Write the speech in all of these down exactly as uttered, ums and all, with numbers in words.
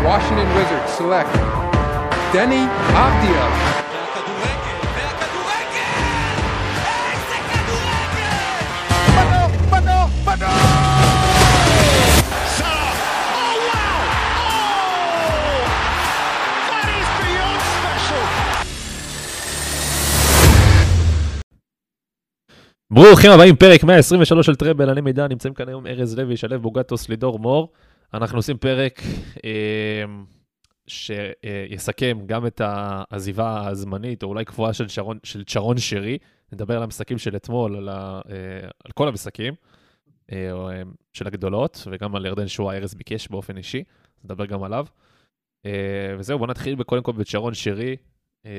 Washington Wizards select Deni Avdija. ברוכים הבאים, פרק מאה עשרים ושלוש של טראבל, אני מידע, נמצאים כאן היום ארז לוי, שלב בוגטוס, לידור מור. אנחנו עושים פרק אה, שיסכם גם את העזיבה הזמנית, או אולי קבועה של, שרון, של צ'רון שרי. נדבר על המשחקים של אתמול, על, ה, אה, על כל המשחקים אה, של הגדולות, וגם על ירדן שואה, ארז ביקש באופן אישי, נדבר גם עליו. אה, וזהו, בוא נתחיל בקודם כל בצ'רון שרי. אה,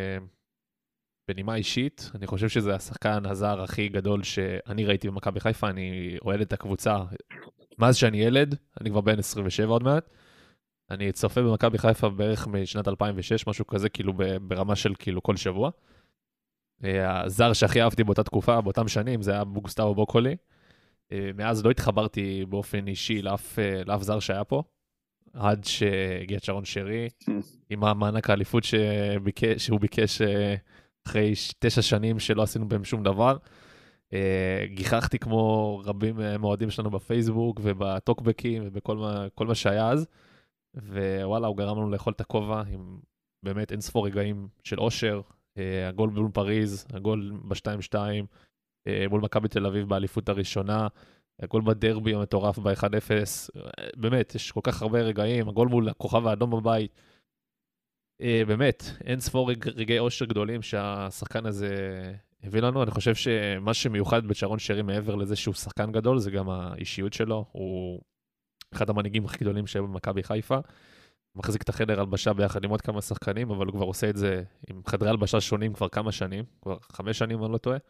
בנימה אישית, אני חושב שזה השחקן הזר הכי גדול שאני ראיתי במכבי חיפה. אני אוהד את הקבוצה מאז שאני ילד, אני כבר בן עשרים ושבע עוד מעט. אני צופה במכבי חיפה בערך משנת אלפיים ושש, משהו כזה, כאילו ברמה של כאילו כל שבוע. הזר שהכי אהבתי באותה תקופה, באותם שנים, זה היה גוסטאבו בוקולי. מאז לא התחברתי באופן אישי לאף, לאף זר שהיה פה, עד שהגיע צ'רון שרי, עם המענק האליפות שביקש, שהוא ביקש אחרי תשע שנים שלא עשינו בהם שום דבר. גיחכתי כמו רבים מועדים שלנו בפייסבוק ובטוקבקים ובכל מה, כל מה שהיה אז. ווואלה, הוא גרם לנו לאכול את הכובע עם באמת אין ספור רגעים של אושר. הגול מול פריז, הגול ב-שתיים שתיים, מול מכבי תל אביב באליפות הראשונה, הגול בדרבי המטורף ב-אחד אפס. באמת, יש כל כך הרבה רגעים, הגול מול הכוכב האדום בבית. באמת, אין ספור רגעי אושר גדולים שהשחקן הזה הביא לנו. אני חושב שמה שמיוחד בצ'רון שרי מעבר לזה שהוא שחקן גדול, זה גם האישיות שלו. הוא אחד המנהיגים הכי גדולים שהיו במכבי חיפה. הוא מחזיק את החדר הלבשה ביחד עם עוד כמה שחקנים, אבל הוא כבר עושה את זה עם חדרי הלבשה שונים כבר כמה שנים, כבר חמש שנים אני לא טועה.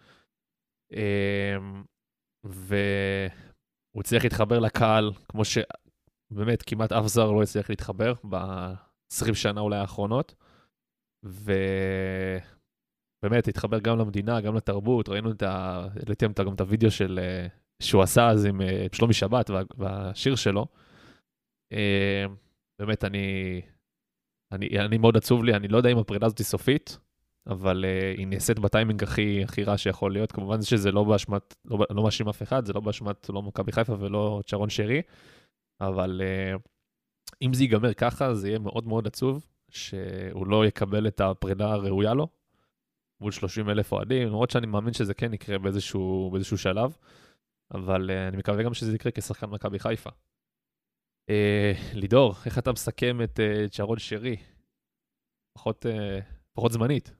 והוא הצליח להתחבר לקהל, כמו שבאמת כמעט אף זר לא הצליח להתחבר ב-עשרים שנה אולי האחרונות. ובאמת התחבר גם למדינה, גם לתרבות. ראינו את ה... העליתם גם את הוידאו של... שהוא עשה אז עם שלומי שבת והשיר שלו. באמת, אני, אני, אני מאוד עצוב לי, אני לא יודע אם הפרידה הזאת היא סופית, אבל uh, היא נעשית בטיימינג הכי, הכי רע שיכול להיות. כמובן שזה לא באשמת, לא, לא מאשים אף אחד, זה לא באשמת, לא מכבי חיפה ולא צ'רון שרי, אבל uh, אם זה ייגמר ככה, זה יהיה מאוד מאוד עצוב, שהוא לא יקבל את הפרידה הראויה לו, מול שלושים אלף אוהדים, למרות שאני מאמין שזה כן יקרה באיזשהו, באיזשהו שלב, אבל uh, אני מקווה גם שזה יקרה כשחקן מכבי חיפה. Uh, לידור, איך אתה מסכם את uh, צ'רון שרי? פחות, uh, פחות זמנית.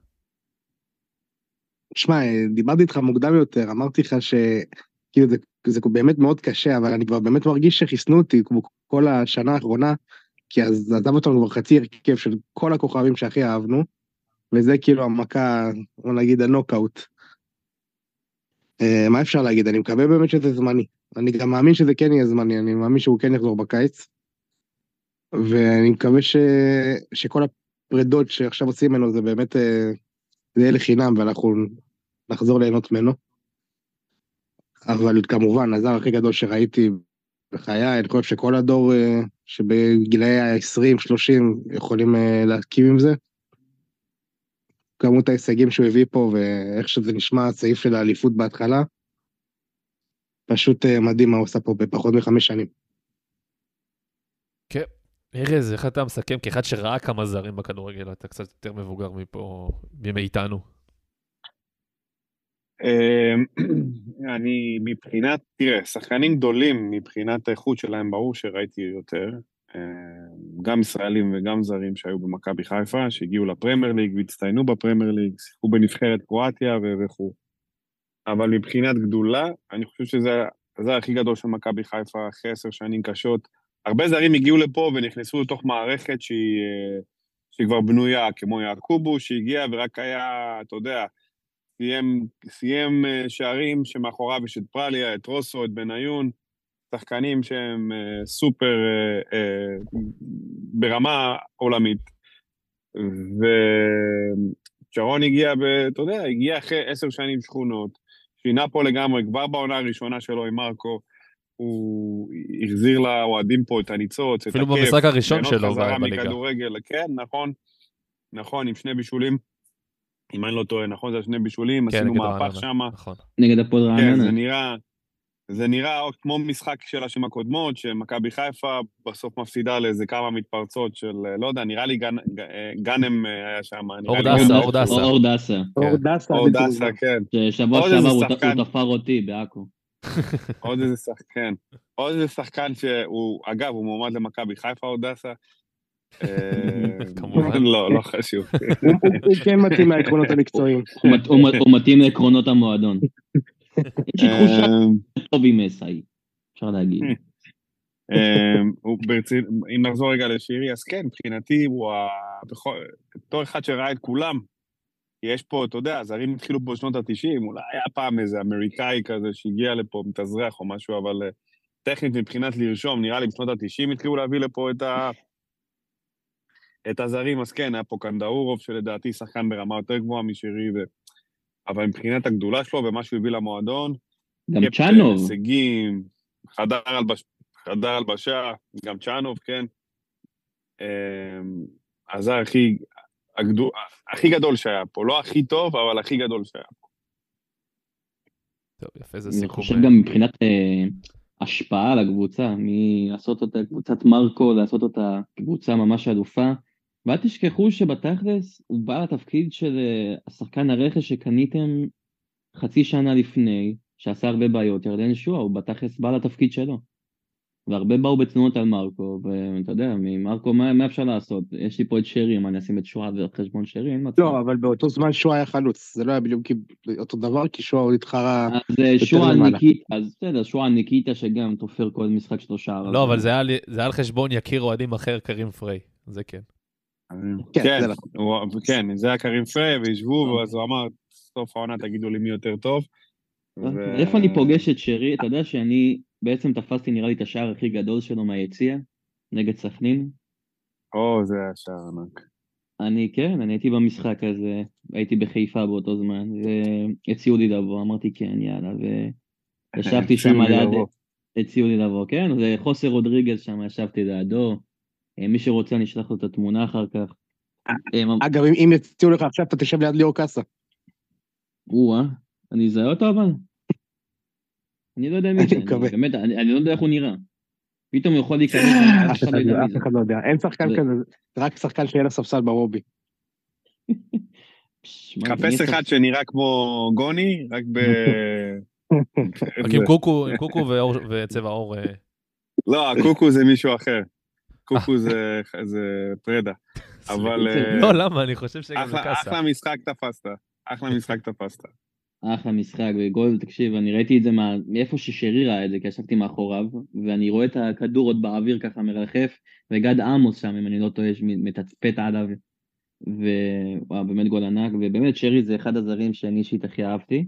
תשמע, דיברתי איתך מוקדם יותר, אמרתי לך שכאילו זה, זה באמת מאוד קשה, אבל אני כבר באמת מרגיש שחיסנו אותי כמו כל השנה האחרונה, כי אז עזב אותנו כבר חצי הרכב של כל הכוכבים שהכי אהבנו, וזה כאילו המכה, או נגיד הנוקאוט. Uh, מה אפשר להגיד? אני מקווה באמת שזה זמני. אני גם מאמין שזה כן יהיה זמני, אני מאמין שהוא כן יחזור בקיץ, ואני מקווה ש... שכל הפרדות שעכשיו עושים ממנו זה באמת, זה יהיה לחינם, ואנחנו נחזור ליהנות ממנו. אבל כמובן, הזר הכי גדול שראיתי בחיי, אני חושב שכל הדור שבגילאי ה-עשרים שלושים יכולים להקיב עם זה. כמות ההישגים שהוא הביא פה, ואיך שזה נשמע, הסעיף של האליפות בהתחלה, פשוט מדהים מה הוא עושה פה בפחות מחמש שנים. כן, ארז, איך אתה מסכם? כאחד שראה כמה זרים בכדורגל, אתה קצת יותר מבוגר מפה, מאיתנו. אני מבחינת, תראה, שחקנים גדולים מבחינת האיכות שלהם, ברור שראיתי יותר, גם ישראלים וגם זרים שהיו במכבי חיפה, שהגיעו לפרמייר ליג והצטיינו בפרמייר ליג, שיחקו בנבחרת קרואטיה וכו'. אבל מבחינת גדולה, אני חושב שזה הזר הכי גדול של מכבי חיפה אחרי עשר שנים קשות. הרבה זרים הגיעו לפה ונכנסו לתוך מערכת שהיא, שהיא כבר בנויה, כמו יעקובו, שהגיע ורק היה, אתה יודע, סיים, סיים שערים שמאחוריו יש את פרליה, את רוסו, את בניון, שחקנים שהם סופר אה, אה, ברמה עולמית. וצ'רון הגיע, ב, אתה יודע, הגיע אחרי עשר שנים שכונות, שינה פה לגמרי, כבר בעונה הראשונה שלו עם מרקו, הוא החזיר לאוהדים פה את הניצוץ, את הכיף. אפילו במשחק הראשון שלו חזרה בליגה. מכדורגל, כן, נכון, נכון, עם שני בישולים. אם אני לא טועה, נכון, זה שני בישולים, עשינו מהפך שם. נכון. נגד הפועל רעננה. כן, זה נראה, זה נראה כמו משחק של השם הקודמות, שמכבי חיפה בסוף מפסידה לאיזה כמה מתפרצות של, לא יודע, נראה לי גנ, גנם היה שם. אורדסה, אורדסה. אורדסה. אורדסה. אורדסה, כן. ששבוע שעבר הוא תפר אותי בעכו. עוד איזה שחקן. עוד איזה שחקן שהוא, אגב, הוא מועמד למכבי חיפה, אורדסה. כמובן. לא, לא חשוב. הוא כן מתאים מהעקרונות המקצועיים. הוא מתאים לעקרונות המועדון. יש לי תחושה טוב עם מסאי, אפשר להגיד. אם נחזור רגע לשירי, אז כן, מבחינתי הוא בתור אחד שראה את כולם, יש פה, אתה יודע, הזרים התחילו פה בשנות ה-תשעים, אולי היה פעם איזה אמריקאי כזה שהגיע לפה מתאזרח או משהו, אבל טכנית מבחינת לרשום, נראה לי בשנות ה-תשעים התחילו להביא לפה את ה... את הזרים, אז כן, היה פה קנדאורוב, שלדעתי שחקן ברמה יותר גבוהה משירי, ו... אבל מבחינת הגדולה שלו ומה שהוא הביא למועדון, גם צ'אנוב. הישגים, חדר הלבש... חדר הלבשה, גם צ'אנוב, כן. אז זה הכי, הגדול... הכי גדול שהיה פה, לא הכי טוב, אבל הכי גדול שהיה פה. טוב, יפה, זה סיכום. אני חושב גם מבחינת אה, השפעה על הקבוצה, מלעשות אותה קבוצת מרקו, לעשות אותה קבוצה ממש אלופה, ואל תשכחו שבתכלס הוא בא לתפקיד של השחקן הרכש שקניתם חצי שנה לפני, שעשה הרבה בעיות, ירדן שועה, הוא בתכלס בא לתפקיד שלו. והרבה באו בתנועות על מרקו, ואתה יודע, ממרקו, מה, מה אפשר לעשות? יש לי פה את שרי, מה אני אשים את שועה ועל חשבון שרי? לא, אבל באותו זמן שועה היה חלוץ, זה לא היה בדיוק אותו דבר, כי שועה הוא התחרה... אז שועה ניקיטה, אז בסדר, שועה ניקיטה שגם תופר כל משחק שלו שער. לא, אבל זה היה על חשבון יקיר אוהדים אחר, קרים פריי, זה כן. כן, כן, זה היה קרים פריי, וישבו, אז הוא אמר, סוף העונה תגידו לי מי יותר טוב. איפה אני פוגש את שרי? אתה יודע שאני בעצם תפסתי נראה לי את השער הכי גדול שלו מהיציע, נגד סכנין. או, זה היה שער ענק. אני, כן, אני הייתי במשחק הזה, הייתי בחיפה באותו זמן, והציעו לי לבוא, אמרתי כן, יאללה, וישבתי שם ליד, הציעו לי לבוא, כן, זה חוסר רודריגז שם, ישבתי לידו, מי שרוצה נשלח לו את התמונה אחר כך. אגב, אם יציעו לך עכשיו, אתה תשב ליד ליאור קאסה. או-אה, אני אזהה אותו אבל? אני לא יודע מי זה, באמת, אני לא יודע איך הוא נראה. פתאום הוא יכול להיכנס, אף אחד לא יודע, אין שחקן כזה, רק שחקן שיהיה לספסל ברובי. חפש אחד שנראה כמו גוני, רק ב... רק עם קוקו, עם קוקו וצבע עור. לא, הקוקו זה מישהו אחר. קוקו זה פרדה. אבל... לא, למה? אני חושב שגם זה קאסה. אחלה משחק תפסת. אחלה משחק תפסת. אחלה משחק, וגול, תקשיב, אני ראיתי את זה מאיפה ששרי ראה את זה, כי ישבתי מאחוריו, ואני רואה את הכדור עוד באוויר ככה מרחף, וגד עמוס שם, אם אני לא טועה, מתצפת עליו, ווואו, באמת גול ענק, ובאמת שרי זה אחד הזרים שאני אישית הכי אהבתי,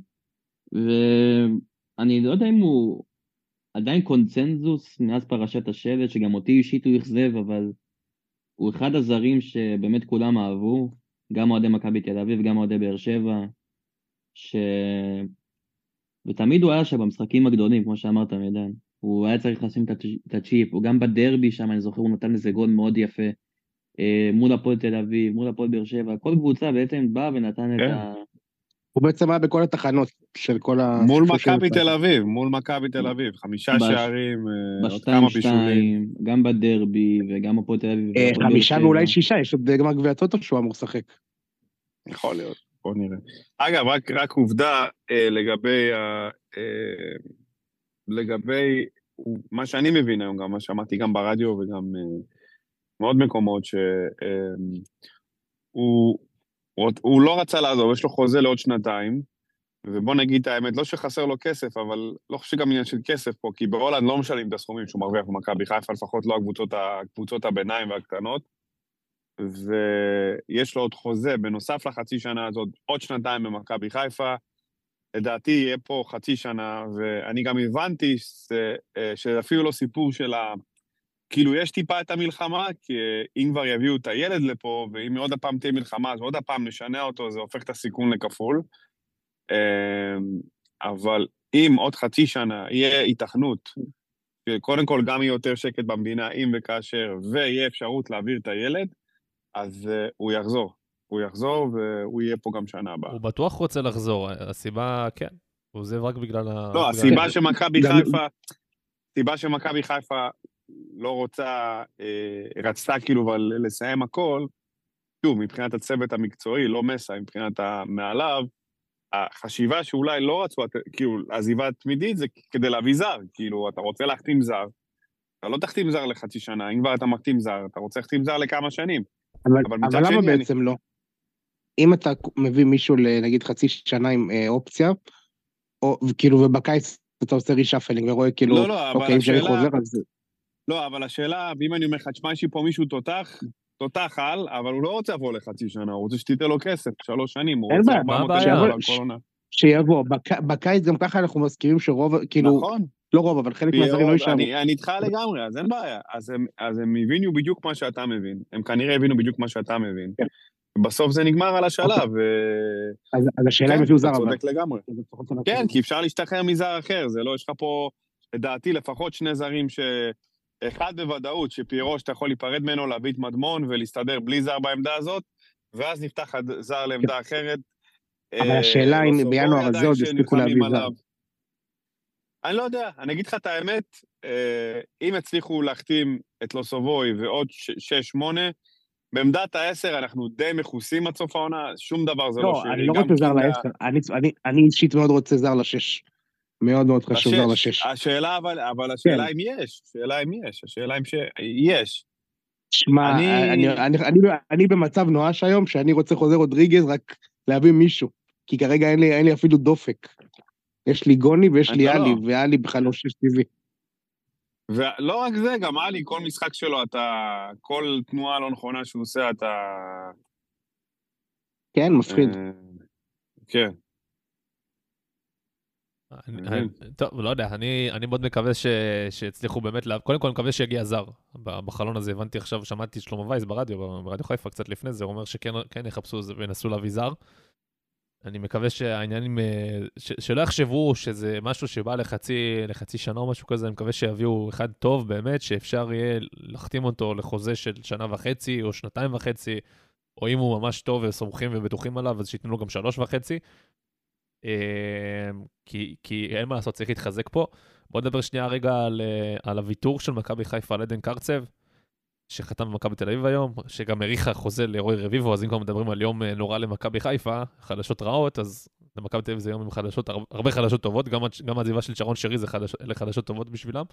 ואני לא יודע אם הוא עדיין קונצנזוס מאז פרשת השלט, שגם אותי אישית הוא יחזב, אבל הוא אחד הזרים שבאמת כולם אהבו, גם אוהדי מכבי תל אביב, גם אוהדי באר שבע, ש... ותמיד הוא היה שבמשחקים הגדולים, כמו שאמרת מידן, הוא היה צריך לשים את הצ'יפ, הוא גם בדרבי שם, אני זוכר, הוא נתן איזה גול מאוד יפה, מול הפועל תל אביב, מול הפועל באר שבע, כל קבוצה בעצם באה ונתן את ה... הוא בעצם היה בכל התחנות של כל ה... מול מכבי תל אביב, מול מכבי תל אביב, חמישה שערים, עוד כמה בישולים. גם בדרבי וגם הפועל תל אביב. חמישה ואולי שישה, יש עוד גמר גביע הטוטו שהוא אמור לשחק. יכול להיות, בוא נראה. אגב, רק, רק עובדה אה, לגבי, אה, אה, לגבי מה שאני מבין היום, גם מה שאמרתי גם ברדיו וגם אה, מאוד מקומות, שהוא אה, הוא, הוא לא רצה לעזוב, יש לו חוזה לעוד שנתיים, ובוא נגיד את האמת, לא שחסר לו כסף, אבל לא חושב גם עניין של כסף פה, כי בהולנד לא משלמים את הסכומים שהוא מרוויח במכבי חיפה, לפחות לא הקבוצות, הקבוצות הביניים והקטנות, ויש לו עוד חוזה, בנוסף לחצי שנה הזאת, עוד שנתיים במכבי חיפה, לדעתי יהיה פה חצי שנה, ואני גם הבנתי שזה, שאפילו לא סיפור של ה... כאילו יש טיפה את המלחמה, כי אם כבר יביאו את הילד לפה, ואם עוד הפעם תהיה מלחמה, אז עוד הפעם נשנה אותו, זה הופך את הסיכון לכפול. אבל אם עוד חצי שנה יהיה התכנות קודם כל גם יהיה יותר שקט במדינה, אם וכאשר, ויהיה אפשרות להעביר את הילד, אז uh, הוא יחזור. הוא יחזור והוא יהיה פה גם שנה הבאה. הוא בטוח רוצה לחזור, הסיבה, כן. הוא עוזב רק בגלל ה... לא, הסיבה שמכבי חיפה, הסיבה שמכבי חיפה לא רוצה, אה, רצתה כאילו אבל לסיים הכל, שוב, מבחינת הצוות המקצועי, לא מסע, מבחינת המעליו, החשיבה שאולי לא רצו, כאילו, עזיבה תמידית זה כדי להביא זר, כאילו, אתה רוצה להחתים זר, אתה לא תחתים זר לחצי שנה, אם כבר אתה מחתים זר, אתה רוצה להחתים זר לכמה שנים. אבל, אבל, אבל למה בעצם אני... לא? אם אתה מביא מישהו לנגיד חצי שנה עם אה, אופציה, או כאילו ובקיץ אתה עושה רישאפלינג ורואה כאילו, לא, לא, אוקיי, אם שאני חוזר על זה. לא, אבל השאלה, ואם אני אומר לך, תשמע, יש לי פה מישהו תותח, תותח על, אבל הוא לא רוצה לבוא לחצי שנה, הוא רוצה שתיתן לו כסף, שלוש שנים, הוא רוצה ארבע מאות אלף על כל עונה. שיבוא, בקיץ גם ככה אנחנו מסכימים שרוב, כאילו, נכון. לא רוב, אבל חלק מהזרים לא יישארו. אני איתך לגמרי, אז אין בעיה. אז הם הבינו בדיוק מה שאתה מבין. הם כנראה הבינו בדיוק מה שאתה מבין. בסוף זה נגמר על השלב. אז השאלה אם הביאו זר, אבל. צודק לגמרי. כן, כי אפשר להשתחרר מזר אחר, זה לא, יש לך פה, לדעתי, לפחות שני זרים ש... אחד בוודאות, שפיירו שאתה יכול להיפרד ממנו, להביט מדמון ולהסתדר בלי זר בעמדה הזאת, ואז נפתח זר לעמדה אחרת. אבל השאלה אם בינואר הזה עוד הספיקו להביא זר. אני לא יודע, אני אגיד לך את האמת, אם הצליחו להחתים את לוסובוי ועוד שש שמונה, בעמדת העשר אנחנו די מכוסים עד סוף העונה, שום דבר זה לא שלי. לא, אני לא רוצה זר לעשר, אני אישית מאוד רוצה זר לשש. מאוד מאוד חשוב זר לשש. השאלה, אבל, אבל השאלה אם יש, השאלה אם יש, השאלה אם שיש. שמע, אני, אני, אני, אני במצב נואש היום, שאני רוצה חוזר רודריגז רק להביא מישהו, כי כרגע אין לי, אין לי אפילו דופק. יש לי גוני ויש לי אלי, ואלי בכלל לא שש טבעי. ולא רק זה, גם אלי, כל משחק שלו, אתה, כל תנועה לא נכונה שהוא עושה, אתה... כן, מפחיד. כן. טוב, לא יודע, אני מאוד מקווה שיצליחו באמת, קודם כל אני מקווה שיגיע זר, בחלון הזה הבנתי עכשיו, שמעתי שלמה וייס ברדיו, ברדיו חיפה קצת לפני זה, הוא אומר שכן יחפשו וינסו להביא זר, אני מקווה שהעניינים, שלא יחשבו שזה משהו שבא לחצי, לחצי שנה או משהו כזה, אני מקווה שיביאו אחד טוב באמת, שאפשר יהיה להחתים אותו לחוזה של שנה וחצי או שנתיים וחצי, או אם הוא ממש טוב וסומכים ובטוחים עליו, אז שיתנו לו גם שלוש וחצי, כי, כי אין מה לעשות, צריך להתחזק פה. בוא נדבר שנייה רגע על, על הוויתור של מכבי חיפה על עדן קרצב, שחתם במכבי תל אביב היום, שגם הריחה חוזה לרוי רביבו, אז אם כבר מדברים על יום נורא למכבי חיפה, חדשות רעות, אז למכבי תל אביב זה יום עם חדשות, הרבה חדשות טובות, גם, גם העזיבה של שרון שרי זה חדש, אלה חדשות טובות בשבילם.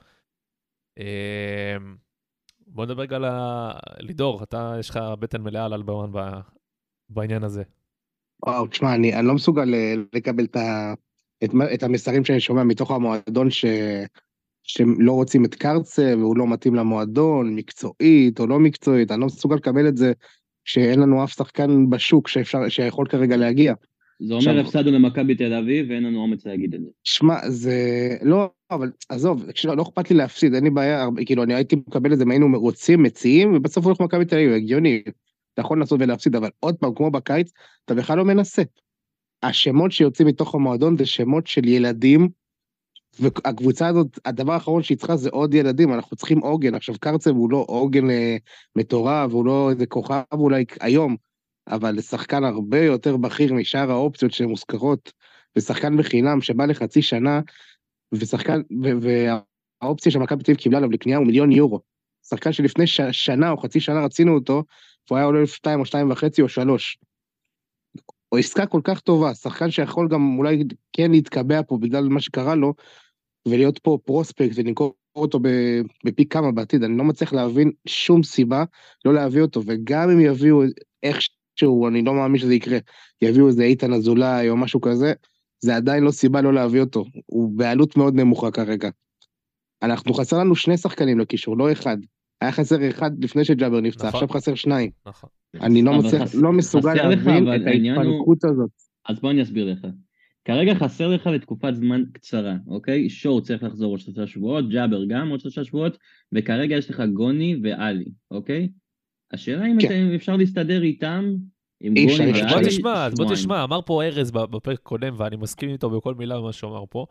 בוא נדבר רגע על לידור, אתה, יש לך בטן מלאה על אלבאון בעניין הזה. וואו, תשמע, אני, אני לא מסוגל לקבל את, ה, את, את המסרים שאני שומע מתוך המועדון ש, שלא רוצים את קרצה, והוא לא מתאים למועדון, מקצועית או לא מקצועית, אני לא מסוגל לקבל את זה, שאין לנו אף שחקן בשוק שאפשר, שיכול כרגע להגיע. זה אומר הפסדנו למכבי תל אביב, ואין לנו אומץ להגיד את זה. שמע, זה, לא, אבל, עזוב, לא, לא אכפת לי להפסיד, אין לי בעיה, כאילו, אני הייתי מקבל את זה, היינו רוצים, מציעים, ובסוף הולך מכבי תל אביב, הגיוני. אתה יכול לנסות ולהפסיד, אבל עוד פעם, כמו בקיץ, אתה בכלל לא מנסה. השמות שיוצאים מתוך המועדון זה שמות של ילדים, והקבוצה הזאת, הדבר האחרון שהיא צריכה זה עוד ילדים, אנחנו צריכים עוגן. עכשיו קרצב הוא לא עוגן אה, מטורף, הוא לא איזה כוכב אולי היום, אבל לשחקן הרבה יותר בכיר משאר האופציות שמוזכרות, ושחקן בחינם שבא לחצי שנה, ושחקן, והאופציה שמכבי תל אביב קיבלה עליו לקנייה הוא מיליון יורו. שחקן שלפני ש, שנה או חצי שנה רצינו אותו, הוא היה עולה שתיים או שתיים וחצי או שלוש. או עסקה כל כך טובה, שחקן שיכול גם אולי כן להתקבע פה בגלל מה שקרה לו, ולהיות פה פרוספקט ולנקור אותו בפי כמה בעתיד. אני לא מצליח להבין שום סיבה לא להביא אותו, וגם אם יביאו איכשהו, אני לא מאמין שזה יקרה, יביאו איזה איתן אזולאי או משהו כזה, זה עדיין לא סיבה לא להביא אותו. הוא בעלות מאוד נמוכה כרגע. אנחנו חסר לנו שני שחקנים לקישור, לא אחד. היה חסר אחד לפני שג'אבר נפצע, עכשיו חסר שניים. אני לא מסוגל להבין את ההתפנקות הזאת. אז בוא אני אסביר לך. כרגע חסר לך לתקופת זמן קצרה, אוקיי? שור צריך לחזור עוד שלושה שבועות, ג'אבר גם עוד שלושה שבועות, וכרגע יש לך גוני ואלי, אוקיי? השאלה אם אפשר להסתדר איתם, עם גוני ואלי. בוא תשמע, בוא תשמע, אמר פה ארז בפרק קודם, ואני מסכים איתו בכל מילה במה שהוא אמר פה,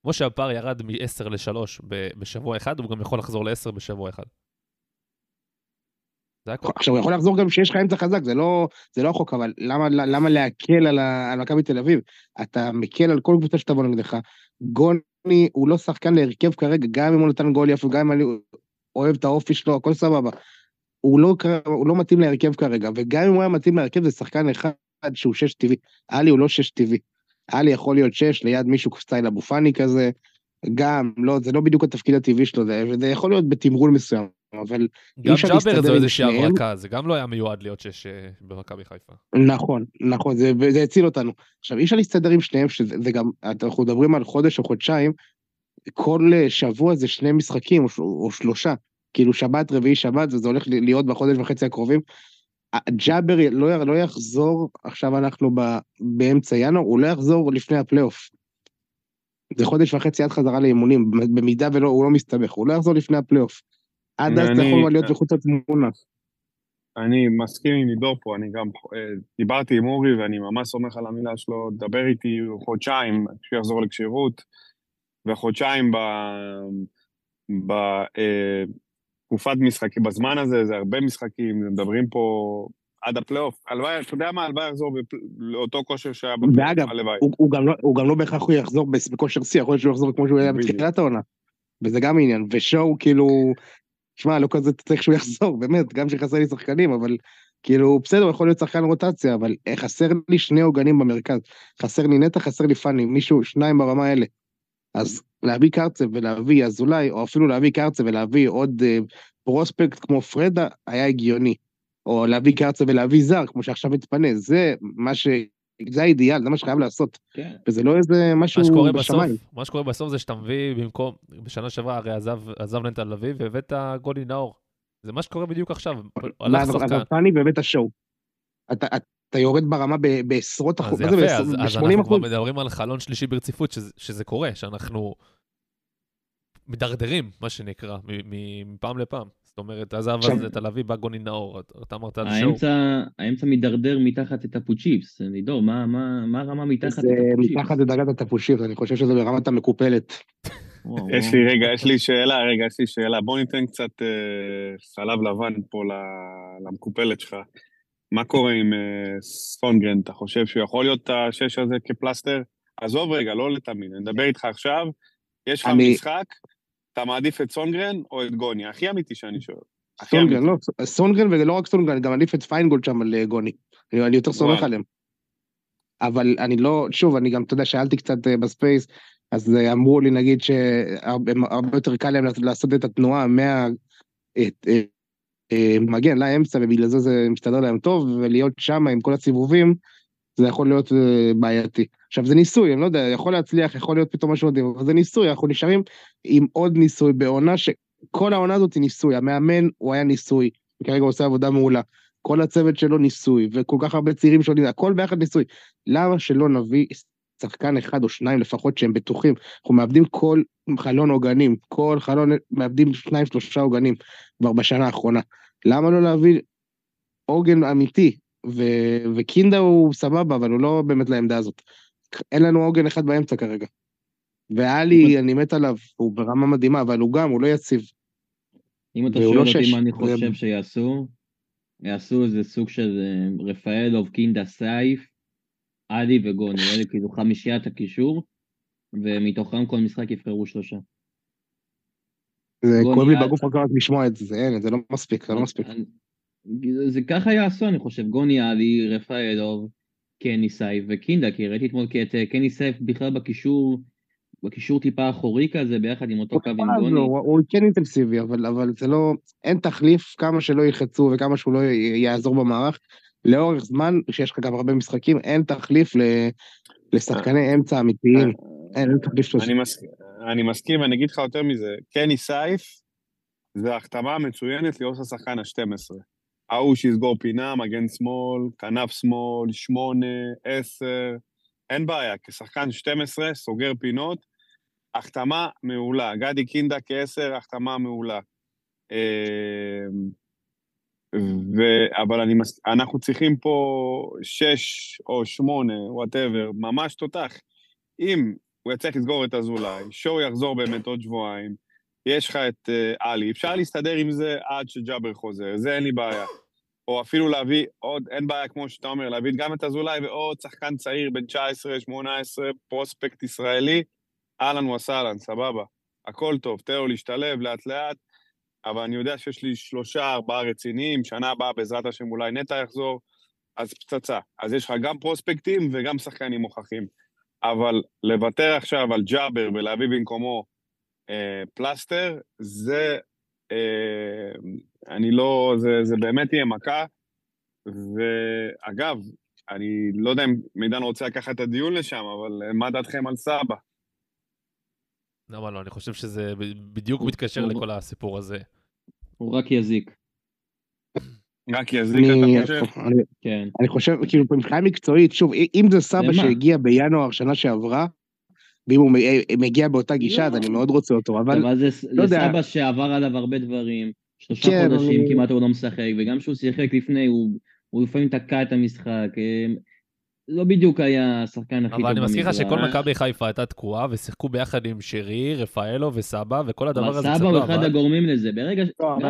כמו שהפער ירד מ-עשר ל-שלוש בשבוע אחד, הוא גם יכול לחזור ל-עשר בשבוע אחד. זה הכל. עכשיו הוא יכול לחזור גם שיש לך אמצע חזק, זה לא, זה לא החוק, אבל למה, למה להקל על, ה, על מכבי תל אביב? אתה מקל על כל קבוצה שתבוא נגדך. גוני הוא לא שחקן להרכב כרגע, גם אם הוא נתן גול יפה, גם אם אני אוהב את האופי שלו, הכל סבבה. הוא לא, הוא לא מתאים להרכב כרגע, וגם אם הוא היה מתאים להרכב, זה שחקן אחד שהוא שש טבעי. עלי הוא לא שש טבעי. עלי יכול להיות שש ליד מישהו סטייל אבו פאני כזה, גם, לא, זה לא בדיוק התפקיד הטבעי שלו, זה, וזה יכול להיות בתמרון מסוים, אבל גם ג'אבר זה איזושהי הברקה, זה גם לא היה מיועד להיות שש במכבי חיפה. נכון, נכון, זה, זה הציל אותנו. עכשיו, אי אפשר להסתדר עם שניהם, שזה זה גם, אנחנו מדברים על חודש או חודשיים, כל שבוע זה שני משחקים או, או שלושה, כאילו שבת, רביעי, שבת, וזה הולך להיות בחודש וחצי הקרובים. ג'אבר לא, לא יחזור, עכשיו אנחנו ב, באמצע ינואר, הוא לא יחזור לפני הפלייאוף. זה חודש וחצי עד חזרה לאימונים, במידה ולא, הוא לא מסתבך, הוא לא יחזור לפני הפלייאוף. עד אז אתה יכול להיות בחוץ התמונה. אני מסכים עם עידו פה, אני גם דיברתי עם אורי, ואני ממש סומך על המילה שלו, דבר איתי חודשיים, שיחזור לקשירות, וחודשיים בתקופת משחקים, בזמן הזה, זה הרבה משחקים, מדברים פה עד הפלייאוף, הלוואי, אתה יודע מה, הלוואי יחזור לאותו כושר שהיה בפלייאוף, ואגב, הוא גם לא בהכרח הוא יחזור בכושר שיא, יכול להיות שהוא יחזור כמו שהוא היה בתחילת העונה, וזה גם עניין, ושואו כאילו, שמע, לא כזה צריך שהוא יחזור, באמת, גם שחסר לי שחקנים, אבל כאילו, בסדר, יכול להיות שחקן רוטציה, אבל חסר לי שני עוגנים במרכז, חסר לי נטע, חסר לי פאני, מישהו, שניים ברמה האלה, אז להביא קרצב ולהביא אזולאי, או אפילו להביא קרצב ולהביא עוד פרוספקט כמו פרדה, היה הגיוני, או להביא קרצב ולהביא זר, כמו שעכשיו מתפנה, זה מה ש... זה האידיאל, זה מה שחייב לעשות, כן. וזה לא איזה משהו בשמיים. מה שקורה בסוף זה שאתה מביא במקום, בשנה שעברה הרי עזב, עזב נטע לביא והבאת גולי נאור. זה מה שקורה בדיוק עכשיו. עזב פאני והבאת שואו. אתה, אתה יורד ברמה בעשרות אחוז. אז יפה, אז, אז אנחנו כבר מדברים על חלון שלישי ברציפות, שזה, שזה קורה, שאנחנו מדרדרים, מה שנקרא, מפעם לפעם. זאת אומרת, עזב אז את הלוי בא גולי נאור, אתה אמרת על שואו. האמצע מדרדר מתחת את הפוצ'יפס, לידור, מה הרמה מתחת את הפוצ'יפס? זה מתחת את דרגת את הפוצ'יפס, אני חושב שזה ברמת המקופלת. יש לי רגע, יש לי שאלה, רגע, יש לי שאלה, בוא ניתן קצת חלב לבן פה למקופלת שלך. מה קורה עם סונגרן? אתה חושב שהוא יכול להיות את השש הזה כפלסטר? עזוב רגע, לא לתמיד, אני מדבר איתך עכשיו, יש לך משחק, אתה מעדיף את סונגרן או את גוני? הכי אמיתי שאני שואל. סונגרן, לא, סונגרן ולא רק סונגרן, גם עדיף את פיינגולד שם על גוני. אני יותר סומך עליהם. אבל אני לא, שוב, אני גם, אתה יודע, שאלתי קצת בספייס, אז אמרו לי, נגיד, שהרבה יותר קל להם לעשות את התנועה מהמגן לאמצע, ובגלל זה זה מסתדר להם טוב, ולהיות שם עם כל הסיבובים, זה יכול להיות בעייתי. עכשיו, זה ניסוי, אני לא יודע, יכול להצליח, יכול להיות פתאום משהו עדיין, אבל זה ניסוי, אנחנו נשארים עם עוד ניסוי בעונה, שכל העונה הזאת היא ניסוי, המאמן הוא היה ניסוי, וכרגע הוא עושה עבודה מעולה, כל הצוות שלו ניסוי, וכל כך הרבה צעירים שעולים, הכל ביחד ניסוי, למה שלא נביא שחקן אחד או שניים לפחות שהם בטוחים, אנחנו מאבדים כל חלון עוגנים, כל חלון מאבדים שניים שלושה עוגנים, כבר בשנה האחרונה, למה לא להביא עוגן אמיתי, ו- וקינדה הוא סבבה, אבל הוא לא באמת לעמדה הזאת. אין לנו עוגן אחד באמצע כרגע. ואלי, אני מת עליו, הוא ברמה מדהימה, אבל הוא גם, הוא לא יציב. אם אתה שואל אותי מה אני חושב שיעשו, יעשו איזה סוג של רפאלוב, קינדה, סייף, אלי וגוני, אלה כאילו חמישיית הקישור, ומתוכם כל משחק יבחרו שלושה. זה כואב לי בגוף רק לשמוע את זה, אין, זה לא מספיק, זה לא מספיק. זה ככה יעשו, אני חושב, גוני, אלי, רפאלוב, קני סייף וקינדה, כי ראיתי אתמול כי את קני סייף בכלל בקישור, בקישור טיפה אחורי כזה, ביחד עם אותו קו עם גוני. הוא כן אינטנסיבי, אבל זה לא, אין תחליף כמה שלא ילחצו וכמה שהוא לא יעזור במערך, לאורך זמן, שיש לך גם הרבה משחקים, אין תחליף לשחקני אמצע אמיתיים, אין תחליף שלושה. אני מסכים, אני אגיד לך יותר מזה, קני סייף, זה החתמה מצוינת להיות השחקן ה-שתים עשרה. ההוא שיסגור פינה, מגן שמאל, כנף שמאל, שמונה, עשר, אין בעיה, כשחקן שתים עשרה, סוגר פינות, החתמה מעולה, גדי קינדה כעשר, החתמה מעולה. ו... אבל אני מס... אנחנו צריכים פה שש או שמונה, whatever, ממש תותח. אם הוא יצטרך לסגור את אזולאי, שואו יחזור באמת עוד שבועיים, יש לך את עלי, אפשר להסתדר עם זה עד שג'אבר חוזר, זה אין לי בעיה. או אפילו להביא עוד, אין בעיה כמו שאתה אומר, להביא גם את אזולאי ועוד שחקן צעיר בין תשע עשרה שמונה עשרה, פרוספקט ישראלי, אהלן וסהלן, סבבה. הכל טוב, תאו להשתלב לאט לאט, אבל אני יודע שיש לי שלושה, ארבעה רציניים, שנה הבאה בעזרת השם אולי נטע יחזור, אז פצצה. אז יש לך גם פרוספקטים וגם שחקנים מוכחים. אבל לוותר עכשיו על ג'אבר ולהביא במקומו אה, פלסטר, זה, אה, אני לא, זה, זה באמת יהיה מכה. ואגב, אני לא יודע אם מידן רוצה לקחת את הדיון לשם, אבל מה דעתכם על סבא? למה לא, אני חושב שזה בדיוק מתקשר לכל הסיפור הזה. הוא רק יזיק. רק יזיק, אתה חושב? כן. אני חושב, כאילו, מבחינה מקצועית, שוב, אם זה סבא שהגיע בינואר שנה שעברה, ואם הוא מגיע באותה גישה, אז אני מאוד רוצה אותו, אבל... אבל זה סבא שעבר עליו הרבה דברים, שלושה חודשים כמעט הוא לא משחק, וגם שהוא שיחק לפני, הוא לפעמים תקע את המשחק, לא בדיוק היה שחקן הכי טוב. אבל אני מזכיר לך שכל מכבי חיפה הייתה תקועה, ושיחקו ביחד עם שרי, רפאלו וסבא, וכל הדבר הזה סבא הוא אחד הגורמים לזה. ברגע...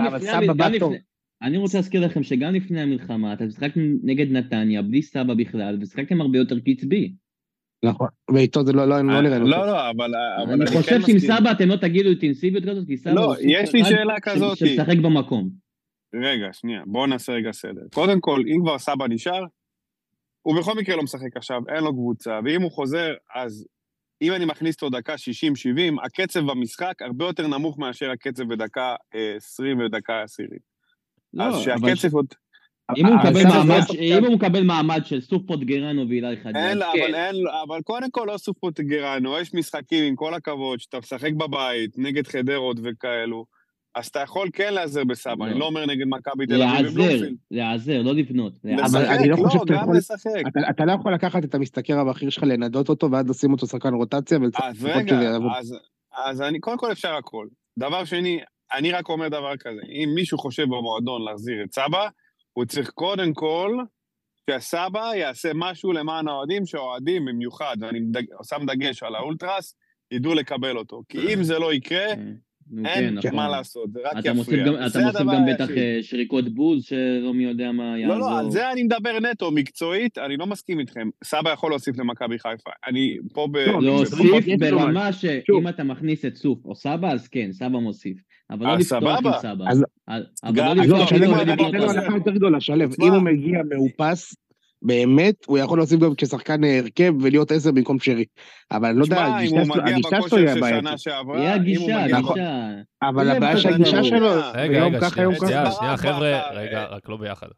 אני רוצה להזכיר לכם שגם לפני המלחמה, אתה משחקתם נגד נתניה, בלי סבא בכלל, ושחקתם הרבה יותר קצבי. נכון, ואיתו זה לא נראה. לא, לא, אבל... אני חושב שעם סבא אתם לא תגידו אינטנסיביות כזאת, כי סבא... לא, יש לי שאלה כזאת. ששחק במקום. רגע, שנייה, בואו נעשה רגע סדר. קודם כל, אם כבר סבא נשאר, הוא בכל מקרה לא משחק עכשיו, אין לו קבוצה, ואם הוא חוזר, אז אם אני מכניס אותו דקה שישים שבעים, הקצב במשחק הרבה יותר נמוך מאשר הקצב בדקה עשרים ודקה עשירית. אז שהקצב עוד... אם הוא מקבל מעמד של סוף פוטגרנו ואילי חדש. אין, אבל קודם כל לא סוף פוטגרנו, יש משחקים עם כל הכבוד, שאתה משחק בבית, נגד חדרות וכאלו, אז אתה יכול כן לעזר בסבא, אני לא אומר נגד מכבי תל אביב ובלומפילד. לעזר, לא לבנות. לשחק, לא, גם לשחק. אתה לא יכול לקחת את המסתכל הבכיר שלך, לנדות אותו, ועד לשים אותו שחקן רוטציה. אז רגע, אז אני, קודם כל אפשר הכל. דבר שני, אני רק אומר דבר כזה, אם מישהו חושב במועדון להחזיר את סבא, הוא צריך קודם כל, שהסבא יעשה משהו למען האוהדים, שהאוהדים במיוחד, ואני שם דגש על האולטרס, ידעו לקבל אותו. כי אם זה לא יקרה, אין מה לעשות, זה רק יפריע. אתה מוסיף גם בטח שריקות בוז, שלא מי יודע מה יעזור. לא, לא, על זה אני מדבר נטו, מקצועית, אני לא מסכים איתכם. סבא יכול להוסיף למכבי חיפה. אני פה ב... להוסיף ברמה שאם אתה מכניס את סוף או סבא, אז כן, סבא מוסיף. אבל לא לפתוח עם סבא. אבל לא לפתוח עם סבא. אם הוא מגיע מאופס, באמת, הוא יכול להוסיף גם כשחקן הרכב ולהיות עשר במקום שרי. אבל אני לא יודע, הגישה שלו היא הבעיה. היא הגישה, הגישה. אבל הבעיה שהגישה שלו... רגע, רגע, שנייה, שנייה, חבר'ה, רגע, רק לא ביחד.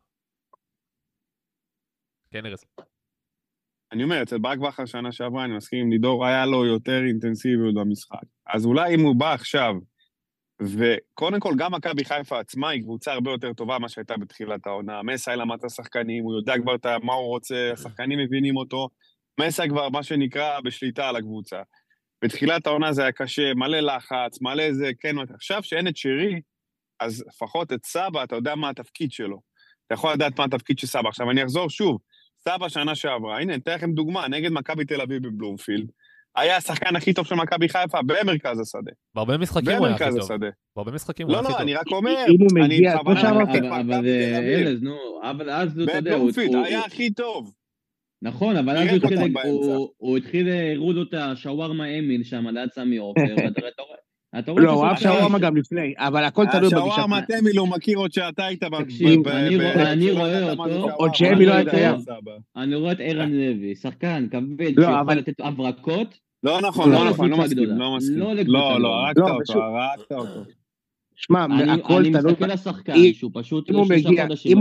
כן, ארז. אני אומר, אצל ברק בכר שנה שעברה, אני מסכים עם לידור, היה לו יותר אינטנסיביות במשחק. אז אולי אם הוא בא עכשיו, וקודם כל, גם מכבי חיפה עצמה היא קבוצה הרבה יותר טובה מה שהייתה בתחילת העונה. מסי למד את השחקנים, הוא יודע כבר מה הוא רוצה, השחקנים מבינים אותו. מסי כבר מה שנקרא בשליטה על הקבוצה. בתחילת העונה זה היה קשה, מלא לחץ, מלא זה, כן, עכשיו שאין את שרי, אז לפחות את סבא, אתה יודע מה התפקיד שלו. אתה יכול לדעת מה התפקיד של סבא. עכשיו אני אחזור שוב, סבא שנה שעברה, הנה, נתן לכם דוגמה, נגד מכבי תל אביב בבלומפילד, היה השחקן הכי טוב של מכבי חיפה במרכז השדה. בהרבה משחקים הוא היה הכי טוב. בהרבה משחקים הוא היה הכי טוב. לא, לא, אני רק אומר, אם הוא מגיע, כמו שאמרתי, אבל ארז, נו, אבל אז הוא, אתה יודע, בבלומפילד היה הכי טוב. נכון, אבל אז הוא התחיל להראות לו את השווארמה אמיל שם, ליד סמי עופר, לא, הוא אהב שווארמה גם לפני, אבל הכל תלוי בגישה. השווארמה תמיל הוא מכיר עוד שאתה היית... תקשיב, אני רואה אותו, עוד שאמי לא היה קיים. אני רואה את ערן לוי, שחקן, כבד, שיכול לתת הברקות. לא נכון, לא נכון, לא מסכים, לא מסכים. לא, לא, הרגת אותו, הרגת אותו. שמע, הכל תלוי... אני מסתכל לשחקן, שהוא פשוט שלושה חודשים.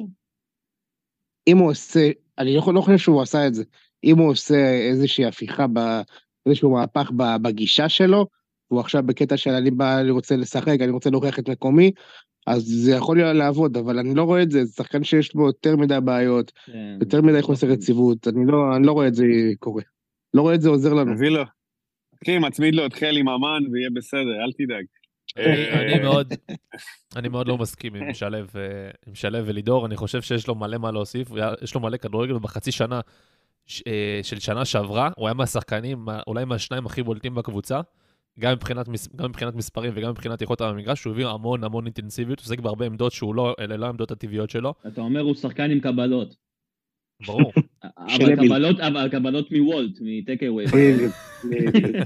אם הוא עושה, אני לא חושב שהוא עשה את זה, אם הוא עושה איזושהי הפיכה, איזשהו מהפך בגישה שלו, הוא עכשיו בקטע של אני בא, אני רוצה לשחק, אני רוצה להוכיח את מקומי, אז זה יכול להיות לעבוד, אבל אני לא רואה את זה, זה שחקן שיש בו יותר מדי בעיות, יותר מדי חוסר רציבות, אני לא רואה את זה קורה. לא רואה את זה עוזר לנו. תביא לו. אחי, מצמיד לו את חלי ממן ויהיה בסדר, אל תדאג. אני מאוד לא מסכים עם שלב ולידור, אני חושב שיש לו מלא מה להוסיף, יש לו מלא כדורגל, ובחצי שנה ש- אה, של שנה שעברה, הוא היה מהשחקנים, מה- אולי מהשניים הכי בולטים בקבוצה, גם מבחינת, מס- גם מבחינת מספרים וגם מבחינת יכולת המגרש, הוא הביא המון המון אינטנסיביות, הוא עוסק בהרבה עמדות שהוא לא, אלה לא העמדות הטבעיות שלו, אתה אומר הוא שחקן עם קבלות. ברור. של אבל אמיל. קבלות, אבל קבלות מוולט, מטקאווי. בדיוק, בדיוק.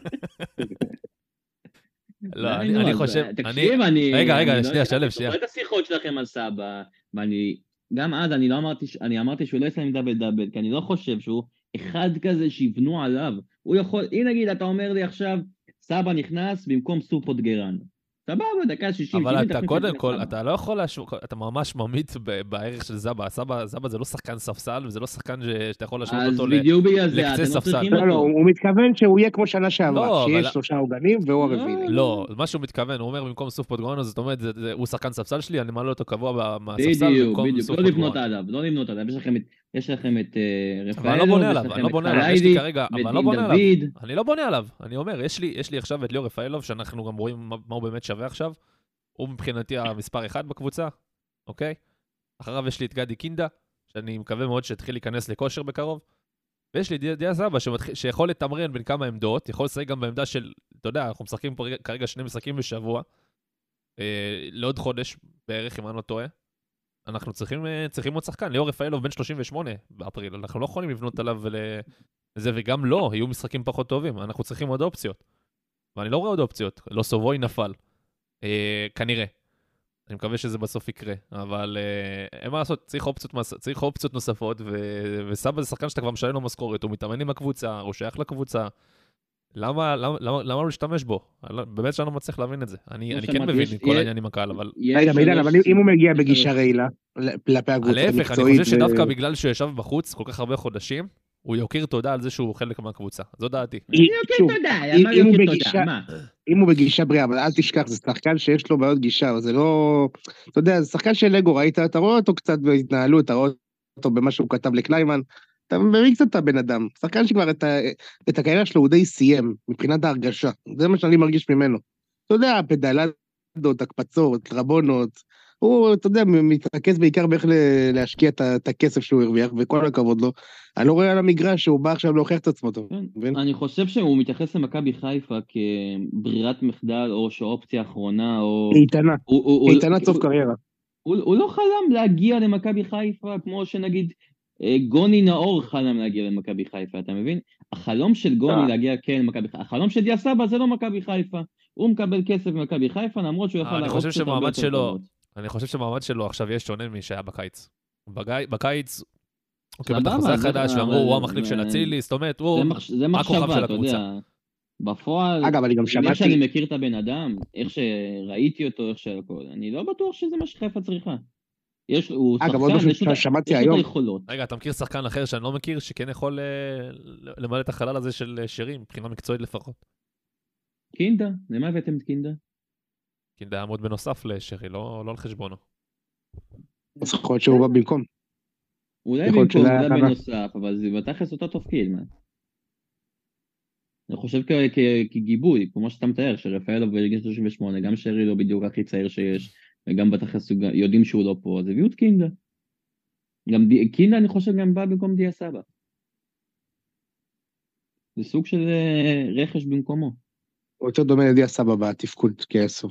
לא, אני אני חושב, אני... תקשיב, אני... רגע, רגע, אני לא- שנייה, שלב, אני שנייה. זוכר את השיחות שלכם על סבא, ואני... גם אז אני לא אמרתי, ש- אני אמרתי שהוא לא יסיים דאבל דאבל, כי אני לא חושב שהוא אחד כזה שיבנו עליו. הוא יכול, הנה נגיד, אתה אומר לי עכשיו, סבא נכנס במקום סופות גרן. סבבה, דקה שישים. אבל אתה קודם כל, אתה לא יכול להשוות, אתה ממש ממית ב- בערך של זאבה. סבא, זאבה זה לא שחקן ספסל, וזה לא שחקן ש- שאתה יכול להשוות אז אותו ל... בדיוק בגלל זה, לקצה אתם לא ספסל. צריכים לא, לא, אותו. הוא מתכוון שהוא יהיה כמו שנה לא, שעברה, אבל- שיש שלושה עוגנים והוא לא, הרביעי. לא, מה שהוא מתכוון, הוא אומר במקום סוף פוטגורנו, זאת אומרת, זה- זה- הוא שחקן ספסל שלי, אני מעלה אותו קבוע ב- מהספסל בדיוק, במקום בדיוק, סוף לא לבנות פוטגורנו. עליו, לא לבנות עליו, יש לכם את, יש לכם את אה, אבל אני לא רפאלו, בונה יש עליו, לכם אני לא את בונה עליו, יש לי חליידי, כרגע, אבל אני לא ודין בונה עליו. דוד. אני לא בונה עליו, אני אומר, יש לי, יש לי עכשיו את ליאור רפאלוב, שאנחנו גם רואים מה, מה הוא באמת שווה עכשיו. הוא מבחינתי המספר אחד בקבוצה, אוקיי? אחריו יש לי את גדי קינדה, שאני מקווה מאוד שיתחיל להיכנס לכושר בקרוב. ויש לי דיה, דיה סבא שמתח... שיכול לתמרן בין כמה עמדות, יכול לשחק גם בעמדה של, אתה יודע, אנחנו משחקים פה כרגע שני משחקים בשבוע, אה, לעוד חודש בערך, אם אני לא טועה. אנחנו צריכים, אה, צריכים עוד שחקן, ליאור רפאלוב בן שלושים ושמונה באפריל, אנחנו לא יכולים לבנות עליו ולזה, וגם לא, יהיו משחקים פחות טובים, אנחנו צריכים עוד אופציות. ואני לא רואה עוד אופציות, לא סובוי נפל, אה, כנראה. אני מקווה שזה בסוף יקרה, אבל אה, אין מה לעשות, צריך אופציות, מס... צריך אופציות נוספות, ו... וסבא זה שחקן שאתה כבר משלם לו משכורת, הוא מתאמן עם הקבוצה, הוא שייך לקבוצה. למה, למה, למה, למה לא להשתמש בו? אני לא- באמת שאני לא מצליח להבין את זה. אני, כמו אני כן שאמרתי, מבין יש- עם כל יש- העניין עם הקהל, אבל... יש רגע, מידן, שלוש אבל אם- אם הוא מגיע יש בגישה שלוש- רעילה, כלפי הקבוצה להפך, אני המקצועית, חושב ו- שדווקא בגלל שהוא ישב בחוץ כל כך הרבה חודשים, הוא יוקיר תודה על זה שהוא חלק מהקבוצה. זו דעתי. אני שוב, אוקיי, תודה, אם- מה אם הוא יוקר בגישה- תודה, מה? אם הוא בגישה בריאה, אבל אל תשכח, זה שחקן שיש לו בעיות גישה, זה לא... אתה יודע, זה שחקן של לגו, ראית, אתה רואה אותו קצת בהתנהלות, אתה רואה אותו במה שהוא כתב לקליימן, אתה מבין קצת את הבן אדם. שחקן שכבר את, ה... את הקריירה שלו הוא די סיים, מבחינת ההרגשה. זה מה שאני מרגיש ממנו. אתה יודע, הפדלדות, הקפצות, קרבונות, הוא, אתה יודע, מתרכז בעיקר באיך ל- להשקיע את ה- את הכסף שהוא הרוויח, וכל הכבוד לו. אני לא רואה על המגרש שהוא בא עכשיו להוכיח את עצמו, אתה כן. מבין? אני חושב שהוא מתייחס למכבי חיפה כברירת מחדל, או שאופציה אחרונה, או... איתנה, הוא- הוא- הוא- איתנה סוף הוא- קריירה. הוא הוא לא חלם להגיע למכבי חיפה, כמו שנגיד אה, גוני נאור חלם להגיע למכבי חיפה, אתה מבין? החלום של גוני אה. להגיע כן למכבי חיפה, החלום של דיה סבא זה לא מכבי חיפה, הוא מקבל כסף ממכבי חיפה, למרות שהוא יכול אני חושב לאופציות הרבה שמעמד יותר שלו- טובות. אני חושב שהמעמד שלו עכשיו יהיה שונה משהיה בקיץ. בגי- בקיץ, הוא קיבל את סבבה, החוזה זה- החדש, ואמרו, אבל- הוא המחליף של זה- אצילי, זאת אומרת, זה הוא... מחש- זה הכוכב של מחשבה, אתה הקבוצה. יודע. בפועל, אגב, אני גם עם איך שמעתי, שאני מכיר את הבן אדם, איך שראיתי אותו, איך שהכל, אני לא בטוח שזה מה שחיפה צריכה. יש, הוא אגב, עוד שחקן, משהו יש לו את ה- ששמעתי יש לו את היום. היכולות. רגע, אתה מכיר שחקן אחר שאני לא מכיר, שכן יכול אה, למלא את החלל הזה של אה, שירים, מבחינה מקצועית לפחות? קינדה, למה הבאתם את קינדה? כי זה יעמוד בנוסף לשרי, לא לא על חשבונו. אז יכול להיות שהוא בא במקום. אולי יכול להיות במקום, שזה היה אולי הכנה. בנוסף, אבל זה בתכלס אותו תפקיד, מה? אני חושב כ- כ- כגיבוי, כמו שאתה מתאר, שרפאלוב בגיל שלושים ושמונה, גם שרי לא בדיוק הכי צעיר שיש, וגם בתכלס הוא גם- יודעים שהוא לא פה, אז הביאו את קינדה. גם די- קינדה אני חושב גם בא במקום דיה סבא. זה סוג של אה, רכש במקומו. הוא יותר דומה לדיה סבא בתפקוד כעשר.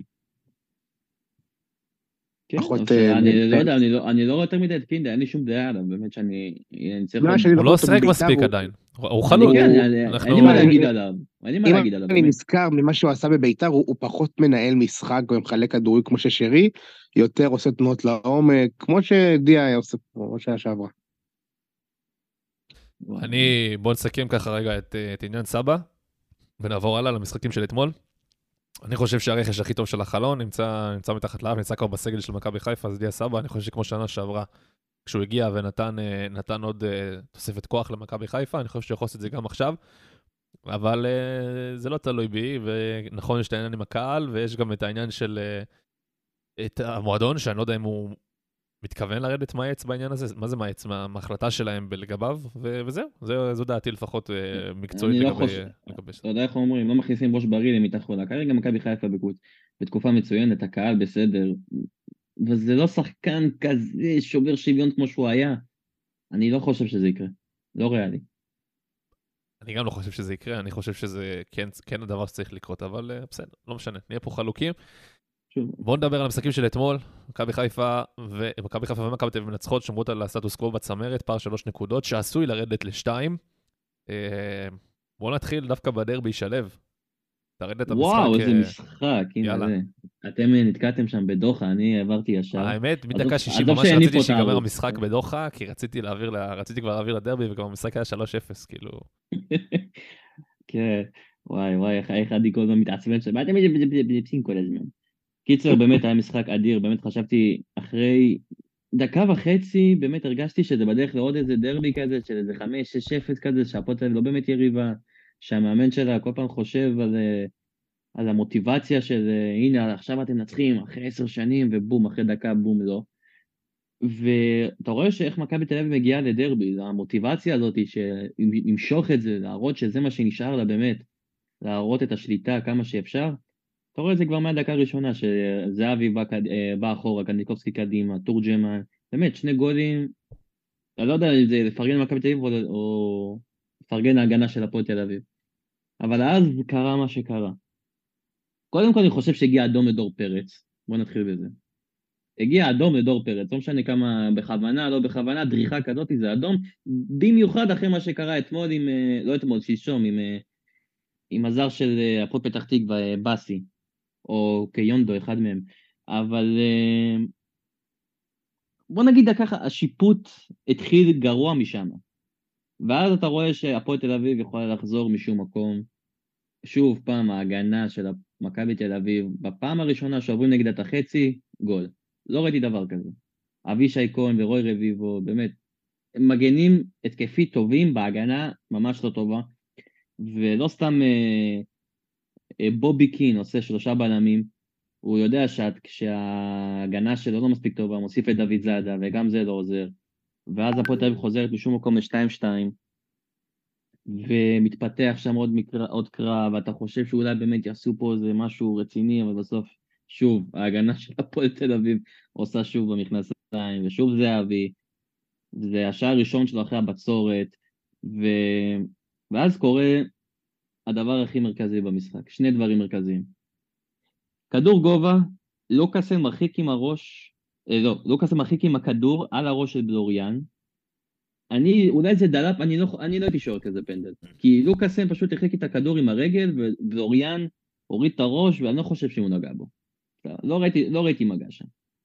כן, פחות, אבל אה, אני ב- לא יודע, אני לא- אני לא רואה יותר מדי את קינדה, אין לי שום דעה עליו, באמת שאני... אני צריך... מה עוד- שאני הוא לא אותו שיחק בבית"ר, מספיק הוא- עדיין. הוא- הוא אני חלוק. כן, אני- אנחנו- אין לי מה אני- להגיד עליו, אין לי מה אם להגיד עליו. אני באמת. נזכר ממה שהוא עשה בביתר, הוא, הוא פחות מנהל משחק ומחלק כדורים כמו ששרי, יותר עושה תנועות לעומק, כמו שדיה היה עושה, כמו שהיה שעברה. וואו. אני, בוא נסכם ככה רגע את, אה, את עניין סבא, ונעבור הלאה למשחקים של אתמול. אני חושב שהרכש הכי טוב של החלון נמצא, נמצא מתחת לאף, נמצא כבר בסגל של מכבי חיפה, אז דיה סבא, אני חושב שכמו שנה שעברה, כשהוא הגיע ונתן אה, נתן עוד אה, תוספת כוח למכבי חיפה, אני חושב שהוא יכול לעשות את זה גם עכשיו, אבל אה, זה לא תלוי בי, ונכון, יש את העניין עם הקהל, ויש גם את העניין של אה, את המועדון, שאני לא יודע אם הוא מתכוון לרדת מהעץ בעניין הזה, מה זה מהעץ? מה- מההחלטה שלהם לגביו, ו- וזהו, זה- זו דעתי לפחות אה, מקצועית אני לא לגבי... חושב- לגבי זה. אתה יודע איך אומרים, לא מכניסים ראש בריא למיטה חולה. כרגע מכבי חיפה בקבוצ- בתקופה מצוינת, הקהל בסדר, וזה לא שחקן כזה שובר שוויון כמו שהוא היה. אני לא חושב שזה יקרה. לא ריאלי. אני גם לא חושב שזה יקרה, אני חושב שזה כן, כן הדבר שצריך לקרות, אבל uh, בסדר, לא משנה, נהיה פה חלוקים. שוב, בואו נדבר על המשחקים של אתמול, מכבי חיפה ומכבי חיפה ומכבי תל אביב מנצחות, שומרות על הסטטוס קוו בצמרת, פער שלוש נקודות, שעשוי לרדת לשתיים. Uh, בואו נתחיל דווקא בדרבי שלב. תרד את המשחק. וואו, איזה uh, משחק, הנה יאללה. זה. אתם נתקעתם שם בדוחה, אני העברתי ישר. האמת, עזוב- מדקה שישים עזוב ממש שהניפו רציתי את שיגמר הערוץ. המשחק בדוחה, כי רציתי להעביר, ל- רציתי כבר להעביר לדרבי, וגם המשחק היה שלוש אפס, כאילו. כן, וואי וואי, איך- איך עדי כל הזמן מתעצבן שם, מה אתם מדברים כל הזמן? קיצר, באמת היה משחק אדיר, באמת חשבתי אחרי דקה וחצי, באמת הרגשתי שזה בדרך לעוד איזה דרבי כזה, של איזה חמש, שש אפס כזה, שהפועל תל אביב לא באמת יריבה, שהמאמן שלה כל פעם חושב על, אה, על המוטיבציה של, אה, הנה עכשיו אתם מנצחים, אחרי עשר שנים, ובום, אחרי דקה, בום, לא. ואתה רואה שאיך מכבי תל אביב מגיעה לדרבי, זה המוטיבציה הזאת למשוך את זה, להראות שזה מה שנשאר לה באמת, להראות את השליטה כמה שאפשר. אתה רואה את זה כבר מהדקה הראשונה, שזהבי בא, אה, בא אחורה, קניקובסקי קדימה, תורג'מן, באמת שני גולים, אני לא יודע אם זה לפרגן למכבי תל אביב או, או לפרגן להגנה של הפועל תל אביב. אבל אז קרה מה שקרה. קודם כל אני חושב שהגיע אדום לדור פרץ, בוא נתחיל בזה. הגיע אדום לדור פרץ, לא משנה כמה בכוונה, לא בכוונה, דריכה כזאת זה אדום, במיוחד אחרי מה שקרה אתמול עם, לא אתמול, שלשום, עם, עם הזר של הפועל פתח תקווה, בסי, או קיונדו, אחד מהם. אבל בוא נגיד ככה, השיפוט התחיל גרוע משם. ואז אתה רואה שהפועל תל אביב יכולה לחזור משום מקום. שוב פעם, ההגנה של מכבי תל אביב, בפעם הראשונה שעוברים נגד את החצי, גול. לא ראיתי דבר כזה. אבישי כהן ורוי רביבו, באמת, הם מגנים התקפית טובים בהגנה ממש לא טובה, ולא סתם אה, אה, בובי קין עושה שלושה בלמים, הוא יודע שאת, כשההגנה שלו לא מספיק טובה, מוסיף את דוד זאדה, וגם זה לא עוזר, ואז הפועל תל אביב חוזרת משום מקום ל-שתיים שתיים, ומתפתח שם עוד, מקרה, עוד קרב, ואתה חושב שאולי באמת יעשו פה איזה משהו רציני, אבל בסוף, שוב, ההגנה של הפועל תל אביב עושה שוב במכנסיים, ושוב זה אבי, זה השעה הראשון שלו אחרי הבצורת, ו... ואז קורה הדבר הכי מרכזי במשחק, שני דברים מרכזיים. כדור גובה, לוקאסן מרחיק עם הראש, אה, לא, לוקאסן מרחיק עם הכדור על הראש של בלוריאן, אני, אולי זה דלף, אני לא, אני לא הייתי שואל כזה פנדל, כי לוקאסן פשוט הרחיק את הכדור עם הרגל, ובלוריאן הוריד את הראש, ואני לא חושב שהוא נגע בו. לא ראיתי, לא ראיתי מגע שם.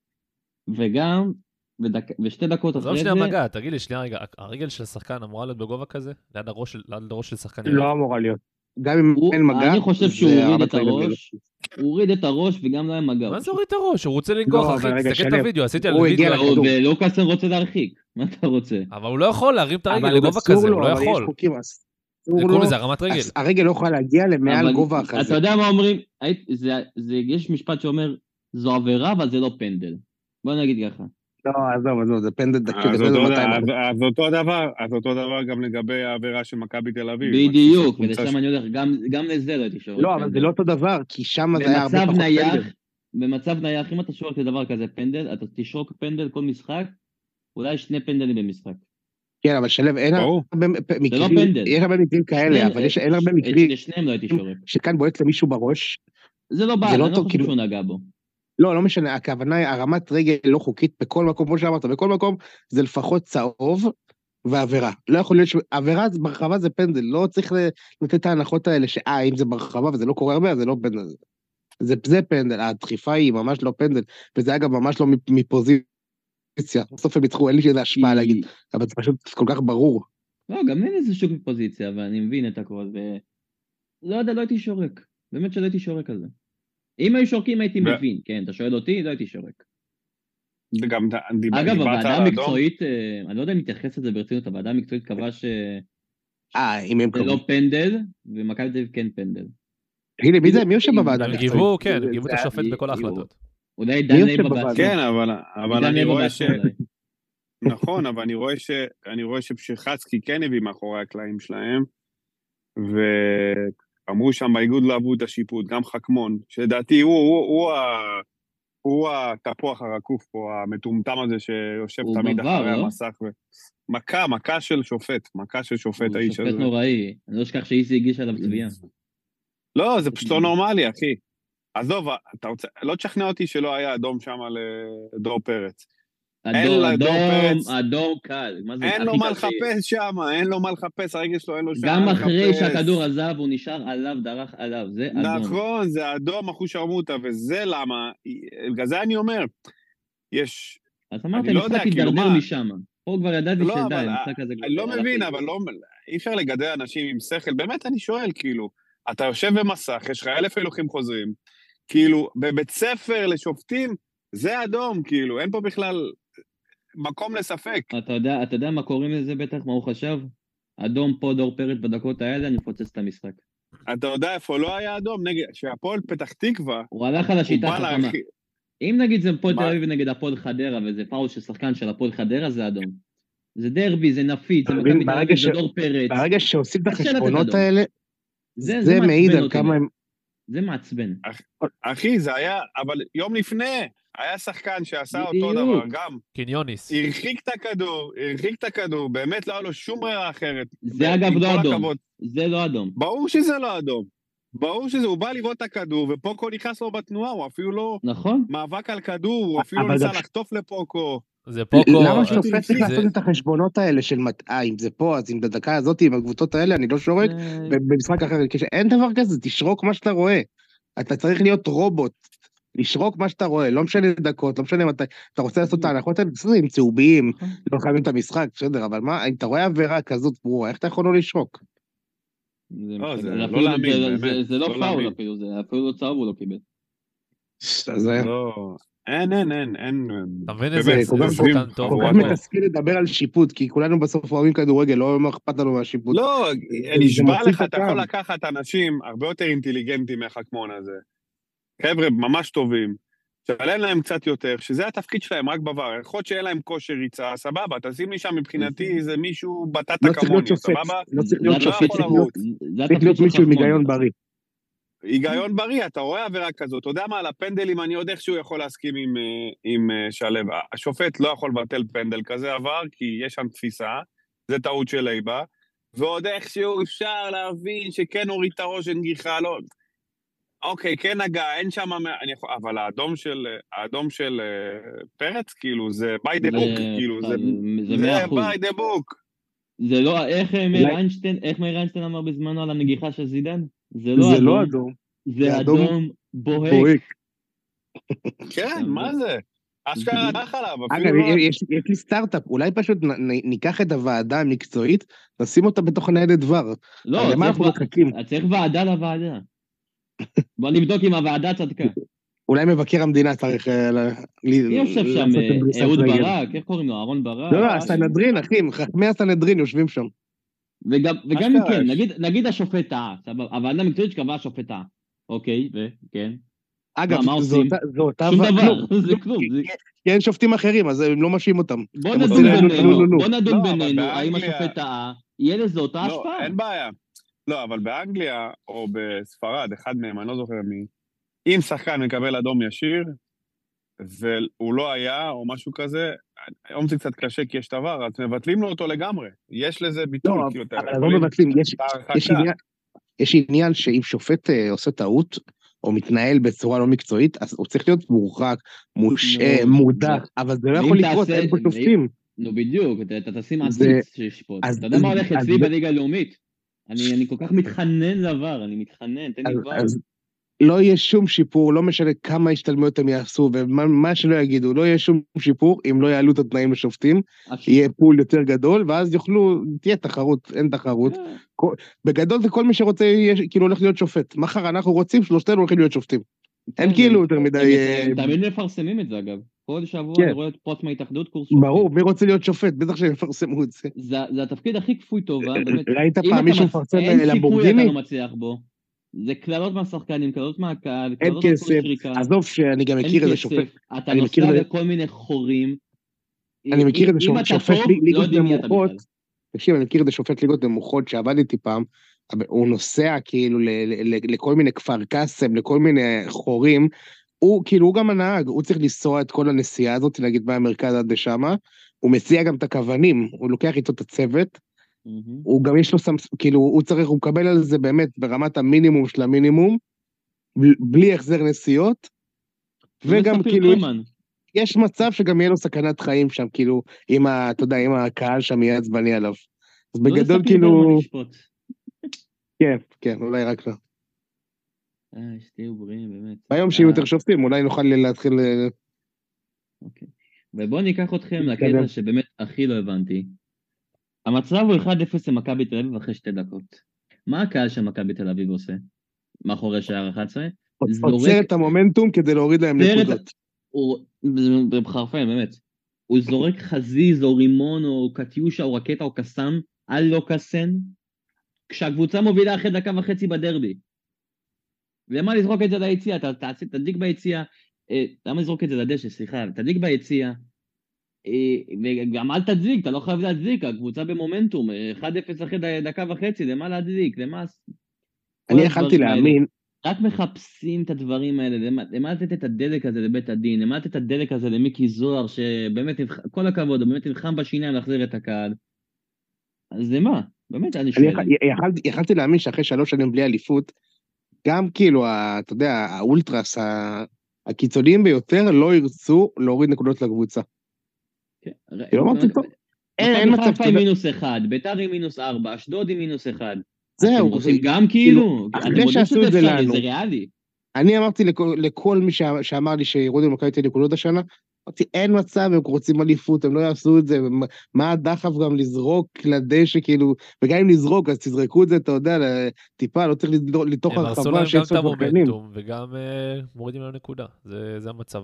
וגם, ודק, ושתי דקות אחרי זה... אז לא שנייה מגע, תגיד לי, שנייה רגע, הרגל של השחקן אמורה להיות בגובה כזה? ליד הראש של, ליד הראש של שחקן יריב? לא אמורה להיות. גם אם הוא, אין מגע, אני חושב שהוא זה הוריד הרמת את רגל הראש, הוא הוריד את הראש וגם לא היה מגע. מה זה הוריד את הראש? הוא רוצה לא, לנגוח, אבל אחי, רגע, תסתכל את שלב. הוידאו, עשיתי על הוא הגיע וידאו. לכדור. ולוקאסן רוצה להרחיק, מה אתה רוצה? אבל הוא לא יכול להרים את הרגל אבל לגובה אסור כזה, לו, הוא לא אבל יש יכול. חוקים, אסור זה לו. קוראים לזה הרמת רגל. אז הרגל לא יכולה להגיע למעל אבל גובה אתה החזה. יודע מה אומרים? היית- זה, זה, יש משפט שאומר, זו עבירה אבל זה לא פנדל. בוא נגיד ככה. לא, עזוב, עזוב, זה פנדל דקה, אז זה פנדל אותו- מאתיים אחוז. אז- אז אותו דבר, אז אותו דבר גם לגבי העבירה של מכבי תל אביב. בדיוק, הקבוצה ולשם אני הולך, גם, גם לזה לא הייתי שורק לא, אבל זה לא אותו דבר, כי שם זה היה הרבה במצב פחות נייח, פנדל. במצב נייח, אם אתה שורק לדבר כזה פנדל, אתה תשרוק פנדל כל משחק, אולי שני פנדלים במשחק. כן, אבל שלב, אין ברור. הרבה מקרים, לא פנדל. יש הרבה מקרים כאלה, שני- אבל יש אין הרבה את מקרים לשניהם לא הייתי שורק. שכאן בועט למישהו בראש. זה לא בעד, זה לא אני לא טוב, חושב כאילו- שהוא נגע בו. לא, לא משנה, הכוונה היא הרמת רגל לא חוקית בכל מקום, כמו שאמרת, בכל מקום זה לפחות צהוב ועבירה. לא יכול להיות שעבירה ברחבה זה פנדל, לא צריך לתת את ההנחות האלה, שאה, אם זה ברחבה וזה לא קורה הרבה, זה לא פנדל. זה, זה פנדל, הדחיפה היא ממש לא פנדל, וזה אגב ממש לא מפוזיציה. בסוף הם יצחו, אין לי שזה השפעה להגיד, אבל זה פשוט כל כך ברור. לא, גם אין איזה שוק בפוזיציה, ואני מבין את הכל, ו... לא יודע, לא הייתי שורק. באמת שלא הייתי שורק על זה. אם היו שורקים הייתי ו- מבין, כן, אתה שואל אותי, לא הייתי שורק. גם דיבר- אגב, דיברת הוועדה על האדום. המקצועית, אה, אני לא יודע אם מתייחס לזה ברצינות, הוועדה המקצועית קבעה שזה אה, אם הם קבעו. לא פנדל, ומכבי תל אביב כן פנדל. הנה, מי זה, מי יושב בוועדה הם המקצועית? גיבו, כן, זה- הם גיבו את זה- השופט בכל ההחלטות. אולי מי דן יושב לייבה בוועדה? בעצמו. כן, אבל, אבל דן אני לייבה רואה ש... בעצמו אולי. נכון, אבל אני רואה ש... אני רואה שפשחצקי כן הביא מאחורי הקלעים שלהם, ואמרו שם באיגוד לא אהבו את השיפוט, גם חכמון, שלדעתי הוא, הוא, הוא, ה... הוא התפוח הרקוף פה, המטומטם הזה שיושב הוא תמיד בבר, אחרי לא? המסך. ו... מכה, מכה של שופט, מכה של שופט הוא האיש שופט הזה. נוראי. אני לא אשכח שאיזי הגיש עליו תביעה. לא, זה פשוט לא נורמלי, אחי. עזוב, אתה רוצה, לא תשכנע אותי שלא היה אדום שם לדור פרץ. אין אדום, לדור פרץ, אדום, אדום קל. מה זה? אין לו הכי מה קל שיש. לחפש שם, אין לו מה לחפש, הרגל שלו אין לו שם גם מה אחרי לחפש. שהכדור עזב, הוא נשאר עליו, דרך עליו. זה אדום. נכון, זה אדום אחוז שרמוטה, וזה למה, בגלל זה אני אומר, יש, אז אמרתי, אני לא יודע, המשחק כאילו הידרדר מה, משם. פה כבר ידעתי לא, שדי, אבל המשחק הזה כבר... אני לא הלך מבין, לאיבוד. אבל לא, אי אפשר לגדל אנשים עם שכל, באמת אני שואל, כאילו, אתה יושב במסך, יש לך אלף הילוכים חוזרים, כאילו, בבית ספר לשופטים, זה אדום, כאילו, אין פה בכלל מקום לספק. אתה יודע, אתה יודע מה קוראים לזה בטח, מה הוא חשב? אדום פה דור פרץ בדקות האלה, אני מפוצץ את המשחק. אתה יודע איפה לא היה אדום? נגד, שהפועל פתח תקווה, הוא הלך על הוא השיטה בא החכמה. להרחיב. אם נגיד זה הפועל תל מה? אביב נגד הפועל חדרה, וזה פאול של שחקן של הפועל חדרה, זה אדום. זה דרבי, זה נפיץ, זה אתה מבין, מכבי תל ברגע אביב, ש- זה דור פרץ. ברגע שעושים את קשה לתת החשבונות אדום. האלה, זה- זה זה מעיד מעצבן על אותי כמה מאוד. הם... זה מעצבן. אחי, זה היה, אבל יום לפני, היה שחקן שעשה אותו בדיוק. דבר, גם קניוניס. הרחיק את הכדור, הרחיק את הכדור, באמת לא היה לו שום ברירה אחרת. זה אגב עם לא כל אדום. הכבוד. זה לא אדום. ברור שזה לא אדום. ברור שזה, הוא בא לבעוט את הכדור, ופוקו נכנס לו בתנועה, הוא אפילו לא נכון? מאבק על כדור, הוא אפילו אבל לא ניסה גם- לחטוף לפוקו. זה פוקו... למה אה, שופט צריך זה- לעשות את החשבונות האלה של מת- אה, אם זה פה, אז אם בדקה הזאת, עם הקבוצות האלה, אני לא שורק, זה- ובמשחק אחר, כשאין דבר כזה, תשרוק מה שאתה רואה. אתה צריך להיות רובוט, לשרוק מה שאתה רואה, לא משנה דקות, לא משנה מתי, אתה רוצה לעשות את ההנחות האלה, בסדר, עם צהובים, נכון. לא חייבים את המשחק, בסדר, אבל מה, אם אתה רואה עבירה כזאת ברורה, איך אתה יכול לא לשרוק? זה לא, משחק- זה זה לא אפילו- להאמין, זה- באמת, זה- זה לא לא פאול להאמין. אפילו, זה אפילו לא צהוב הוא לא קיבל. אז זה לא, אין, אין, אין, אין. אתה מבין באמת, איזה זה כל כך- שחקן סביב- טוב? כל כך חבורת- מתסכל לדבר על שיפוט, כי כולנו בסוף אוהבים כדורגל, לא מה אכפת לנו מהשיפוט. לא, זה נשבע מוציא לך, את אתה יכול הטעם. לקחת אנשים הרבה יותר אינטליגנטים מהחכמון הזה. חבר'ה ממש טובים, שלם להם קצת יותר, שזה התפקיד שלהם רק בבר. יכול להיות שאין להם כושר ריצה, סבבה, תשים לי שם מבחינתי איזה מישהו בטטה לא צריך כמוני, להיות שופט, סבבה? לא צריך זה להיות לא שופט, יכול צריך להיות- לרוץ. זה צריך התפקיד להיות של מישהו עם חכמון. היגיון בריא. היגיון בריא, אתה רואה עבירה כזאת, אתה יודע מה, על הפנדלים אני עוד איכשהו יכול להסכים עם, אה, עם אה, שלו. השופט לא יכול לבטל פנדל כזה עבר, כי יש שם תפיסה, זה טעות של איבה, ועוד איכשהו אפשר להבין שכן הוריד את הראש נגיחה, לא... אוקיי, כן נגע, אין שם... אני יכול... אבל האדום של, האדום של אה, פרץ, כאילו, זה by the זה- book, כאילו, זה, זה זה מאה אחוז. by the book. זה לא, איך מאיר אולי- איינשטיין, איך מאיר איינשטיין אמר בזמנו על הנגיחה של זידן? זה לא זה לא אדום, אדום, זה זה אדום אדום בוהק. בוהק. כן, מה זה? אשכרה דח עליו, אגב, אפילו לא... יש יש לי סטארט-אפ, אולי פשוט נ- נ- ניקח את הוועדה המקצועית, נשים אותה בתוך ניידת דבר. לא, למה צריך אנחנו ו- מחכים? צריך ועדה לוועדה. בוא נבדוק אם הוועדה צדקה. אולי מבקר המדינה צריך אה, ל- ל- מי יושב שם? לעשות את אה, דריסת אהוד רגל. ברק, איך קוראים לו? אהרון ברק? לא, לא, אה, הסנהדרין, אחי, חכמי הסנהדרין יושבים שם. וגם וגם אם אשכרה כן, יש. נגיד- נגיד השופט טעה, סבבה, הוועדה המקצועית שקבעה השופט טעה. אוקיי, וכן. אגב, מה, מה זו עושים? אותה- זו אותה... שום ו- דבר, כלום, זה כלום. זה- כי אין שופטים אחרים, אז הם לא משאים אותם. בוא הם נדון עושים להם בינינו, נו, נו, נו. בוא נדון לא, אבל בינינו, האם באנגליה- השופט טעה, יהיה לזה אותה לא, השפעה. אין בעיה. לא, אבל באנגליה או בספרד, אחד מהם, אני לא זוכר מי, אם שחקן מקבל אדום ישיר, והוא לא היה, או משהו כזה, היום זה קצת קשה כי יש דבר, אז מבטלים לו אותו לגמרי. יש לזה ביטול, לא, כאילו, אתה אבל לא יכולים- מבטלים, יש- בהרחקה. יש עניין- יש עניין שאם שופט אה, עושה טעות, או מתנהל בצורה לא מקצועית, אז הוא צריך להיות מורחק, מושעה, נו, מודח, ו- אבל זה לא ואם יכול לקרות, תעשה- אין פה ואם- שופטים. נו בדיוק, אתה- אתה תשים זה- עציץ שישפוט. אז- אתה יודע מה הולך אז- אצלי אז- בליגה הלאומית? אני אני כל כך מתחנן לעבר, אני מתחנן, תן לי אז- כבר. אז לא יהיה שום שיפור, לא משנה כמה השתלמויות הם יעשו, ומה מה שלא יגידו, לא יהיה שום שיפור אם לא יעלו את התנאים לשופטים, הש- יהיה פול יותר גדול, ואז יוכלו, תהיה תחרות, אין תחרות. כן. בגדול זה כל מי שרוצה, יהיה, כאילו הולך להיות שופט. מחר אנחנו רוצים, שלושתנו הולכים להיות שופטים. אין כן, כאילו הם- יותר מדי... הם- אה, הם תמיד מפרסמים את זה אגב. כל שבוע כן. אני רואה את פרוץ מההתאחדות קורס שופטים. ברור, מי רוצה להיות שופט? בטח שהם יפרסמו את זה. זה זה התפקיד הכי כפוי טובה, באמת. ראית אם פעם אתה מישהו מצ- מפרסם אין סיכוי למבורגיני? אתה לא מצליח בו. זה קללות מהשחקנים, קללות מהקהל, אין קללות על כל כסף. שריקה. עזוב שאני גם אין מכיר איזה כסף, שופט. אתה אני מכיר נוסע איזה- לכל מיני חורים. אני מכיר אם- איזה אם אתה שופט טוב, לי- לא ליגות יודעים מי אתה נמוכות. בכלל. תקשיב, אני מכיר איזה שופט ליגות נמוכות שעבד איתי פעם, אבל הוא נוסע כאילו ל- ל- ל- לכל מיני כפר קאסם, לכל מיני חורים, הוא כאילו, הוא גם הנהג, הוא צריך לנסוע את כל הנסיעה הזאת, להגיד מהמרכז עד לשמה, הוא מציע גם את הכוונים, הוא לוקח איתו את הצוות, הוא גם יש לו, כאילו, הוא צריך, הוא מקבל על זה באמת ברמת המינימום של המינימום, בלי החזר נסיעות, וגם כאילו, יש מצב שגם יהיה לו סכנת חיים שם, כאילו, עם ה, אתה יודע, עם הקהל שם יהיה עצבני עליו. אז בגדול כאילו... כן, כן, אולי רק לא. אה, שתהיו בריאים, באמת. ביום שיהיו יותר שופטים, אולי נוכל להתחיל... אוקיי. ובואו ניקח אתכם לקטע שבאמת הכי לא הבנתי. המצב הוא אחד אפס למכבי תל אביב אחרי שתי דקות. מה הקהל של מכבי תל אביב עושה? מאחורי שער אחת עשרה? עוצר את המומנטום כדי להוריד להם נקודות. זה בחרפן, באמת. הוא זורק חזיז או רימון או קטיושה או רקטה או קסם על לא קסן, כשהקבוצה מובילה אחרי דקה וחצי בדרבי. למה לזרוק את זה ליציאה? תדליק ביציאה, למה לזרוק את זה לדשא, סליחה, תדליק ביציאה, וגם אל תדליק, אתה לא חייב להדליק, הקבוצה במומנטום, אחד אפס אחרי דקה וחצי, למה להדליק, למה... אני יכלתי להאמין. רק מחפשים את הדברים האלה, למה, למה לתת את הדלק הזה לבית הדין, למה לתת את הדלק הזה למיקי זוהר, שבאמת, כל הכבוד, הוא באמת נלחם בשיניים להחזיר את הקהל. אז למה? באמת, אני שואל. אני יכלתי, יכלתי להאמין שאחרי שלוש שנים בלי אליפות, גם כאילו, אתה יודע, האולטרס, הקיצוניים ביותר, לא ירצו להוריד נקודות לקבוצה. לא אמרתי טוב. אין מצב חיפה עם מינוס אחד, ביתר עם מינוס ארבע, אשדוד עם מינוס אחד. זהו. אתם רוצים גם כאילו, אחרי שעשו את זה לנו. זה ריאלי. אני אמרתי לכל מי שאמר לי שירודים מכבי תל אביב נקודות השנה, אמרתי, אין מצב, הם רוצים אליפות, הם לא יעשו את זה, מה הדחף גם לזרוק לדשא, כאילו, וגם אם נזרוק, אז תזרקו את זה, אתה יודע, טיפה, לא צריך לתוך הרחבה. הם הרסו להם גם את המומנטום, וגם מורידים לנו נקודה, זה המצב.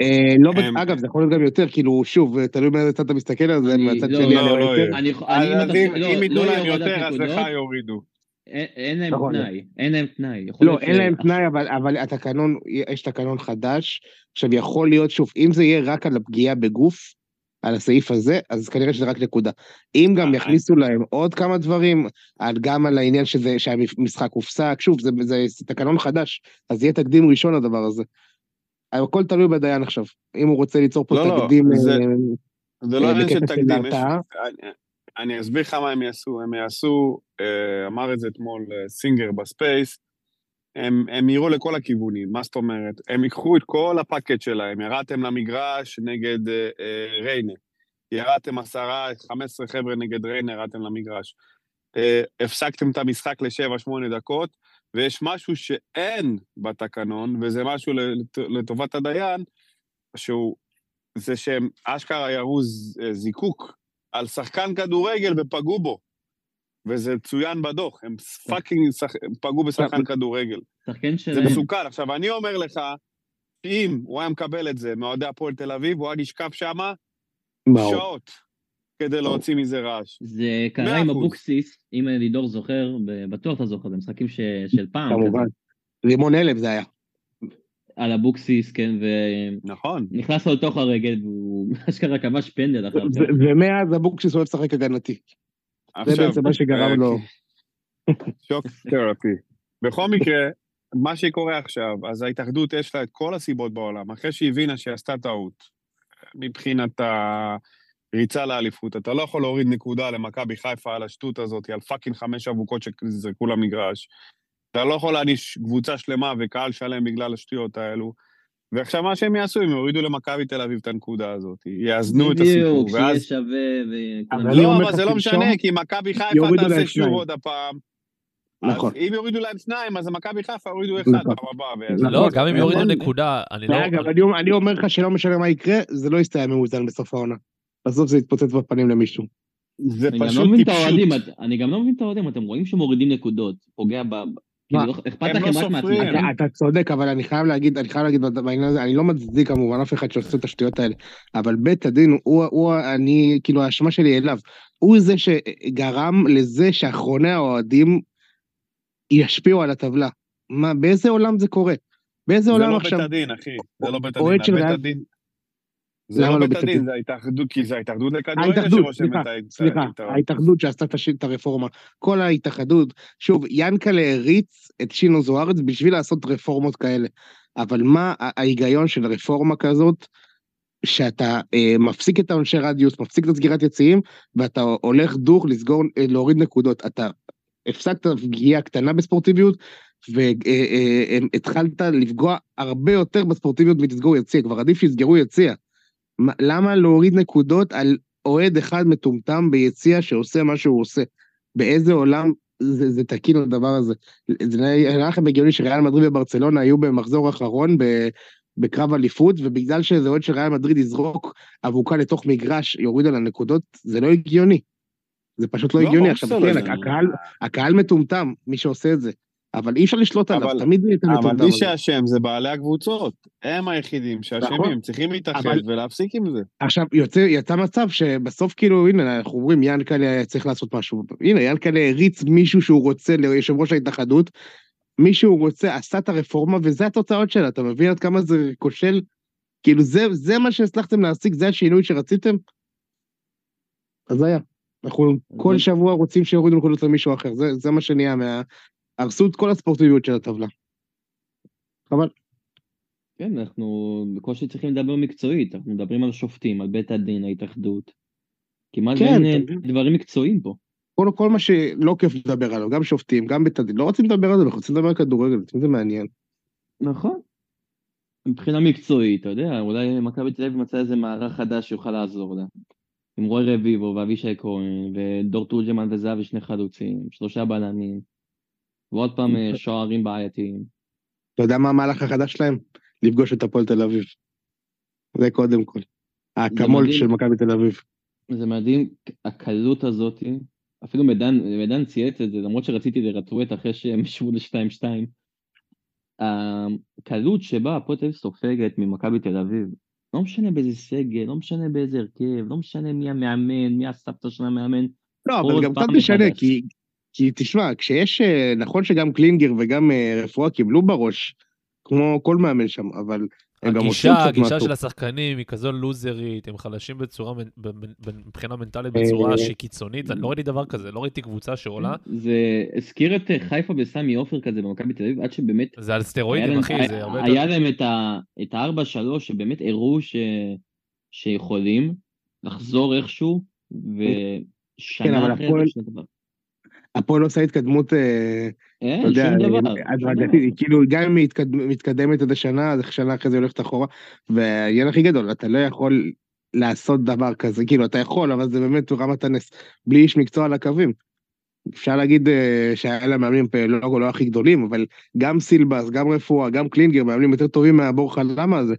אגב, זה יכול להיות גם יותר, כאילו, שוב, תלוי מאיזה צד אתה מסתכל על זה, מהצד שלי אני רואה יותר. אם יתנו להם יותר, אז לך יורידו. אין להם תנאי, אין להם תנאי. לא, אין להם תנאי, אבל התקנון, יש תקנון חדש, עכשיו יכול להיות שוב, אם זה יהיה רק על הפגיעה בגוף, על הסעיף הזה, אז כנראה שזה רק נקודה. אם גם יכניסו להם עוד כמה דברים, גם על העניין שהמשחק הופסק, שוב, זה תקנון חדש, אז יהיה תקדים ראשון לדבר הזה. הכל תלוי בדיין עכשיו, אם הוא רוצה ליצור פה תקדים... זה לא עניין של תקדים, אני אסביר לך מה הם יעשו, הם יעשו, אמר את זה אתמול סינגר בספייס, הם, הם יראו לכל הכיוונים, מה זאת אומרת? הם ייקחו את כל הפאקט שלהם, ירדתם למגרש נגד אה, אה, ריינה, ירדתם עשרה, חמש עשרה חבר'ה נגד ריינה, ירדתם למגרש, אה, הפסקתם את המשחק לשבע, שמונה דקות, ויש משהו שאין בתקנון, וזה משהו לטובת הדיין, שהוא, זה שהם אשכרה יראו זיקוק על שחקן כדורגל ופגעו בו, וזה צוין בדוח, הם פאקינג פגעו בשחקן כדורגל. זה מסוכן. עכשיו, אני אומר לך, אם הוא היה מקבל את זה מאוהדי הפועל תל אביב, הוא היה נשכב שם שעות כדי להוציא מזה רעש. זה קרה עם אבוקסיס, אם לידור זוכר, בטוח אתה זוכר, זה משחקים של פעם. כמובן. רימון אלף זה היה. על אבוקסיס, כן, נכון. נכנס לו לתוך הרגל, והוא אשכרה כבש פנדל אחר. ומאז אבוקסיס אוהב לשחק הגנתי. זה בעצם מה שגרם לו. שוק תרפי. בכל מקרה, מה שקורה עכשיו, אז ההתאחדות יש לה את כל הסיבות בעולם, אחרי שהיא הבינה שהיא עשתה טעות, מבחינת הריצה לאליפות, אתה לא יכול להוריד נקודה למכבי חיפה על השטות הזאת, על פאקינג חמש אבוקות שזרקו למגרש, אתה לא יכול להניש קבוצה שלמה וקהל שלם בגלל השטויות האלו, ועכשיו מה שהם יעשו, הם יורידו למכבי תל אביב את הנקודה הזאת, יאזנו את הסיפור. בדיוק, שיהיה שווה. לא, אבל זה לא משנה, כי מכבי חיפה תעשה שוב עוד הפעם. נכון. אם יורידו להם שניים, אז מכבי חיפה יורידו אחד פעם הבאה. לא, גם אם יורידו נקודה, אני לא... אגב, אני אומר לך שלא משנה מה יקרה, זה לא יסתיים מאוזן בסוף העונה. בסוף זה יתפוצץ בפנים למישהו. זה פשוט טיפשות. אני גם לא מבין את האוהדים, אתם רואים שמורידים נקודות, פוגע ב... אתה צודק, אבל אני חייב להגיד, אני חייב להגיד בעניין הזה, אני לא מצדיק כמובן אף אחד שעושה את השטויות האלה, אבל בית הדין, הוא, אני, כאילו, האשמה שלי אליו, הוא זה שגרם לזה שאחרוני האוהדים ישפיעו על הטבלה. מה, באיזה עולם זה קורה? באיזה עולם עכשיו? זה לא בית הדין, אחי, זה לא בית הדין, בית הדין. זה למה לא לא בית בית הדין, הדין? זה ההתאחדות, כי זה ההתאחדות לכדורגל ההתאחדות, שרושמת סליחה, את ה- סליחה, את ה- ההתאחדות שעשתה את הש- את הרפורמה. כל ההתאחדות, שוב, ינקלה הריץ את שינו זוארץ בשביל לעשות רפורמות כאלה. אבל מה ה- ההיגיון של רפורמה כזאת, שאתה אה, מפסיק את העונשי רדיוס, מפסיק את הסגירת יציאים, ואתה הולך דוך לסגור, אה, להוריד נקודות. אתה הפסקת פגיעה קטנה בספורטיביות, והתחלת לפגוע הרבה יותר בספורטיביות מתסגור יציע, כבר עדיף שיסגרו יציע. מה- למה להוריד נקודות על אוהד אחד מטומטם ביציע שעושה מה שהוא עושה? באיזה עולם זה, זה תקין לדבר הזה? זה נראה לכם הגיוני שריאל מדריד וברצלונה היו במחזור האחרון ב- בקרב אליפות, ובגלל שאיזה אוהד של ריאל מדריד יזרוק אבוקה לתוך מגרש, יוריד על הנקודות, זה לא הגיוני. זה פשוט לא לא, הגיוני. ברור עכשיו, שזה לא כן, הגיוני. הקהל, הקהל מטומטם, מי שעושה את זה. אבל אי אפשר לשלוט עליו, אבל- תמיד יהיה את אבל המטומטם מי הזה. שאשם זה בעלי הקבוצות, הם היחידים שאשמים, נכון. הם צריכים להתאחד אבל- ולהפסיק עם זה. עכשיו, יוצא, יצא מצב שבסוף כאילו, הנה, אנחנו אומרים, ינקלה צריך לעשות משהו. הנה, ינקלה הריץ מישהו שהוא רוצה ליושב ראש ההתאחדות, מישהו רוצה, עשה את הרפורמה, וזה התוצאות שלה. אתה מבין עד כמה זה כושל? כאילו, זה, זה מה שהצלחתם להשיג, זה השינוי שרציתם? אז זה היה. אנחנו כל שבוע רוצים שיורידו נקודות למישהו אחר, זה, זה מה שנהיה מה... הרסו את כל הספורטיביות של הטבלה. חבל. כן, אנחנו בקושי צריכים לדבר מקצועית, אנחנו מדברים על שופטים, על בית הדין, ההתאחדות. כמעט כן, אין אה, אתה מבין. דברים מקצועיים פה. כל, כל מה שלא כיף לדבר עליו, גם שופטים, גם בית הדין, לא רוצים לדבר על זה, אנחנו רוצים לדבר על כדורגל, זה מעניין. נכון. מבחינה מקצועית, אתה יודע, אולי מכבי תל אביב מצא איזה מערך חדש שיוכל לעזור לה. עם רוי רביבו ואבישי כהן, ודור תורג'מן וזהבי שני חלוצים, שלושה בלמים, ועוד פעם אה, שוערים בעייתיים. אתה יודע מה המהלך החדש שלהם? לפגוש את הפועל תל אביב. זה קודם כל. האקמול מדהים. של מכבי תל אביב. זה מדהים, הקלות הזאת, אפילו מדן, מדן צייץ את זה, למרות שרציתי לרטווט אחרי שהם ישבו ל-שתיים שתיים, הקלות שבה הפועל תל אביב סופגת ממכבי תל אביב, לא משנה באיזה סגל, לא משנה באיזה הרכב, לא משנה מי המאמן, מי הסבתא של המאמן. לא, אבל עוד גם פעם קצת משנה, מחדש. כי, כי תשמע, כשיש, אה, נכון שגם קלינגר וגם אה, רפואה קיבלו בראש, כמו כל מאמן שם, אבל הם גם עושים הגישה, קצת הגישה משהו. של השחקנים היא כזו לוזרית, הם חלשים בצורה, מנ- ב- מבחינה מנטלית אה, בצורה שהיא קיצונית, אני לא ראיתי דבר כזה, לא ראיתי קבוצה שעולה, זה הזכיר את חיפה בסמי עופר כזה במכבי תל אביב, עד שבאמת זה על היה סטרואידים, להם, אחי, זה הרבה היה יותר... להם את ה- את ה-ארבע שלוש שבאמת הראו ש... שיכולים לחזור איכשהו, כן, ושנה אבל אחרי הפועל- זה שני דבר. הפועל עושה התקדמות, אה, אתה אין, יודע, שום דבר. אה, שום הדרגתית, דבר. כאילו גם אם היא מתקד- מתקדמת עד השנה, אז שנה אחרי זה הולכת אחורה, והעניין הכי גדול, אתה לא יכול לעשות דבר כזה, כאילו אתה יכול, אבל זה באמת רמת הנס, בלי איש מקצוע על הקווים. אפשר להגיד אה, שהיה להם מאמנים פה לא, לא הכי גדולים, אבל גם סילבס, גם רפואה, גם קלינגר, מאמנים יותר טובים מהבור חלמה הזה.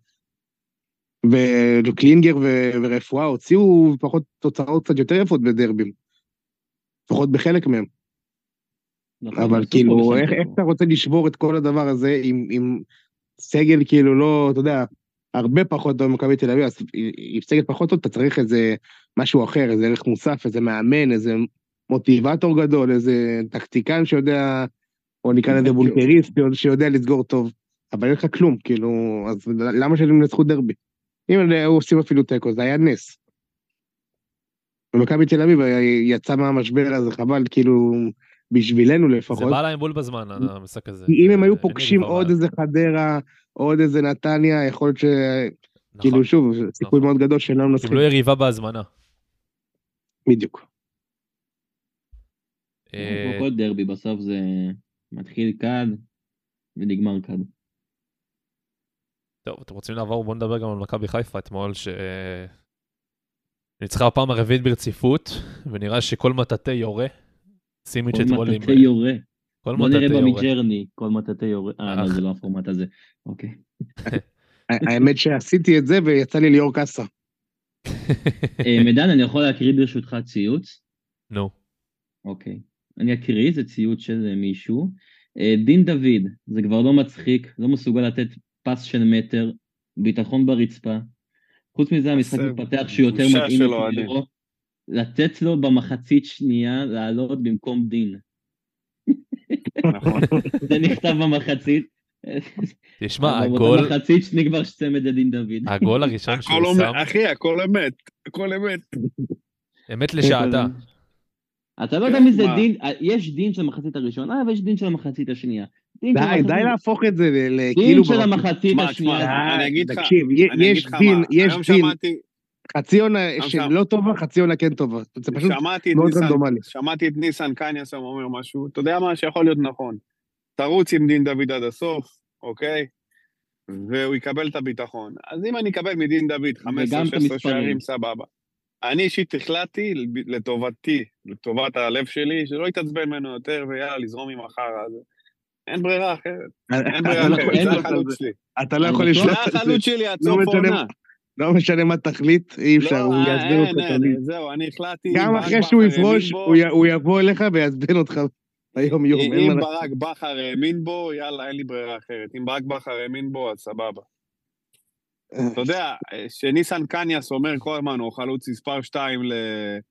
וקלינגר ו- ורפואה הוציאו פחות תוצאות קצת יותר יפות בדרבים. לפחות בחלק מהם. נכון, אבל עשו פה כאילו, ושם איך, תיקו. איך אתה רוצה לשבור את כל הדבר הזה עם, עם סגל כאילו לא, אתה יודע, הרבה פחות טוב ממכבי תל אביב, אז עם סגל פחות טוב אתה צריך איזה משהו אחר, איזה ערך מוסף, איזה מאמן, איזה מוטיבטור גדול, איזה טקטיקן שיודע, או נקרא לזה בונקריסט שיודע לסגור טוב, אבל אין לך כלום, כאילו, אז למה שהם ינצחו דרבי? אם הם עושים אפילו תיקו, זה היה נס. ומכבי תל אביב יצא מהמשבר הזה, חבל, כאילו, בשבילנו לפחות. זה בא להם בול בזמן, המשחק הזה. כי אם זה- הם היו אין פוגשים יריבה עוד בעיה. איזה חדרה, עוד איזה נתניה, יכול להיות ש... נכון, כאילו שוב, סיכוי נכון. מאוד גדול שלא מנצחים. קיבלו יריבה בהזמנה. בדיוק. אה, כמו כל דרבי, בסוף זה מתחיל קד ונגמר קד. טוב, אתם רוצים לעבור? בואו נדבר גם על מכבי חיפה אתמול, ש... ניצחה הפעם הרביעית ברציפות, ונראה שכל מטאטא יורה. סימיץ' כל אתמול עם... מטאטא יורה. כל בוא מטאטא נראה יורה. במידג'רני, כל מטאטא יורה. אה, לא, זה לא הפורמט הזה. אוקיי. האמת שעשיתי את זה ויצא לי ליאור קאסה. אה, מדן, אני יכול להקריא ברשותך ציוץ? נו. אוקיי. אני אקריא, זה ציוץ של אה, מישהו. אה, דין דוד, זה כבר לא מצחיק, לא מסוגל לתת פס של מטר, ביטחון ברצפה. חוץ מזה, המשחק זה מתפתח שיותר בושה מתאים שלו, לפיירו. לתת לו במחצית שנייה לעלות במקום דין. נכון. זה נכתב במחצית, תשמע, אבל הגול, באותה מחצית נגמר שצמד לדין דוד. הגול הראשון הכל שהוא אומר- שם, אחי, הכל אמת, הכל אמת. אמת לשעתה. אתה לא יודע כן, מי זה מה? דין, יש דין של המחצית הראשונה ויש דין של המחצית השנייה. דין של די, המחצית- די להפוך את זה ל- ל- דין כאילו... של במקום- המחצית תשמע, השנייה. תשמע, אני אגיד לך, תקשיב, י- אני אגיד יש לך דין, מה, יש היום דין, שמעתי, חצי עונה היום שלא טובה, חצי עונה כן טובה. זה פשוט שמעתי את מאוד ניסן, רנדומלי. שמעתי את ניסן קניאסון אומר משהו, אתה יודע מה שיכול להיות נכון. תרוץ עם דין דוד עד הסוף, אוקיי? והוא יקבל את הביטחון. אז אם אני אקבל מדין דוד חמש עשרה וגם את שש עשרה המספרים. שערים, סבבה. אני אישית החלטתי לטובתי, לטובת הלב שלי, שלא יתעצבן ממנו יותר, ויאללה, לזרום עם החרא הזה. אין ברירה אחרת, אין ברירה לא- אחרת, אין- זה החלוץ שלי. אתה לא אני יכול בטוח- זה לשלוט את זה. החלוץ שלי עד לא סוף משנה העונה. לא משנה מה תחליט, אי אפשר, הוא לא, יעצבן אין, אותך אין, תמיד. זהו, אני החלטתי, גם אם ברק אחרי שהוא בכר האמין יפרוש, בו, הוא י- הוא יבוא אליך ויעצבן אותך ביום יום. אין אם מה ברק בכר האמין בו, יאללה, אין לי ברירה אחרת. אם ברק בכר האמין בו, אז סבבה. לעשות. אתה יודע, שניסן קניאס אומר כל הזמן, הוא חלוץ מספר שתיים ל...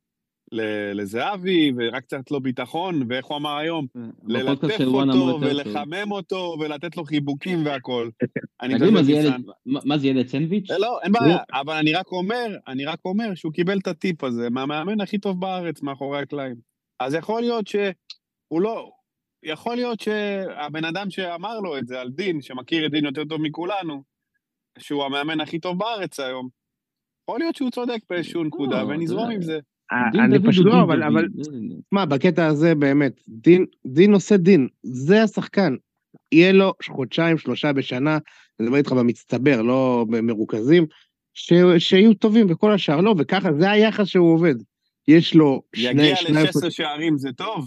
ל- לזהבי, ורק צריך לו ביטחון, ואיך הוא אמר היום, בפודקאסט ללטף של וואן אמרו אותו, יותר טוב. ולחמם אותו, ולתת לו חיבוקים והכל. אני תגיד, מה כזה זה ילד- ניסן. מה מה זה ילד סנדוויץ'? לא, אין בעיה, אבל אני רק אומר, אני רק אומר שהוא קיבל את הטיפ הזה, מהמאמן הכי טוב בארץ, מאחורי הקלעים. אז יכול להיות שהוא לא, יכול להיות שהבן אדם שאמר לו את זה על דין, שמכיר את דין יותר טוב מכולנו, שהוא המאמן הכי טוב בארץ היום, יכול להיות שהוא צודק באיזשהו נקודה, לא, ונזרום אתה עם זה. דין אני דוד הוא פשוט דין לא, אבל, דוד. אבל, זה- מה, בקטע הזה באמת, דין, דין עושה דין, זה השחקן. יהיה לו חודשיים, שלושה בשנה, אני מדבר איתך במצטבר, לא במרוכזים, ש, שיהיו טובים וכל השאר לא, וככה, זה היחס שהוא עובד. יש לו שני, יגיע שני, ל-שש עשרה שערים, זה טוב?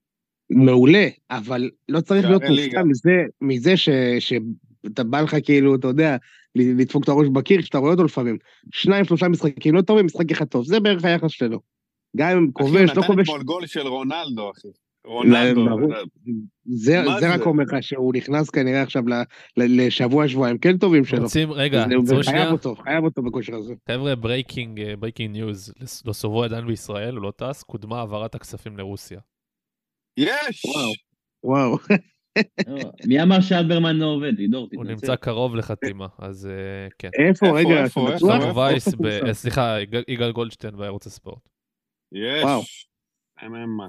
מעולה, אבל לא צריך להיות שערי ליגה. מופתע מזה, מזה ש, שאתה בא לך כאילו, אתה יודע, לדפוק את הראש בקיר, כשאתה רואה אותו לפעמים. שניים, שלושה משחקים לא טובים, משחק אחד טוב, זה בערך היחס שלו. גם אם אחי, הוא כובש, לא נתן כובש, אתמול גול של רונלדו, אחי. רונלדו. ברור. זה, מה זה זה? רק אומר לך שהוא נכנס כנראה עכשיו ל, ל, לשבוע, שבועיים כן טובים שלו. רוצים, רגע, זה- עצרו חייב שנייה. אותו, חייב אותו בכושר הזה. חבר'ה, ברייקינג, ברייקינג ניוז, לסובו עדיין בישראל, הוא לא טס, קודמה העברת הכספים לרוסיה. יש! וואו. וואו. לא, מי אמר שאלברמן לא עובד? לידור, הוא תתנצל. נמצא קרוב לחתימה, אז אה, כן. איפה, איפה, רגע, איפה, אתה איפה, בטוח? שלמה וייס, איפה ב- פורסם? אה, סליחה, יגאל- יגאל גולדשטיין בערוץ הספורט. יש. וואו. אממק.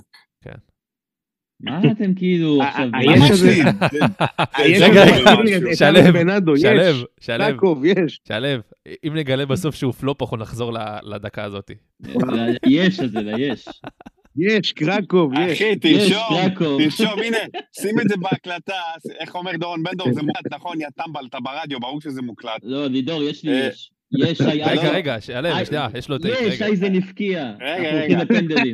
מה אתם כאילו ה- עכשיו... ה- מה יש מה- איזה- יש רגע, איזה- רגע, מזכיר לי את שלו, אבי בנאדו, יש. שלו, שלו, קרקוב, יש. שלו, אם נגלה בסוף שהוא פלופ, אנחנו נחזור ל- לדקה הזאת. יש את זה, יש. יש, קרקוב, יש. אחי, יש, תרשום, קרקוב. תרשום, הנה, שים את זה בהקלטה, איך אומר דורון בנדור, זה מוקלט, נכון, יא טמבל, אתה ברדיו, ברור שזה מוקלט. לא, לידור, יש לי, אה, יש. יש, שי רגע, אייזן- רגע, שלו, אה, שנייה, יש לו את יש, רגע. אייזן הבקיע. רגע, אנחנו הולכים רגע. לפנדלים.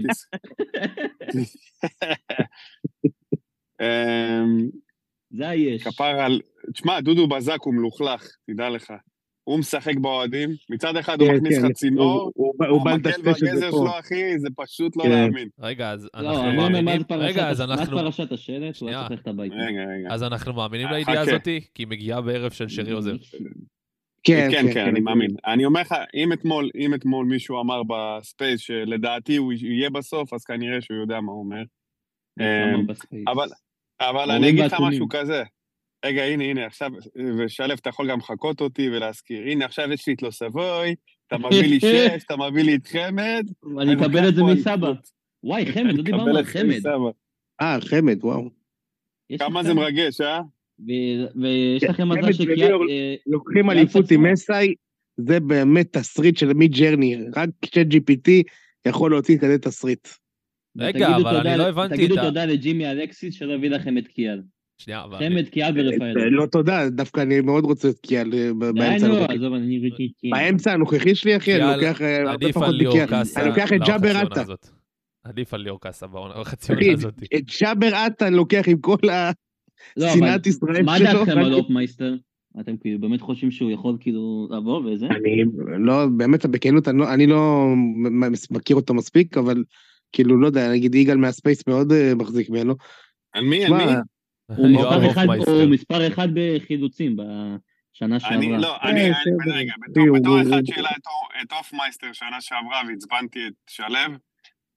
אמ, זה היש. כפר על... תשמע, דודו בזק הוא מלוכלך, תדע לך. הוא משחק באוהדים, מצד אחד הוא כן, מכניס כן, לך צינור, הוא- הוא בא- הוא בא המקל לטשטש את זה והגזר פה. שלו, אחי, זה פשוט לא כן. להאמין. רגע, אז לא, אנחנו אני אומר, מאמינים, מאז פרשת רגע, אז הש- מאז אנחנו, פרשת השלט, הוא שנייה. היה צריך ללכת הביתה. רגע, רגע. אז אנחנו מאמינים חכה. לידיעה הזאתי, כי היא מגיעה בערב של שרי עוזב. כן, כן, כן, אני מאמין. אני אומר לך, אם אתמול, אם אתמול מישהו אמר בספייס שלדעתי הוא יהיה בסוף, אז כנראה שהוא יודע מה הוא אומר. אמ, אבל, אבל אני ההורים אגיד לך והתומים. משהו כזה. רגע, הנה, הנה, עכשיו, ושלב, אתה יכול גם לחכות אותי ולהזכיר. הנה, עכשיו יש לי את לו סבוי, אתה מביא לי שש, אתה מביא לי את חמד. אני אקבל את זה פה מסבא. אליפות. וואי, חמד, לא אני דיברנו אקבל על את זה חמד. מסבא. אה, חמד, וואו. יש כמה לכם- זה מרגש, אה? ו- ויש לכם מזל חמד שקיאל... וליאור אה, לוקחים קיאל אליפות פצוע. עם מסאי, זה באמת תסריט של מי ג'רני, רק צ'אט ג'י פי טי יכול להוציא כזה תסריט. רגע, ותגידו אבל תודה- אני לא הבנתי תגידו את ה- תודה לג'ימי אלקסיס שלא הביא לכם את קיאל. שנייה, אבל... חמד, קיאל ורפאל. לא תודה, דווקא אני מאוד רוצה את קיאל אה, ב- די באמצע נו, הנוכחי. עזוב, אני ראיתי קיאל. באמצע הנוכחי שלי, אחי, אני קיאל לוקח אה, הרבה עדיף פחות על ליאור מקיאל. קאסה. אני לוקח את לא, ג'אבר חצי עונה עטה. הזאת. עדיף על ליאור קאסה בעונה- בחצי אחי, עונה הזאת. את ג'אבר עטה אני לוקח עם כל לא, אבל השנאת ישראל מה שלו. דעתכם רק- על אופמייסטר? אתם כאילו באמת חושבים שהוא יכול כאילו לבוא וזה? אני לא, באמת, בכנות, אני לא- אני לא מ- מ- מכיר אותו מספיק, אבל כאילו, לא יודע, נגיד יגאל מהספייס מאוד אה, מחזיק ממנו. על מי, על תשמע, מי? הוא יואב מספר אחד- הופמייסטר. הוא מספר אחד בחילוצים בשנה אני, שעברה. לא, אני, אני, בסדר. רגע, אחי, בתור, הוא- בתור הוא- אחד שהעלה את- את אופמייסטר שנה שעברה והצבנתי את שלו,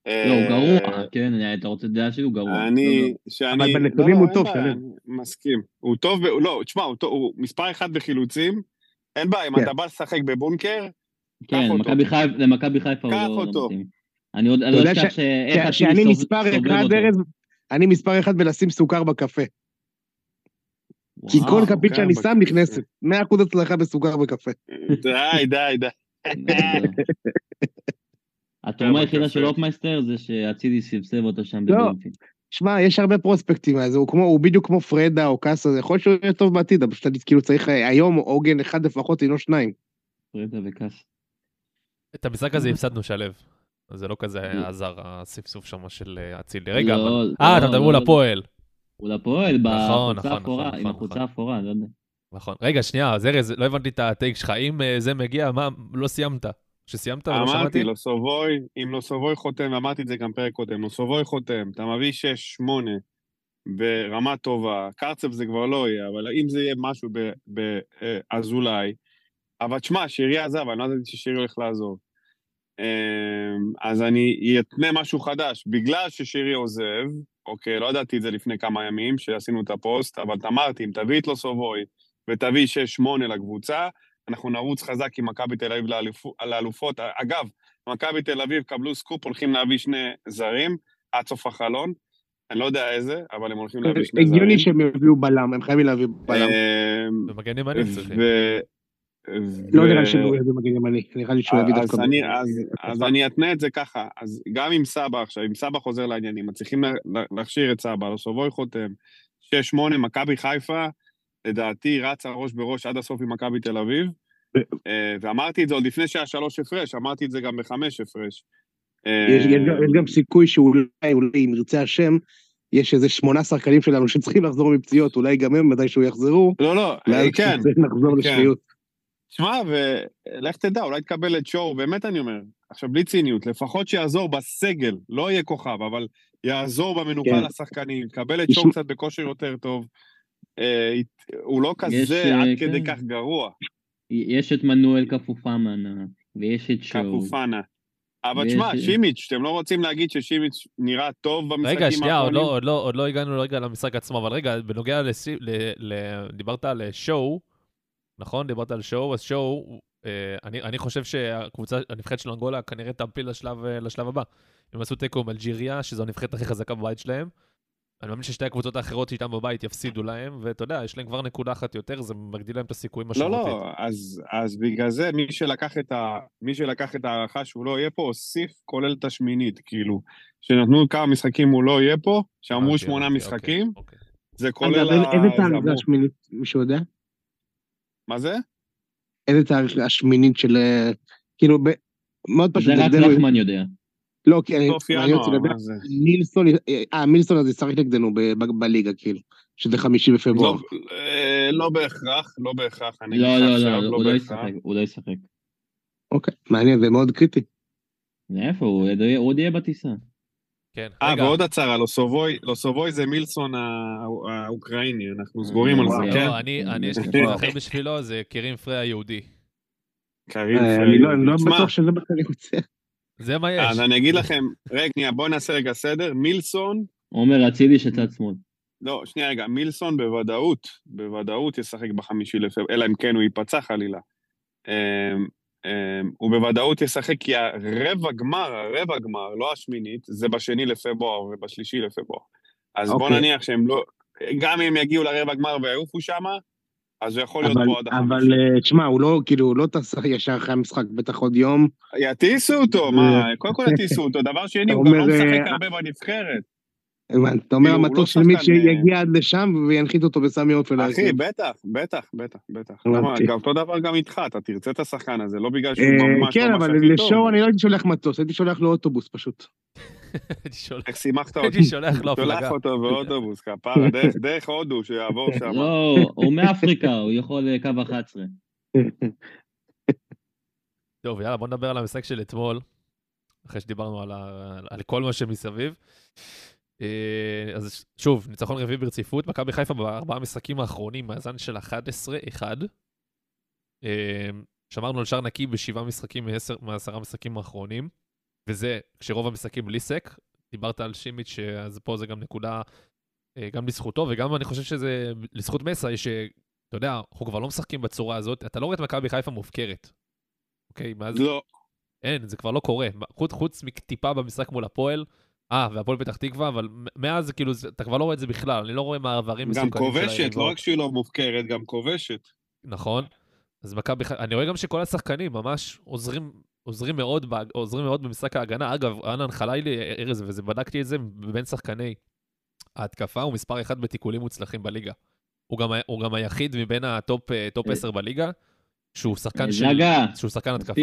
לא, הוא גרוע, כן, אתה רוצה לדעת שהוא גרוע. אני, שאני... אבל בנתונים הוא טוב, שלם. מסכים. הוא טוב, לא, תשמע, הוא מספר אחד בחילוצים, אין בעיה, אם אתה בא לשחק בבונקר, כן, למכבי חיפה הוא לא מתאים. אני עוד לא אשכח שאיך שאני מספר אחד, ארז, אני מספר אחד בלשים סוכר בקפה. כי כל כפית שאני שם נכנסת, מאה אחוז הצלחה בסוכר בקפה. די, די, די. התרומה היחידה של אופמייסטר זה שאצילי סבסב אותו שם בבלומפילד. שמע, יש הרבה פרוספקטים, הוא בדיוק כמו פרדה או קאסה, זה יכול להיות שהוא יהיה טוב בעתיד, אבל פשוט כאילו צריך היום עוגן אחד לפחות, אינו שניים. פרדה וקאסה. את המשחק הזה הפסדנו שלב. זה לא כזה עזר, הספסוף שם של אצילי. רגע, אבל... אה, אתה מדבר מול הפועל. מול הפועל, בחוצה האפורה, עם החוצה האפורה, לא יודע. נכון. רגע, שנייה, אז ארז, לא הבנתי את הטייק שלך. אם זה מגיע, מה, לא סיימת? שסיימת ולא שמעתי? אמרתי, לוסובוי, אם לוסובוי חותם, אמרתי את זה גם פרק קודם, לוסובוי חותם, אתה מביא שש שמונה ברמה טובה, קרצב זה כבר לא יהיה, אבל אם זה יהיה משהו באזולאי, אבל תשמע, שירי עזב, אני לא יודעת ששירי הולך לעזוב. אז אני אתנה משהו חדש, בגלל ששירי עוזב, אוקיי, לא ידעתי את זה לפני כמה ימים, שעשינו את הפוסט, אבל אמרתי, אם תביא את לוסובוי, ותביא שש שמונה לקבוצה, אנחנו נרוץ חזק עם מכבי תל אביב לאלופות. אגב, מכבי תל אביב קבלו סקופ, הולכים להביא שני זרים, עד סוף החלון, אני לא יודע איזה, אבל הם הולכים להביא שני זרים. הגיוני שהם יביאו בלם, הם חייבים להביא בלם. במגן ימני צריכים. לא נראה שהוא יביא במגן ימני, נראה לי שהוא יביא דווקא. אז אני אתנה את זה ככה, אז גם עם סבא עכשיו, אם סבא חוזר לעניינים, צריכים להכשיר את סבא, לוסובוי חותם, שש שמונה, מכבי חיפה, לדעתי רצה ראש בראש עד הסוף עם מכבי תל אביב, ואמרתי את זה עוד לפני שהיה שלוש הפרש, אמרתי את זה גם בחמש הפרש. יש גם סיכוי שאולי, אם ירצה השם, יש איזה שמונה שחקנים שלנו שצריכים לחזור מפציעות, אולי גם הם מתי שהוא יחזרו. לא, לא, כן. נחזור לשפיות. שמע, ולך תדע, אולי תקבל את שואו, באמת אני אומר, עכשיו בלי ציניות, לפחות שיעזור בסגל, לא יהיה כוכב, אבל יעזור במנוחה לשחקנים, קבל את שואו קצת בכושר יותר טוב, הוא לא כזה עד כדי כך גרוע. יש את מנואל קפופאנה, ויש את שואו. קפופאנה. אבל תשמע, שימיץ', שאתם לא רוצים להגיד ששימיץ' נראה טוב במשחקים האחרונים? רגע, שנייה, עוד לא הגענו לרגע למשחק עצמו, אבל רגע, בנוגע, דיברת על שואו, נכון? דיברת על שואו, אז שואו, אני חושב שהקבוצה, הנבחרת של אנגולה כנראה תמפיל לשלב הבא. הם עשו תיקו עם אלג'יריה, שזו הנבחרת הכי חזקה בבית שלהם. אני מאמין ששתי הקבוצות האחרות שאיתם בבית יפסידו להם, ואתה יודע, יש להם כבר נקודה אחת יותר, זה מגדיל להם את הסיכויים משמעותית. לא, לא, אז, אז בגלל זה, מי שלקח את ה, מי שלקח את הערכה שהוא לא יהיה פה, הוסיף כולל את השמינית, כאילו, שנתנו כמה משחקים הוא לא יהיה פה, שאמרו שמונה משחקים, זה כולל ה... איזה תאריך השמינית, מישהו יודע? מה זה? איזה תאריך השמינית של, כאילו, מאוד פשוט. זה רק לחמן יודע. לא, כי אני רוצה לדבר, מילסון, אה, מילסון הזה צריך נגדנו בליגה, כאילו, שזה חמישי בפברואר. לא בהכרח, לא בהכרח. לא, לא, לא, הוא לא ישחק, הוא לא ישחק. אוקיי, מעניין, זה מאוד קריטי. איפה, הוא עוד יהיה בטיסה. כן, רגע. אה, ועוד הצהרה, לוסובוי זה מילסון האוקראיני, אנחנו סגורים על זה, כן? לא, אני, יש לי אחר בשבילו, זה קרים פרי היהודי. קרים פרי היהודי. אני לא בטוח שזה מה שאני רוצה. זה מה יש. אז אני אגיד לכם, רגע, בואו נעשה רגע סדר, מילסון... עומר אצילי שצד שמאל. לא, שנייה רגע, מילסון בוודאות, בוודאות ישחק בחמישי לפברואר, אלא אם כן הוא ייפצע חלילה. הוא בוודאות ישחק כי הרבע גמר, הרבע גמר, לא השמינית, זה בשני לפברואר ובשלישי לפברואר. אז בואו נניח שהם לא, גם אם יגיעו לרבע גמר ויעופו שמה, אז הוא יכול להיות פה עד החמישי. אבל תשמע, הוא לא, כאילו, הוא לא תשחק ישר אחרי המשחק, בטח עוד יום. יטיסו אותו, מה? קודם כל יטיסו אותו, דבר שני, הוא גם לא משחק הרבה בנבחרת. אתה אומר, המטוס של מי שיגיע עד לשם וינחית אותו בסמי עופר. אחי, בטח, בטח, בטח, בטח. גם אותו דבר גם איתך, אתה תרצה את השחקן הזה, לא בגלל שהוא ממש... כן, אבל לשואו אני לא הייתי שולח מטוס, הייתי שולח לו אוטובוס פשוט. איך שימחת אותו? הייתי שולח לו הפלגה. שולח אותו באוטובוס, כפרה, דרך הודו שיעבור שם. לא, הוא מאפריקה, הוא יכול קו אחת עשרה. טוב, יאללה, בוא נדבר על המשחק של אתמול, אחרי שדיברנו על כל מה שמסביב. אז שוב, ניצחון רביעי ברציפות, מכבי חיפה בארבעה משחקים האחרונים, מאזן של אחת עשרה אחד. שמרנו על שער נקי בשבעה משחקים מעשרה משחקים האחרונים. וזה כשרוב המשחקים בלי סק, דיברת על שימיץ', אז פה זה גם נקודה, גם לזכותו, וגם אני חושב שזה לזכות מסאי, שאתה יודע, אנחנו כבר לא משחקים בצורה הזאת, אתה לא רואה את מכבי חיפה מופקרת. אוקיי, מאז... לא. אין, זה כבר לא קורה. חוץ, חוץ מטיפה במשחק מול הפועל, אה, והפועל פתח תקווה, אבל מאז כאילו, אתה כבר לא רואה את זה בכלל, אני לא רואה מעברים גם מסוכנים של כובשת, היריבות. לא רק שהיא לא מופקרת, גם כובשת. נכון. אז מכבי חיפה, אני רואה גם שכל השחקנים ממש עוזרים, עוזרים מאוד, עוזרים מאוד במשחק ההגנה. אגב, אהלן חלילי, ארז, וזה בדקתי את זה בין שחקני ההתקפה, הוא מספר אחד בתיקולים מוצלחים בליגה. הוא גם, הוא גם היחיד מבין הטופ טופ עשר בליגה, שהוא שחקן של, שהוא שחקן התקפה.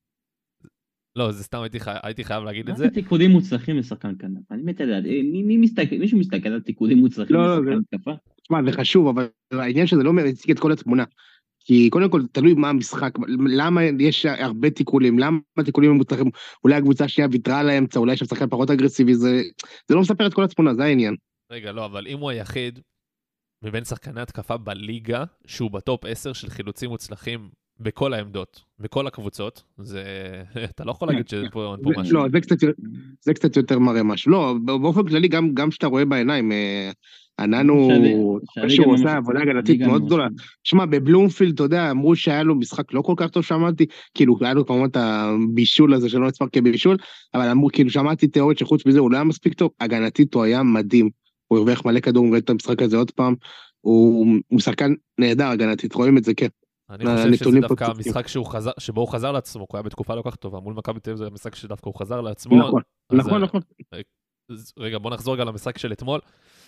לא, זה סתם הייתי, חי... הייתי חייב להגיד את זה. מה זה תיקולים מוצלחים לשחקן כנף? אני מת לדעת, מי, מי מסתכל, מישהו מסתכל על תיקולים מוצלחים לא, לשחקן לא, התקפה? תשמע, זה חשוב, אבל העניין שזה לא מציג את כל התמונה. כי קודם כל, תלוי מה המשחק, למה יש הרבה תיקולים, למה התיקולים מוצלחים, אולי הקבוצה השנייה ויתרה על האמצע, אולי יש שחקן פחות אגרסיבי, זה, זה לא מספר את כל התמונה, זה העניין. רגע, לא, אבל אם הוא היחיד מבין שחקני התקפה בליגה, שהוא בטופ עשר של חילוצים מוצלחים בכל העמדות, בכל הקבוצות, זה... אתה לא יכול להגיד שזה פה משהו. לא, זה קצת, זה קצת יותר מראה משהו. לא, באופן כללי, גם, גם שאתה רואה בעיניים, עננו, שהוא עושה עבודה הגנתית מאוד גדולה. שמע, בבלומפילד, אתה יודע, אמרו שהיה לו משחק לא כל כך טוב, שמעתי, כאילו, היה לו כמובן את הבישול הזה, שלא נצפר כבישול, אבל אמרו, כאילו, שמעתי תיאוריות שחוץ מזה, הוא לא היה מספיק טוב, הגנתית הוא היה מדהים, הוא הרוויח מלא כדור, הוא ראה את המשחק הזה עוד פעם, הוא שחקן נהדר הגנתית, רואים את זה, כן. אני חושב שזה דווקא המשחק שבו הוא חזר לעצמו, הוא היה בתקופה לא כך טובה, מול מכבי תל אביב זה המשחק שדווקא הוא חזר לעצמו. נכון, נכון, נכון. רגע, בוא נחזור רגע למשחק של אתמול.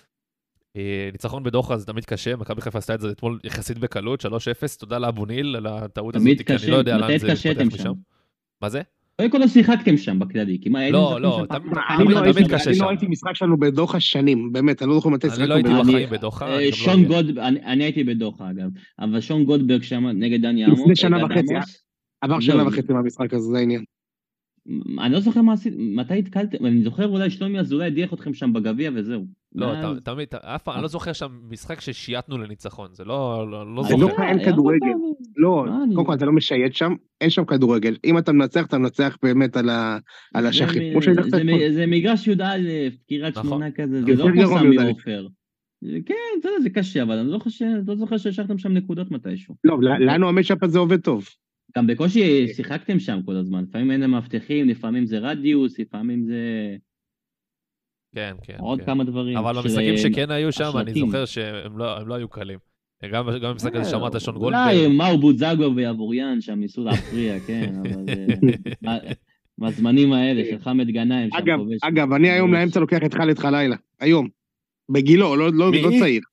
ניצחון בדוחה זה תמיד קשה, מכבי חיפה עשתה את זה אתמול יחסית בקלות, שלוש אפס, תודה לאבו ניל על הטעות הזאת, כי אני לא יודע לאן זה מתפתח משם. מה זה? קודם כל לא שיחקתי שם בכללי, כי מה, לא, לא, תמיד קשה שם. אני לא הייתי משחק שלנו בדוחה שנים, באמת, אני לא זוכר מתי שיחקנו. אני לא הייתי בחיים בדוחה. שון גולדברג, אני הייתי בדוחה אגב, אבל שון גולדברג שם נגד דני עמוס. לפני שנה וחצי, עבר שנה וחצי מהמשחק הזה, זה העניין. אני לא זוכר מה עשית, מתי התקלתם, אני זוכר אולי שלומי אזולאי הדיח אתכם שם בגביע וזהו. לא, תמיד, אף פעם, אני לא זוכר שם משחק ששייטנו לניצחון, זה לא, לא זוכר. בדוחה אין כדורגל, לא, קודם כל אתה לא משייט שם, אין שם כדורגל, אם אתה מנצח, אתה מנצח באמת על השחים. זה מגרש י"א, קריית שמונה כזה, זה לא כמו סמי עופר. כן, אתה יודע, זה קשה, אבל אני לא זוכר שהשארתם שם נקודות מתישהו. לא, לנו המשאפ הזה עובד טוב. גם בקושי שיחקתם שם כל הזמן, לפעמים אין להם מאבטחים, לפעמים זה רדיוס, לפעמים זה... כן, כן. עוד כמה דברים. אבל במשחקים שכן היו שם, אני זוכר שהם לא היו קלים. גם במשחק הזה שמעת שון גולדברג. אולי מאור בוזגו ויבוריאן שם ניסו להפריע, כן, אבל... בזמנים האלה של חמד גנאים. אגב, אני היום לאמצע לוקח את חלד חלילה, היום. בגילו, לא צעיר.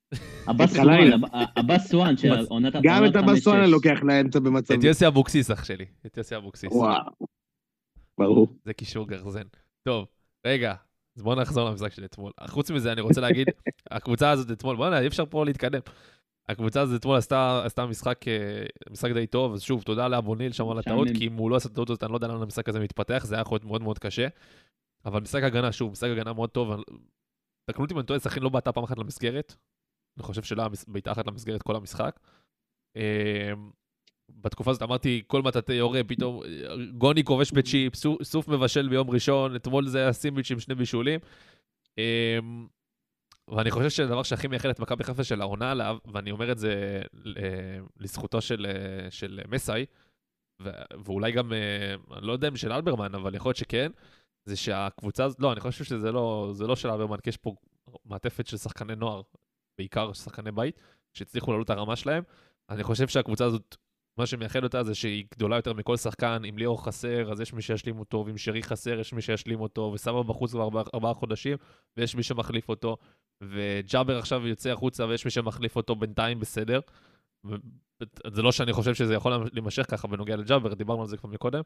הבאס סואן של עונת הפעלת גם את הבאס סואן אני לוקח לאמצע במצב. את יוסי אבוקסיס אח שלי, את יוסי אבוקסיס. וואו, ברור. זה קישור גרזן. טוב, רגע, אז בואו נחזור למשחק של אתמול. חוץ מזה אני רוצה להגיד, הקבוצה הזאת אתמול, בואו נראה, אי אפשר פה להתקדם. הקבוצה הזאת אתמול עשתה משחק די טוב, אז שוב, תודה לאבו ניל שם על הטעות, כי אם הוא לא עשה את הטעות הזאת, אני לא יודע לאן המשחק הזה מתפתח, זה היה יכול להיות מאוד מאוד קשה. אבל משחק הגנה, שוב, משחק הגנה מאוד טוב. תקנו אותי אם אני טועה, סכנין לא בעטה פעם אחת למסגרת. אני חושב שלה בעיטה אחת למסגרת כל המשחק. בתקופה הזאת אמרתי, כל מטאטי יורה, פתאום גוני כובש בצ'יפ, סוף מבשל ביום ראשון, אתמול זה היה סימביץ' עם שני בישולים. ואני חושב שהדבר שהכי מייחד את מכבי חיפה של העונה עליו, ואני אומר את זה לזכותו של, של מסאי, ואולי גם, אני לא יודע אם של אלברמן, אבל יכול להיות שכן, זה שהקבוצה הזאת, לא, אני חושב שזה לא, זה לא של אלברמן, כי יש פה מעטפת של שחקני נוער, בעיקר שחקני בית, שהצליחו לעלות את הרמה שלהם. אני חושב שהקבוצה הזאת, מה שמייחד אותה זה שהיא גדולה יותר מכל שחקן, אם ליאור חסר, אז יש מי שישלים אותו, ואם שרי חסר, יש מי שישלים אותו, וסבא בחוץ כבר ארבעה, ארבעה חודשים, ויש מי שמחליף אותו, וג'אבר עכשיו יוצא החוצה, ויש מי שמחליף אותו בינתיים בסדר. זה לא שאני חושב שזה יכול להימשך ככה בנוגע לג'אבר, דיברנו על זה כבר מקודם.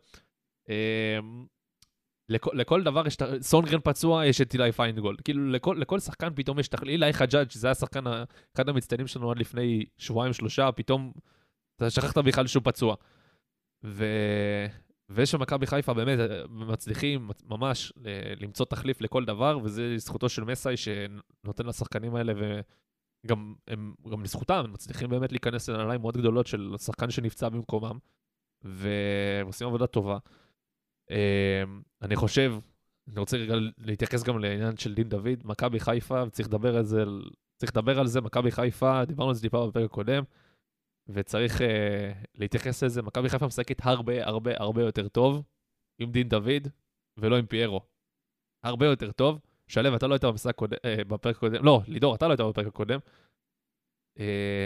לכל, לכל דבר יש, סונגרן פצוע, יש את אילי פיינגולד. כאילו, לכל, לכל שחקן פתאום יש תחליף. אילי חג'אג' שזה היה השחקן, אחד המצטיינים שלנו עד לפני שבועיים שלושה, פתאום אתה שכחת בכלל שהוא פצוע. ו... ויש שמכבי חיפה באמת מצליחים ממש למצוא תחליף לכל דבר, וזה זכותו של מסאי שנותן לשחקנים האלה, וגם הם, גם לזכותם, הם מצליחים באמת להיכנס לנעליים מאוד גדולות של שחקן שנפצע במקומם, ועושים עבודה טובה. אני חושב, אני רוצה רגע להתייחס גם לעניין של דין דוד, מכבי חיפה, וצריך לדבר על זה, צריך לדבר על זה, מכבי חיפה, דיברנו על זה טיפה בפרק הקודם, וצריך uh, להתייחס לזה, מכבי חיפה משחקת הרבה הרבה הרבה יותר טוב עם דין דוד, ולא עם פיירו. הרבה יותר טוב. שלב, אתה לא היית במשחק קודם, uh, בפרק הקודם, לא, לידור, אתה לא היית בפרק הקודם. Uh,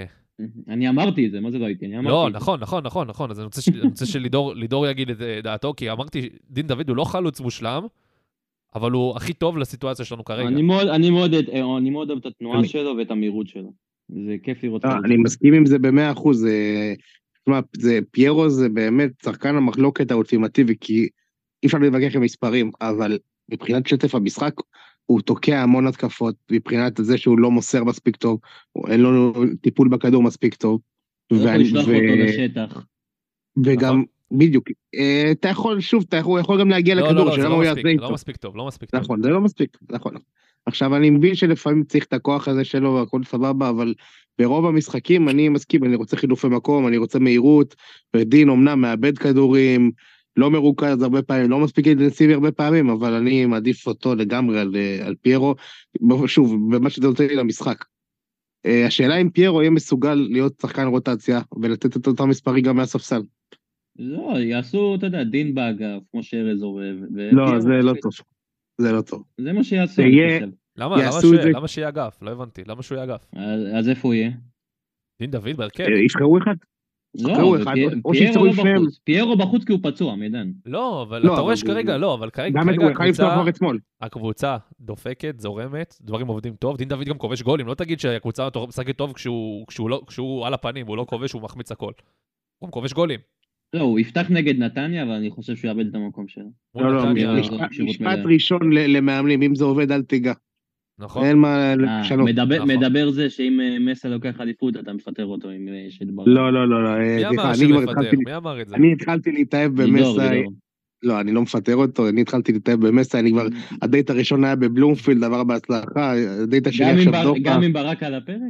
אני אמרתי את זה, מה זה לא הייתי? אני אמרתי לא, את זה. נכון, נכון, נכון, נכון, אז אני רוצה, ש... אני רוצה שלידור לידור יגיד את דעתו, כי אמרתי, דין דוד הוא לא חלוץ מושלם, אבל הוא הכי טוב לסיטואציה שלנו כרגע. אני מאוד, אני מאוד, אני מאוד אוהב את התנועה אני- שלו ואת המהירות שלו. זה כיף לראות לא, חלוץ. אני מסכים עם זה במאה אחוז, זה- תשמע, זה- פיירו זה באמת שחקן המחלוקת האולטימטיבי, כי אי אפשר להתווכח עם מספרים, אבל מבחינת שטף המשחק, הוא תוקע המון התקפות, מבחינת זה שהוא לא מוסר מספיק טוב, או אין לו טיפול בכדור מספיק טוב, הוא יכול ואני- לשלוח ו- אותו לשטח. וגם, נכון. בדיוק, אה, אתה יכול, שוב, אתה יכול הוא יכול גם להגיע לא, לא, לכדור, לא, זה שלמה לא הוא מספיק, יעשה לא איתו. מספיק טוב, לא מספיק טוב. נכון, זה לא מספיק, נכון. עכשיו אני מבין שלפעמים צריך את הכוח הזה שלו והכל סבבה, אבל ברוב המשחקים אני מסכים, אני רוצה חילופי מקום, אני רוצה מהירות, ודין אומנם מאבד כדורים, לא מרוכז הרבה פעמים, לא מספיק אינטנסיבי הרבה פעמים, אבל אני מעדיף אותו לגמרי על, על פיירו, שוב, במה שזה נותן לי למשחק. אה, השאלה אם פיירו יהיה מסוגל להיות שחקן רוטציה, ולתת את אותם מספרי גם מהספסל. לא, יעשו, אתה יודע, דין באגף, כמו שארז אוהב. לא, ופיירו זה לא פשוט- טוב. זה לא טוב. זה מה שיעשו, זה אני יהיה- חושב. למה? למה יעשו שהוא- את זה- למה שיהיה אגף? לא הבנתי. למה שהוא יהיה אגף? אז אז איפה הוא יהיה? דין דוד בהרכב? אה, יבחרו אחד? לא, יבחרו אחד, ופי- או פיירו שיצטרכו לא לפניהם. בחוץ. פיירו בחוץ כי הוא פצוע, מידן. לא, אבל לא, אתה רואה אבל שכרגע, הוא- לא, אבל כרגע גם את כרגע הוא יכול לפתוח הקבוצה, כבר אתמול. הקבוצה דופקת, זורמת, דברים עובדים טוב, דין דוד גם כובש גולים, לא תגיד שהקבוצה משחקת טוב כשהוא- כשהוא לא- כשהוא על הפנים, הוא לא כובש, הוא מחמיץ הכל. הוא כובש גולים. לא, הוא יפתח נגד נתניה, אבל אני חושב שהוא יאבד את המקום שלו. מול לא, לא, נתניה, מש- משפט- כשירות משפט מלאה. ראשון ל- למאמנים, אם זה עובד אל תיגע. נכון? אין מה אה, לשנות. מדבר- נכון. מדבר זה שאם אה, מסה לוקח אליפות, אתה מפטר אותו עם אה, שד ברק. לא, לא, לא, לא, אה, מי סליחה, אמר אני כבר שמפטר? התחלתי, מי אמר את זה? אני התחלתי להתאהב לידור, במסה, לידור. לא, אני לא מפטר אותו, אני התחלתי להתאהב במסה, אני כבר, הדייט הראשון היה בבלומפילד, עבר בהצלחה, הדייט השני גם עם עכשיו בר- דוחה, גם עם ברק על הפרק?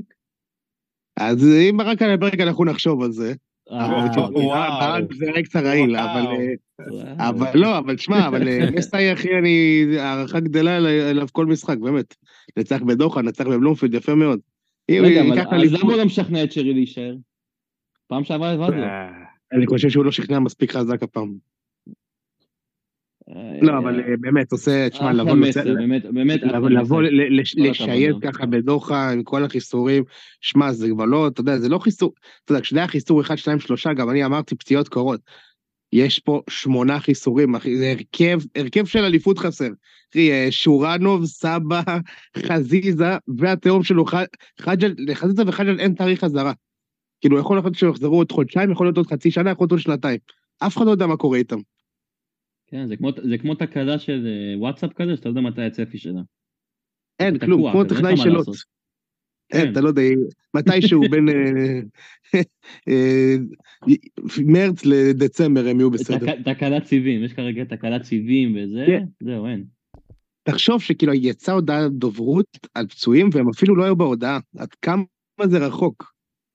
אז אם רק על הפרק אנחנו נחשוב על זה, אה, אבל תשמע, וואו. ברק זה היה קצת רעיל, וואו. אבל, אה, וואו. אבל לא, אבל תשמע, אבל אה, מסה אחי, אני, הערכה גדלה אליי- אליו כל משחק, באמת, נצח בדוחה, נצח בבלומפילד, יפה מאוד. אם רגע, הוא אבל ייקח אז אליפות- למה הוא לא משכנע את שרי להישאר? פעם שעברה הבאת לו. אה, אני חושב שהוא לא שכנע מספיק חזק הפעם. אה, לא, אבל אה, באמת, עושה, תשמע, אחלה לבוא מסר, לצ- באמת, באמת אחלה לבוא- לבוא מסר. ל- לש- כל הכבוד לשייט לו. ככה בדוחה עם כל החיסורים, שמע, זה כבר לא, אתה יודע, זה לא חיסור, אתה יודע, כשזה היה חיסור אחד, שתיים, שלושה, גם אני אמרתי פציעות קורות. יש פה שמונה חיסורים, אחי, זה הרכב, הרכב של אליפות חסר. אחי, אה, שורנוב, סבא, חזיזה, והתאום שלו, ח- חג'ל, לחזיזה וחג'ל אין תאריך חזרה. כאילו, יכול להיות שיחזרו עוד חודשיים, יכול להיות עוד חצי שנה, יכול להיות עוד שנתיים. אף אחד לא יודע מה קורה איתם. כן, זה כמו- זה כמו תקלה של אה, וואטסאפ כזה, שאתה לא יודע מתי הצפי שלה. אין תקוע כלום, כמו כזה, אין טכנאי לך מה שאלות. לעשות. אין, כן. אתה לא יודע, מתישהו בין אה, אה, מרץ לדצמבר הם יהיו בסדר. תק- תקלת סיבים, יש כרגע תקלת סיבים וזה, כן. זהו, אין. תחשוב שכאילו יצאה הודעה דוברות על פצועים והם אפילו לא היו בהודעה, עד כמה זה רחוק.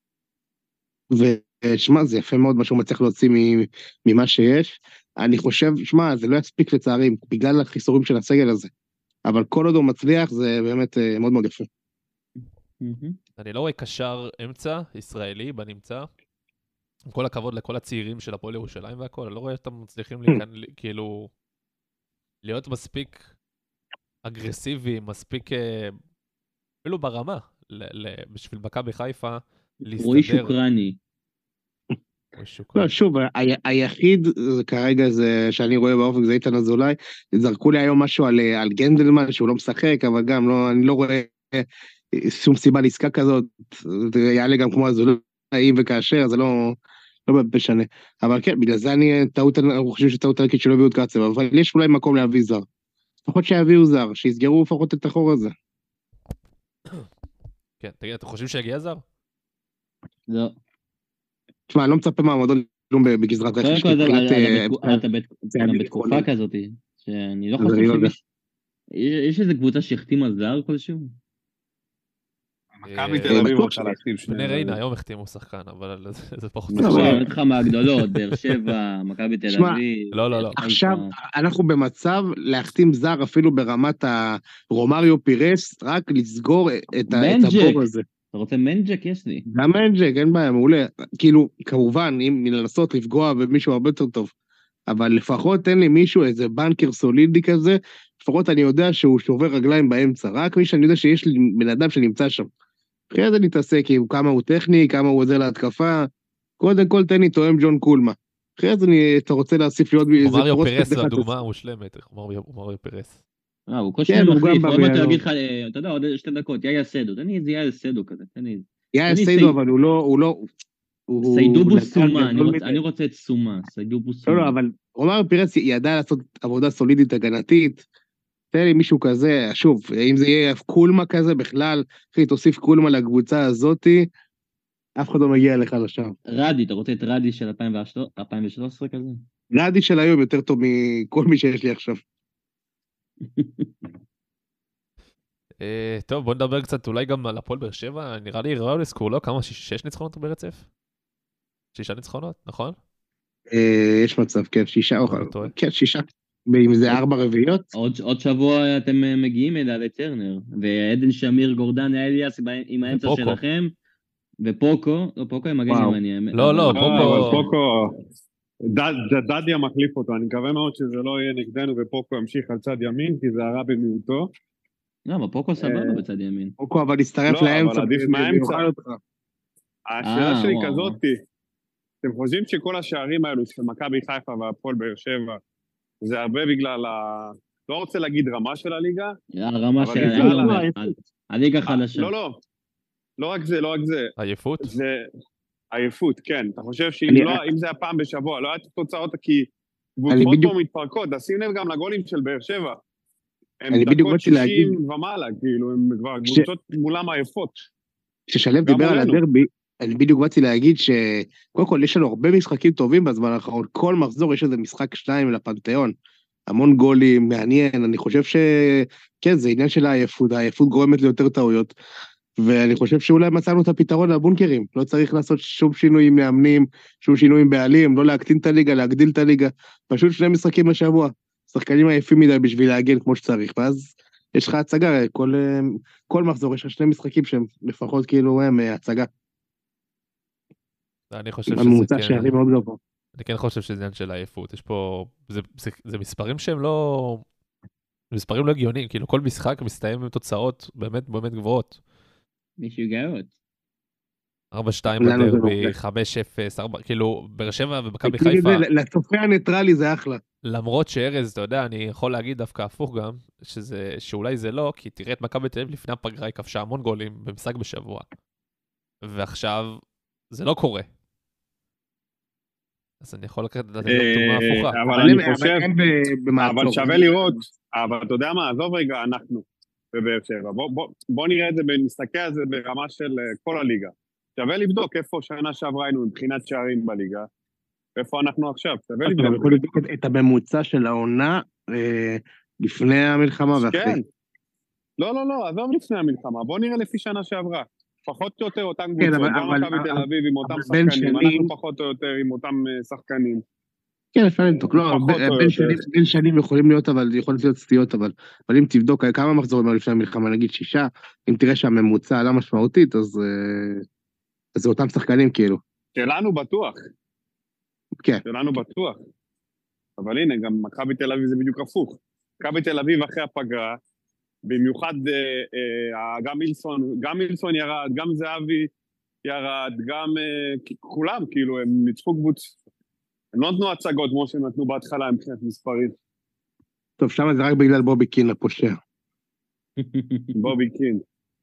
ושמע, זה יפה מאוד מה שהוא מצליח להוציא מ- ממה שיש. אני חושב, שמע, זה לא יספיק לצערי, בגלל החיסורים של הסגל הזה. אבל כל עוד הוא מצליח זה באמת אה, מאוד מאוד יפה. מהמם. אני לא רואה קשר אמצע ישראלי בנמצא. עם כל הכבוד לכל הצעירים של הפועל ירושלים והכל, אני לא רואה שאתם מצליחים לכאן, כאילו, להיות מספיק אגרסיביים, מספיק, אה, אפילו ברמה, ל- ל- בשביל מכבי חיפה, להסתדר. רועי שוקרני. רועי שוקרני. לא, שוב, ה- היחיד זה כרגע זה שאני רואה באופק זה איתן אזולאי, זרקו לי היום משהו על, על גנדלמן שהוא לא משחק, אבל גם לא, אני לא רואה שום סיבה לעסקה כזאת, זה יעלה גם כמו אזולאי אם וכאשר, זה לא, לא באמת משנה, אבל כן, בגלל זה אני טעות, אנחנו חושבים שטעות ענקית שלא הביאו את קצב, אבל יש אולי מקום להביא זר, לפחות שיביאו זר, שיסגרו לפחות את החור הזה. כן, תגיד, אתם חושבים שהגיע זר? לא. תשמע, אני לא מצפה מהמועדון כלום בגזרת קודם רכש, כל, אתה- מבחינת, אתה אה, בתקו- אתה בת- אתה צעדים בתקופה נכונים. כזאת, שאני לא אז חושב אני לא יודע. שמישהו... יש יש איזה קבוצה שהחתימה זר כלשהו? מכבי תל אביב בטוח רוצה שיש. להחתים שני בני זרים. ריינה היום החתימו שחקן, אבל זה זה פחות לא, חשוב. אבל- אני אומר לך מהגדולות, באר שבע, מכבי תל שמע, אביב. לא, לא, לא. חיפה. עכשיו אנחנו במצב להחתים זר אפילו ברמת הרומריו פירס, רק לסגור את ה- את מנג'ק. הבור הזה. אתה רוצה מנג'ק? יש לי. גם מנג'ק, אין בעיה, מעולה. כאילו, כמובן, אם לנסות לפגוע במישהו הרבה יותר טוב, אבל לפחות תן לי מישהו, איזה בנקר סולידי כזה, לפחות אני יודע שהוא שובר רגליים באמצע, רק מי שאני יודע שיש לי בן אדם שנמצא שם. אחרי זה נתעסק עם כמה הוא טכני, כמה הוא עוזר להתקפה, קודם כל תן לי תואם ג'ון קולמה. אחרי זה אני, אתה רוצה להוסיף לי עוד איזה אומריו פרוספקט פרס אחד, זו הדוגמה המושלמת, אומריו אומריו פרס. אה, הוא כן, כושר הוא גם מחליף, בא עוד מעט הוא ביענו. יגיד לך, אה, אתה יודע, עוד שתי דקות, יאיה סדו, תן לי איזה יאיה סדו כזה, תן לי איזה. יאיה אני סיידו, סי- אבל הוא לא, הוא לא, הוא... סיידובו נתן סומה, אני גדול רוצה- מדי. אני רוצה את סומה, סיידובו לא, סומה. לא, אבל רומריו פירס ידע לעשות עבודה סולידית הגנתית, תן לי מישהו כזה, שוב, אם זה יהיה קולמה כזה בכלל, אחי, תוסיף קולמה לקבוצה הזאתי, אף אחד לא מגיע אליך לשם. רדי, אתה רוצה את רדי של אלפיים ושלוש עשרה כזה? רדי של היום יותר טוב מכל מי שיש לי עכשיו. אה, טוב, בוא נדבר קצת אולי גם על הפועל באר שבע, נראה לי ראוי לזכור לו כמה, שיש- שש ניצחונות ברצף? שישה ניצחונות, נכון? אה, יש מצב, כן, שישה, או, אני לא טועה. כן, שישה. אם זה ארבע רביעיות, עוד, עוד שבוע אתם אה, מגיעים אליה לטרנר, ועדן שמיר, גורדן, אליאס עם האמצע ופוקו. שלכם, ופוקו, לא, פוקו עם מגן וואו. ימני. האמת. לא, לא, אבל- פוקו- לא, אבל פוקו, דד- דדיה מחליף אותו, אני מקווה מאוד שזה לא יהיה נגדנו ופוקו ימשיך על צד ימין, כי זה הרע במיעוטו. לא, אבל פוקו סבבה אה, בצד ימין. אוקו, אבל להצטרף לא, אבל לאמצע, עדיף זה- מהאמצע. זה יאכל אותך. השאלה אה, שלי וואו. כזאתי, אתם חושבים שכל השערים האלו של מכבי חיפה והפועל באר שבע, זה הרבה בגלל ה... לא רוצה להגיד רמה של הליגה? הרמה אבל של איזה הליגה, רמה, ה- איפה? הליגה אה, חלשה. לא, לא. לא רק זה, לא רק זה. עייפות? זה עייפות, כן. אתה חושב שאם אני- לא, אם זה היה פעם בשבוע, לא היה תוצאות כי אני קבוצות בדיוק- פה מתפרקות, שים לב גם לגולים של באר שבע. הם אני בדיוק דקות באתי להגיד- שישים ומעלה, כאילו, הם כבר כש- קבוצות מולם עייפות. כששלם גם דיבר על מולנו. הדרבי, אני בדיוק באתי להגיד שקודם כל יש לנו הרבה משחקים טובים בזמן האחרון, כל מחזור יש איזה משחק שניים לפנתיאון, המון גולים, מעניין, אני חושב שכן, זה עניין של העייפות, העייפות גורמת ליותר טעויות, ואני חושב שאולי מצאנו את הפתרון לבונקרים, לא צריך לעשות שום שינוי עם מאמנים, שום שינוי עם בעלים, לא להקטין את הליגה, להגדיל את הליגה, פשוט שני משחקים בשבוע, שחקנים עייפים מדי בשביל להגן כמו שצריך, ואז יש לך הצגה, כל, כל מחזור יש לך שני משחקים שהם לפחות כאילו הם הצגה. אני חושב שזה הממוצע כן, שערים מאוד גבוה. אני כן חושב שזה עניין של עייפות. יש פה, זה, זה, זה מספרים שהם לא, זה מספרים לא הגיוניים, כאילו כל משחק מסתיים עם תוצאות באמת באמת גבוהות. משוגעות. ארבע שתיים לנו זה בדרבי, נופל. חמש אפס, ארבע, כאילו באר שבע ומכבי תגיד את חיפה, זה, לצופה הניטרלי זה אחלה. למרות שארז, אתה יודע, אני יכול להגיד דווקא הפוך גם, שזה, שאולי זה לא, כי תראה את מכבי תל אביב לפני הפגרה היא כבשה המון גולים במשחק בשבוע. ועכשיו זה לא קורה. אז אני יכול לקחת את הדוגמה הפוכה. אבל אבל אני הם- חושב, אבל הם ב- במעצור. אבל שווה לראות, אבל אתה יודע מה, עזוב רגע, אנחנו בבאר שבע, בוא, בוא, בוא נראה את זה, נסתכל על זה ברמה של אה, כל הליגה. שווה לבדוק איפה שנה שעברה היינו מבחינת שערים בליגה, ואיפה אנחנו עכשיו, שווה אתה לבדוק. יכול לבדוק את- את הממוצע של העונה אה, לפני המלחמה ואחרי. כן. לא, לא, לא, עזוב לפני המלחמה, בוא נראה לפי שנה שעברה. פחות או יותר אותן קבוצות, אבל- גם אבל- מכבי תל אבל- אביב עם אותם אבל בין שחקנים, שנים- אנחנו פחות או יותר עם אותם אה, שחקנים. כן, אפשר לבדוק. לא, פחות בין- או בין יותר. שנים- בין שנים יכולים להיות, אבל יכולות להיות סטיות, אבל אבל אם תבדוק כמה מחזורים היו לפני המלחמה, נגיד שישה, אם תראה שהממוצע עלה משמעותית, אז אה, אז זה אותם שחקנים כאילו. שלנו בטוח. כן. שלנו בטוח. אבל הנה, גם מכבי תל אביב זה בדיוק הפוך. מכבי תל אביב אחרי הפגרה, במיוחד אה, אה, גם מילסון, גם מילסון ירד, גם זהבי ירד, גם אה, כולם, כאילו, הם ניצחו קבוצ... הם לא נתנו הצגות כמו שהם נתנו בהתחלה מבחינת מספרים. טוב, שם זה רק בגלל בובי קין הפושע. בובי קין.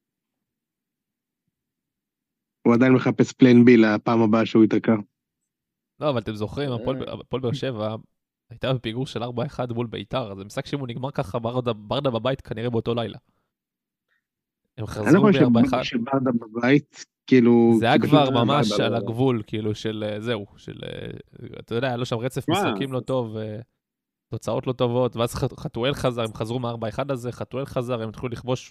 הוא עדיין מחפש פליין בי לפעם הבאה שהוא ייתקע. לא, אבל אתם זוכרים, הפועל הפועל באר שבע הייתה בפיגור של ארבע אחד מול ביתר, אז זה משחק שאם הוא נגמר ככה, ברדה, ברדה בבית כנראה באותו לילה. הם אני חזרו לא חושב ב-ארבע אחד. שברדה בבית, כאילו... זה היה כי כבר פשוט- ממש ברדה על לא. הגבול, כאילו של אה, זהו, של, אה, אתה יודע, היה לו שם רצף מה? משחקים לא טוב, אה, תוצאות לא טובות, ואז ח- חתואל חזר, הם חזרו מה-ארבע אחד הזה, חתואל חזר, הם התחילו לכבוש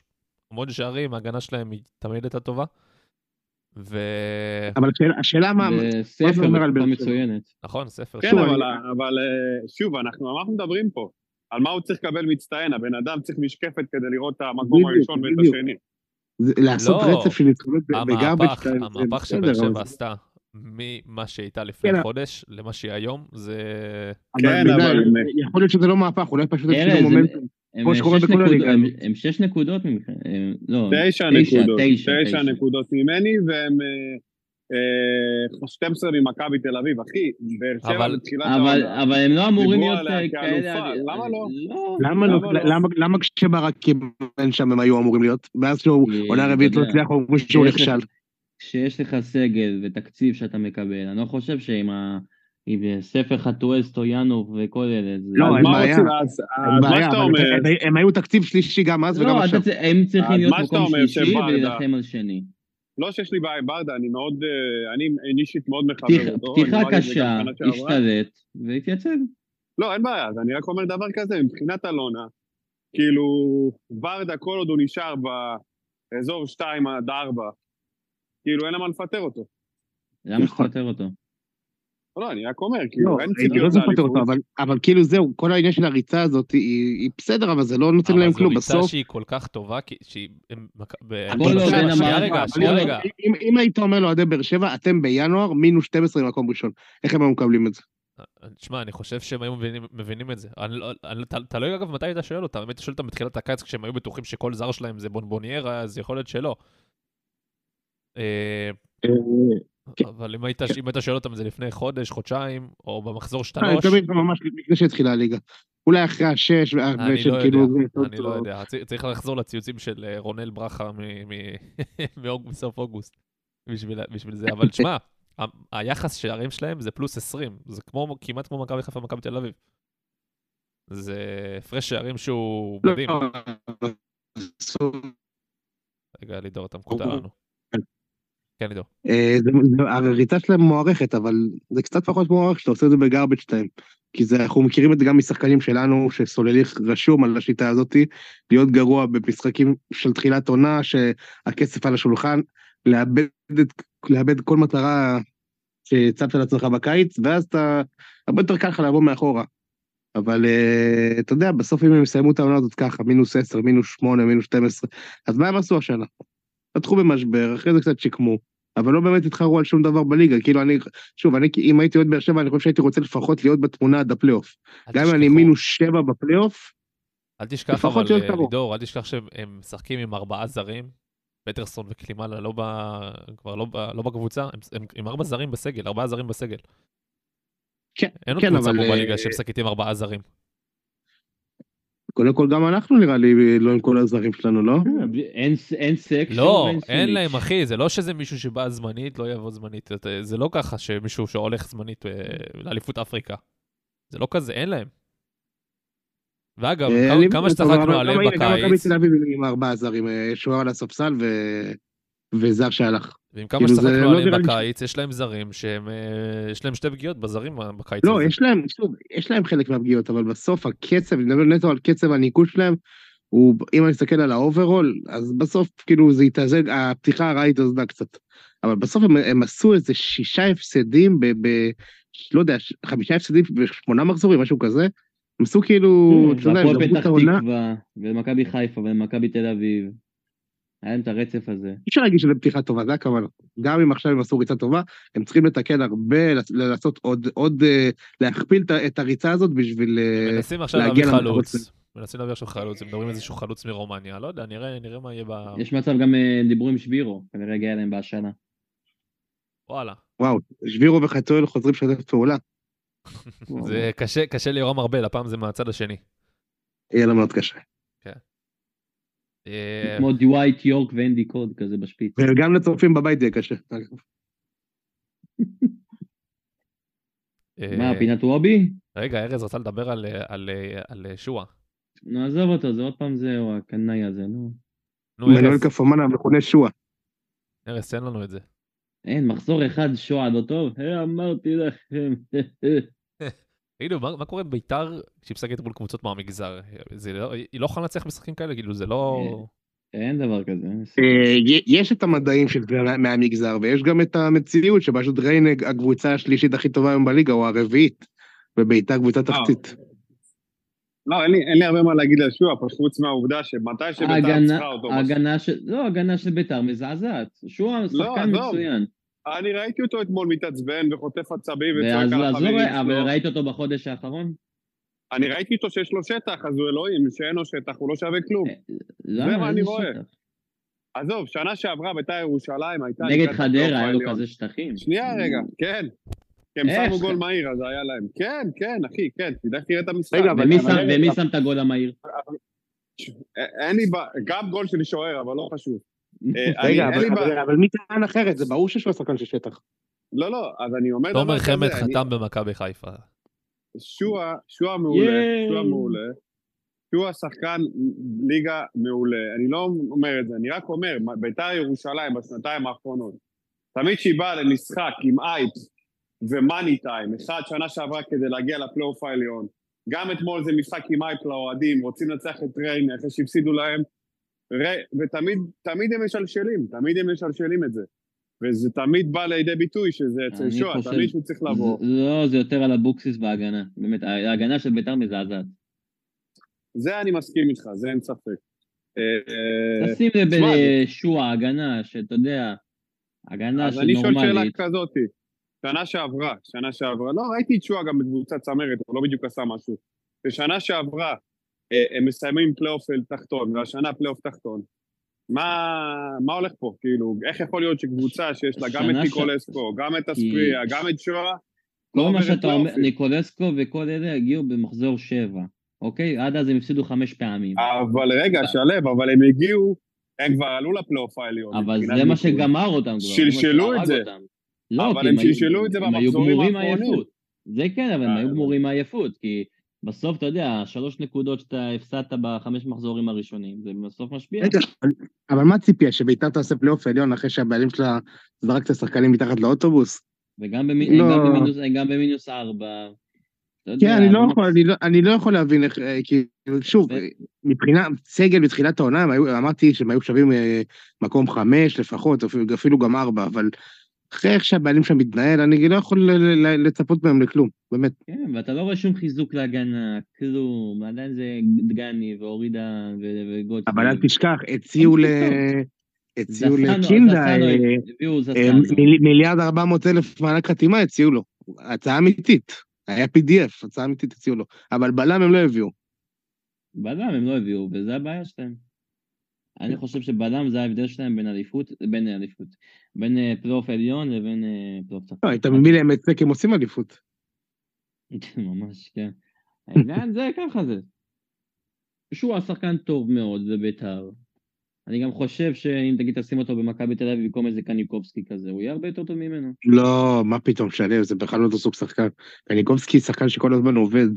המון שערים, ההגנה שלהם היא תמיד הייתה טובה. ו... אבל השאלה- השאלה מה... מה אתה וספר אומר על בתקופה באר שבע? מצוינת. נכון, ספר. כן, שוב, אבל, אני- אבל אה, שוב, אנחנו, על מה אנחנו מדברים פה? על מה הוא צריך לקבל מצטיין? הבן אדם צריך משקפת כדי לראות את המקום בדיוק, הראשון ואת בדיוק. השני. זה- לעשות לא, רצף של ניצחונות בגרבג' המהפך, טיים, זה המהפך שבאר בסדר, אבל שבע זה- עשתה ממה שהייתה לפני כן, חודש למה שהיא היום, זה... אבל כן, אתה יודע, אבל- יכול להיות שזה לא מהפך, אולי פשוט ארז, הפסידו הם- מומנטום. הם כמו שקורה שש בכל נקודות- הליגה הם- הזאת. הם שש נקודות ממכם, הם- לא, תשע תשע, נקודות, תשע, תשע תשע. נקודות ממני, והם אה, אה, שתים עשרה ממכבי תל אביב, אחי, באר שבע אבל- בתחילת אבל העונה. אבל הם לא אמורים דיברו להיות עליה אה, כאלה... כאלופה, למה לא? לא. למה לא, למה לא? למה- למה כשברק קיבל שם הם היו אמורים להיות? ואז שהוא כי, עונה אתה רביעית לא יודע, הצליח, או שהוא כשיש לך- נכשל. כשיש לך סגל ותקציב שאתה מקבל, אני לא חושב שעם ה... עם ספר חתואל, סטויאנוב וכל אלה, זה... לא, אז אין מה בעיה. רוצים? אז אין אז מה בעיה, שאתה אבל אומר, הם- הם היו תקציב שלישי גם אז וגם לא, עכשיו. אתה צ- הם צריכים אז להיות מה שאתה מקום אומר שלישי שברדה- ולהילחם על שני. לא שיש לי בעיה עם ברדה, אני מאוד, אה, אני אישית מאוד מחבר פתיח- אותו. פתיחה אני אמרתי את זה קשה, גם שנה שעברה. השתלט והתייצב. לא, אין בעיה, אז אני רק אומר דבר כזה, מבחינת אלונה, כאילו, ברדה כל עוד הוא נשאר באזור שתיים עד ארבע, כאילו אין למה לפטר אותו. למה נכון. שתפטר אותו? לא, אני רק אומר, כאילו, לא, אין אני לא ציפיות זוכר לאליפות. אותו, אבל- אבל כאילו זהו, כל העניין של הריצה הזאת היא היא בסדר, אבל זה לא נותן אבל להם זו כלום. ריצה בסוף, שהיא כל כך טובה, כי שהיא... הם- מק- ב- כל עוד שנייה, אין שנייה המערכת- רגע, אבל שנייה כל רגע. אם- אם היית אומר לאוהדי באר שבע, אתם בינואר מינוס שתים עשרה במקום ראשון. איך הם היו מקבלים את זה? תשמע, אני חושב שהם היו מבינים, מבינים את זה. אני, לא- אני, ת- תלוי אגב מתי היית שואל אותם. אם היית שואל אותם בתחילת הקיץ כשהם היו בטוחים שכל זר שלהם זה בונבוניירה, אז יכול להיות שלא. אה, כן. אבל אם היית, אם היית שואל אותם את זה לפני חודש, חודשיים, או במחזור אני שלוש, תמיד ממש לפני שהתחילה הליגה. אולי אחרי השש, אני ושל לא יודע, כאילו זה... אני לא יודע. צ- צריך לחזור לציוצים של אה, רונל ברכה מ- מ- מאוג- מסוף אוגוסט בשביל בשביל זה. אבל תשמע, ה- היחס שערים שלהם זה פלוס עשרים. זה כמו, כמעט כמו מכבי חיפה ומכבי תל אביב. זה הפרש שערים שהוא לא, מדהים. רגע, לידור, אתה מקוטע לנו. כן, לידור. אה, זה- זה- הריצה שלהם מוערכת, אבל זה קצת פחות מוערך שאתה עושה את זה בגרבג' טיים. כי זה, אנחנו מכירים את זה גם משחקנים שלנו, שסולליך רשום על השיטה הזאת, להיות גרוע במשחקים של תחילת עונה, שהכסף על השולחן, לאבד, את, לאבד כל מטרה שהצבת לעצמך בקיץ, ואז אתה, הרבה יותר קל לך לעבור מאחורה. אבל אה, אתה יודע, בסוף אם הם יסיימו את העונה הזאת ככה, מינוס עשר, מינוס שמונה, מינוס שתים עשרה, אז מה הם עשו השנה? פתחו במשבר, אחרי זה קצת שיקמו, אבל לא באמת התחרו על שום דבר בליגה, כאילו אני, שוב, אני, אם הייתי עוד באר שבע, אני חושב שהייתי רוצה לפחות להיות בתמונה עד הפלייאוף. אל גם אם אני תשכחו- מינוס שבע בפלייאוף, אל תשכח, לפחות אבל להיות קרוב. לידור, אל תשכח שהם משחקים עם ארבעה זרים, פטרסון וקלימאלה לא ב... כבר לא, ב... לא בקבוצה, הם, הם עם ארבעה זרים בסגל, ארבעה זרים בסגל. כן, אין עוד כן, קבוצה אבל, פה אה, בליגה שמשחקת עם ארבעה זרים. קודם כל גם אנחנו נראה לי לא עם כל הזרים שלנו, לא? אין אין סקס. לא, אין להם, אחי, זה לא שזה מישהו שבא זמנית, לא יבוא זמנית. זה- זה לא ככה שמישהו שהולך זמנית אה, לאליפות אפריקה. זה לא כזה, אין להם. ואגב, אה, כמה- אני- כמה אבל שצחקנו גם- עליהם גם- גם מכבי בקיץ, תל אביב עם ארבעה זרים, אה, שוער על הספסל ו- וזר שהלך. ועם כמה כאילו, זה שצחקנו לא עליהם נראה לי ש- בקיץ, יש להם זרים שהם, אה, יש להם שתי פגיעות בזרים בקיץ לא, הזה. יש להם, שוב, יש להם חלק מהפגיעות, אבל בסוף הקצב, אני מדבר נטו על קצב הניקוד שלהם, הוא, אם אני מסתכל על האוברול, אז בסוף כאילו זה יתאזן, הפתיחה הרעה התאזנה קצת. אבל בסוף הם, הם עשו איזה שישה הפסדים ב... ב לא יודע, חמישה הפסדים בשמונה מחזורים, משהו כזה. הם עשו כאילו, אתה יודע, הם והפועל גמרו את פתח העונה. תקווה, ומכבי חיפה, ומכבי תל אביב. היה להם את הרצף הזה. אי אפשר להגיד שזה פתיחה טובה, זה הכוונה. גם אם עכשיו הם עשו ריצה טובה, הם צריכים לתקן הרבה, לעשות עוד, עוד, אה, להכפיל את ה- את הריצה הזאת בשביל אה, מנסים עכשיו להגיע להביא למטרות חלוץ. מנסים להביא עכשיו חלוץ, הם מדברים על איזשהו חלוץ מרומניה. לא יודע, נראה נראה מה יהיה ב... יש מצב גם אה, דיברו עם שבירו, כנראה הגיע אליהם בהשנה. וואלה. וואו, שבירו וחתואל חוזרים לשתף פעולה. זה קשה, קשה לירום ארבל, הפעם זה מהצד השני. יהיה לו מאוד קשה. אה, כמו דווייט יורק ואנדי קוד כזה בשפיץ. וגם לצופים בבית יהיה קשה. אה, מה, פינת וובי? רגע, ארז רצה לדבר על, על, על, על שועה. נו, עזוב אותו, זה עוד פעם זהו, הקנאי הזה, נו. נו, מנואל ארז, קפומן המכונה שועה. ארז, תן לנו את זה. אין, מחזור אחד שועה לא טוב? היי, אמרתי לכם. תגידו, מה, מה קורה בביתר כשהיא משחקת מול קבוצות מהמגזר? זה לא, היא לא יכולה לנצח משחקים כאלה, כאילו, זה לא... אין דבר כזה. אה, יש את המדעים של זה מהמגזר, ויש גם את המציאות שפשוט ריין הקבוצה השלישית הכי טובה היום בליגה, או הרביעית, וביתה קבוצה תחתית. לא, אין לי, אין לי הרבה מה להגיד על שועה, פשוט חוץ מהעובדה שמתי שביתר צריכה אותו. ההגנה של, לא, הגנה של ביתר מזעזעת. שועה שחקן מצוין. אני ראיתי אותו אתמול מתעצבן וחוטף עצבים וצועק על החברים שלו. אבל ראית אותו בחודש האחרון? אני ראיתי אותו שיש לו שטח, אז הוא אלוהים, שאין לו שטח, הוא לא שווה כלום. זה מה אני רואה. עזוב, שנה שעברה ביתר ירושלים הייתה... נגד חדרה, היה לו כזה שטחים. שנייה רגע, כן. הם שמו גול מהיר, אז היה להם. כן, כן, אחי, כן, תדע תראה את המשחק. ומי שם את הגול המהיר? אין לי... גם גול של שוער, אבל לא חשוב. רגע, אבל מי טען אחרת? זה ברור שיש לו שחקן של שטח. לא, לא, אז אני אומר... תומר חמד חתם במכבי חיפה. שועה, שועה מעולה, שועה מעולה. שועה שחקן ליגה מעולה. אני לא אומר את זה, אני רק אומר, ביתר ירושלים בשנתיים האחרונות, תמיד שהיא באה למשחק עם אייפ ומאני טיים, אחד שנה שעברה כדי להגיע לפלייאוף העליון, גם אתמול זה משחק עם אייפ לאוהדים, רוצים לנצח את ריין, אחרי שהפסידו להם, ותמיד תמיד הם משלשלים, תמיד הם משלשלים את זה. וזה תמיד בא לידי ביטוי שזה אצל שועה, תמיד שהוא צריך לבוא. לא, זה יותר על הבוקסיס וההגנה. באמת, ההגנה של ביתר מזעזעת. זה אני מסכים איתך, זה אין ספק. תשים לב שועה, הגנה, שאתה יודע, הגנה של נורמלית. אז אני שואל שאלה כזאת, שנה שעברה, שנה שעברה, לא, ראיתי את שועה גם בקבוצת צמרת, הוא לא בדיוק עשה משהו. בשנה שעברה, הם מסיימים פלייאוף תחתון, והשנה פלייאוף תחתון. מה, מה הולך פה? כאילו, איך יכול להיות שקבוצה שיש לה גם את ניקולסקו, גם את אספריה, גם את שועה? כל מה שאתה אומר, ניקולסקו וכל אלה הגיעו במחזור שבע, אוקיי? עד אז הם הפסידו חמש פעמים. אבל רגע, שלב, אבל הם הגיעו, הם כבר עלו לפלייאוף העליון. אבל זה מה שגמר אותם כבר. שלשלו את זה. אבל הם שלשלו את זה במחזורים האחרונים. זה כן, אבל הם היו גמורים מעייפות, כי... בסוף, אתה יודע, שלוש נקודות שאתה הפסדת בחמש מחזורים הראשונים, זה בסוף משפיע. אבל מה ציפייה, שביתר תעשה פלייאוף עליון אחרי שהבעלים שלה זרק את השחקנים מתחת לאוטובוס? וגם במינוס ארבע. כן, אני לא יכול להבין איך, כי שוב, מבחינה סגל בתחילת העונה, אמרתי שהם היו שווים מקום חמש לפחות, אפילו גם ארבע, אבל... אחרי איך שהבעלים שם מתנהל, אני לא יכול לצפות מהם לכלום, באמת. כן, ואתה לא רואה שום חיזוק להגנה, כלום, עדיין זה דגני ואורידה וגוטי. אבל אל תשכח, הציעו ל... הציעו לקינדה, מיליארד ארבע מאות אלף מענק חתימה, הציעו לו. הצעה אמיתית, היה פי די אף, הצעה אמיתית הציעו לו, אבל בלם הם לא הביאו. בלם הם לא הביאו, וזה הבעיה שלהם. אני חושב שבלם זה ההבדל שלהם בין אליפות, בין אליפות, בין פלייאוף עליון לבין פלייאוף תחתון. לא, אתה מביא להם את זה כי הם עושים אליפות. ממש, כן. העניין זה ככה זה. שהוא השחקן טוב מאוד בביתר. אני גם חושב שאם תגיד תשים אותו במכבי תל אביב במקום איזה קניקובסקי כזה, הוא יהיה הרבה יותר טוב ממנו. לא, מה פתאום שלב, זה בכלל לא אותו סוג שחקן. קניקובסקי שחקן שכל הזמן עובד.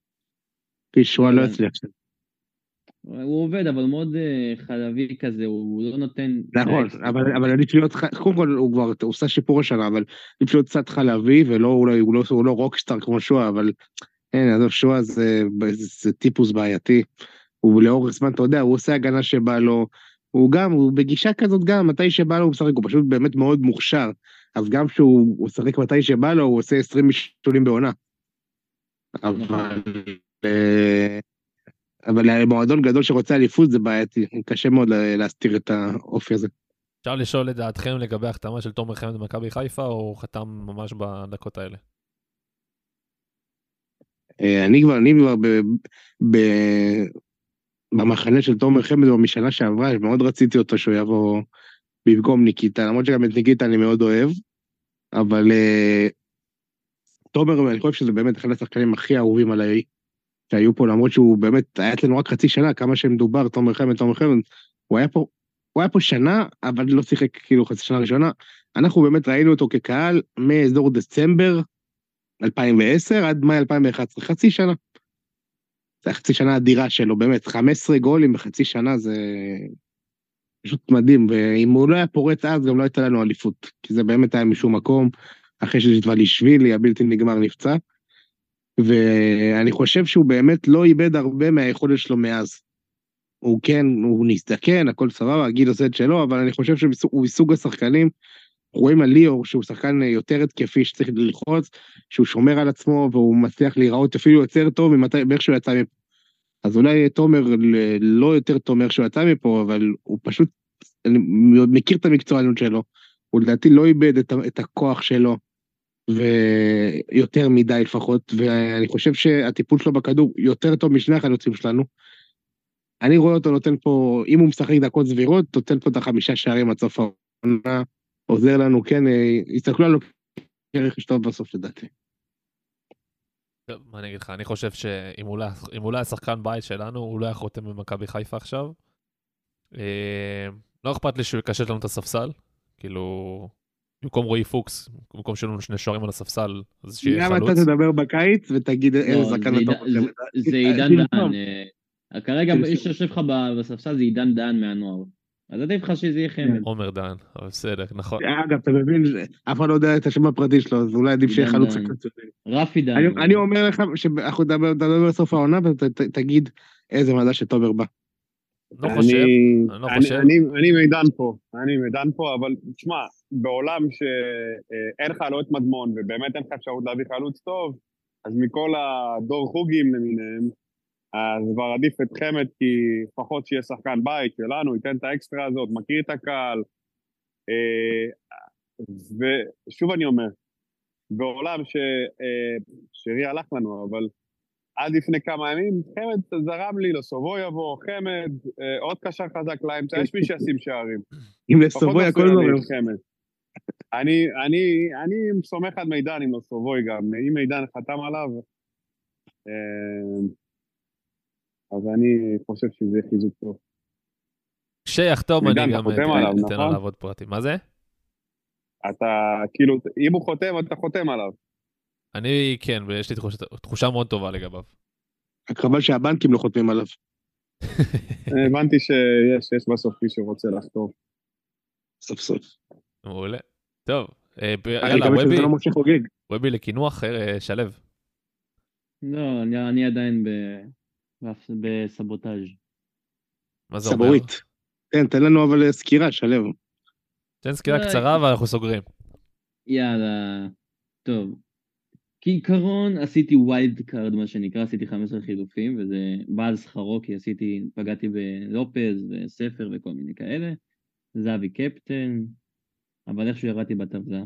פישוע לא יצליח שם. הוא עובד, אבל מאוד חלבי כזה, הוא לא נותן... נכון, אבל עדיף להיות, קודם כל הוא כבר עושה שיפור השנה, אבל עדיף להיות קצת חלבי, ולא, הוא לא רוקסטאר כמו שועה, אבל אין, עזוב, שועה זה טיפוס בעייתי, הוא לאורך זמן, אתה יודע, הוא עושה הגנה שבא לו, הוא גם, הוא בגישה כזאת גם, מתי שבא לו הוא משחק, הוא פשוט באמת מאוד מוכשר, אז גם שהוא משחק מתי שבא לו, הוא עושה עשרים משתולים בעונה. אבל... אבל מועדון גדול שרוצה אליפות זה בעייתי, קשה מאוד להסתיר את האופי הזה. אפשר לשאול את דעתכם לגבי החתמה של תומר חמד במכבי חיפה, או חתם ממש בדקות האלה? אני כבר, אני כבר במחנה של תומר חמד במשנה שעברה, מאוד רציתי אותו שהוא יבוא במקום ניקיטה, למרות שגם את ניקיטה אני מאוד אוהב, אבל תומר, אני חושב שזה באמת אחד השחקנים הכי אהובים עליי, שהיו פה, למרות שהוא באמת, היה אצלנו רק חצי שנה, כמה שמדובר, תומר חמד, תומר חמד, הוא היה פה, הוא היה פה שנה, אבל לא שיחק כאילו חצי שנה ראשונה, אנחנו באמת ראינו אותו כקהל, מאזור דצמבר אלפיים ועשר, עד מאי אלפיים ואחת עשרה, חצי שנה. זה חצי שנה אדירה שלו, באמת, חמישה עשר גולים בחצי שנה, זה פשוט מדהים, ואם הוא לא היה פורץ אז, גם לא הייתה לנו אליפות, כי זה באמת היה משום מקום, אחרי שדבלישווילי, הבלתי נגמר נפצע, ואני חושב שהוא באמת לא איבד הרבה מהיכולת שלו מאז. הוא כן, הוא נזדקן, הכל סבבה, הגיל עושה את שלו, אבל אני חושב שהוא מסוג השחקנים, רואים על ליאור שהוא שחקן יותר התקפי שצריך ללחוץ, שהוא שומר על עצמו והוא מצליח להיראות אפילו יותר טוב מאיך שהוא יצא מפה. אז אולי תומר לא יותר טוב מאיך שהוא יצא מפה, אבל הוא פשוט, אני מכיר את המקצוענות שלו, הוא לדעתי לא איבד את, את הכוח שלו, ויותר מדי לפחות, ואני חושב שהטיפול שלו בכדור יותר טוב משני החלוצים שלנו. אני רואה אותו נותן פה, אם הוא משחק דקות סבירות, נותן פה את החמישה שערים עד סוף העונה, עוזר לנו, כן, יסתכלו עליו כרכש טוב בסוף לדעתי. טוב, מה אני אגיד לך, אני חושב שאם הוא לא היה שחקן בית שלנו, הוא לא היה חותם במכבי חיפה עכשיו. לא אכפת לי שהוא יקשט לנו את הספסל, כאילו, במקום רועי פוקס, במקום שיהיו לנו שני שוערים על הספסל, אז שיהיה חלוץ. גם אתה תדבר בקיץ ותגיד איזה שחקן אתה רוצה. זה עידן דן, כרגע איש שיושב לך בספסל זה עידן דן מהנוער. אז עדיף לך שזה יהיה חמד. עומר דן, אבל בסדר, נכון. אגב, אתה מבין, אף אחד לא יודע את השם הפרטי שלו, אז אולי עדיף שיהיה חלוץ קצת. רפי דן. אני אומר לך שאנחנו נדבר בסוף העונה ותגיד איזה מדע שתומר בא. לא חושב, אני לא חושב. אני מידן פה, אני מידן פה, אבל תשמע, בעולם שאין לך לא את מדמון, ובאמת אין לך אפשרות להביא חלוץ טוב, אז מכל הדור חוגים למיניהם, אז כבר עדיף את חמד, כי לפחות שיהיה שחקן בית שלנו, ייתן את האקסטרה הזאת, מכיר את הקהל, ושוב אני אומר, בעולם שרי הלך לנו, אבל עד לפני כמה ימים, חמד זרם לי, לסובו יבוא, חמד, עוד קשר חזק לאמצע, יש מי שישים שערים. אם לסובוי הכל זורם. אני, אני, אני סומך על מידן עם לסובוי גם, אם מידן חתם עליו, אז אני חושב שזה חיזוק טוב. כשיחתום אני גם אתן עליו עוד פרטים. מה זה? אתה, כאילו, אם הוא חותם, אתה חותם עליו. אני, כן, ויש לי תחושה מאוד טובה לגביו. רק חבל שהבנקים לא חותמים עליו. הבנתי שיש, יש בסוף מי שרוצה לחתום. סוף סוף. מעולה. טוב, יאללה, ובי, ובי לכינוח, שלב. לא, אני עדיין בסבוטאז'. מה זה אומר? סבורית. כן, תן לנו אבל סקירה, שלב. תן סקירה קצרה ואנחנו סוגרים. יאללה, טוב. כעיקרון עשיתי ווילד קארד, מה שנקרא, עשיתי חמישה עשר חילופים, וזה בא על שכרו, כי עשיתי, פגעתי בלופז וספר וכל מיני כאלה. זהבי קפטן, אבל איכשהו ירדתי בטבלה.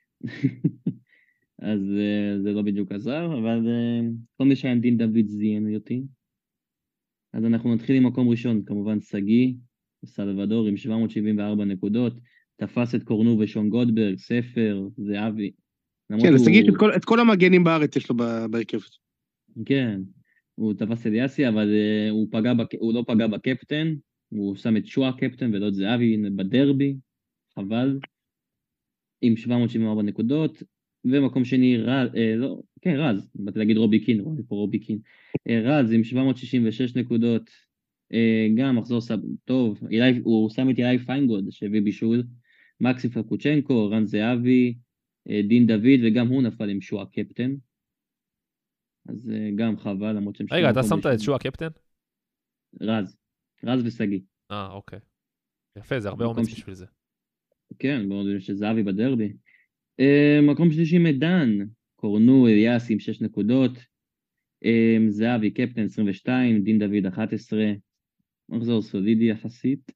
אז זה לא בדיוק עזר, אבל כל מי שהיה דין דוד זיין אותי. אז אנחנו נתחיל עם מקום ראשון, כמובן סגי, סלבדור עם שבע מאות שבעים וארבע נקודות, תפס את קורנו ושון גודברג, ספר, זהבי. כן, סגי את כל, את כל המגנים בארץ יש לו בהרכב. כן, הוא תפס את יאסי, אבל הוא, פגע בק... הוא לא פגע בקפטן, הוא שם את שואה קפטן ולא את זהבי בדרבי, חבל, עם שבע מאות שבעים וארבע נקודות, ומקום שני, רז, אה, לא, כן, רז, באתי להגיד רובי קין, רובי פה רובי קין, אה, רז עם שבע מאות שישים ושש נקודות, אה, גם מחזור סב... טוב, אילי, הוא שם את אילי פיינגוד שהביא בישול, מקסי פקוצ'נקו, רן זהבי, אה, דין דוד, וגם הוא נפל עם שואה קפטן, אז אה, גם חבל, למרות שהם... רגע, אתה שמת את שואה קפטן? רז, רז וסגי. אה, אוקיי. יפה, זה הרבה אומץ בשביל זה. כן, בואו נדבר שזהבי בדרבי. Uh, מקום שלישי מדן, קורנו אליאס עם שש נקודות, um, זהבי קפטן עשרים ושתיים, דין דוד אחת עשרה, מחזור סולידי יחסית,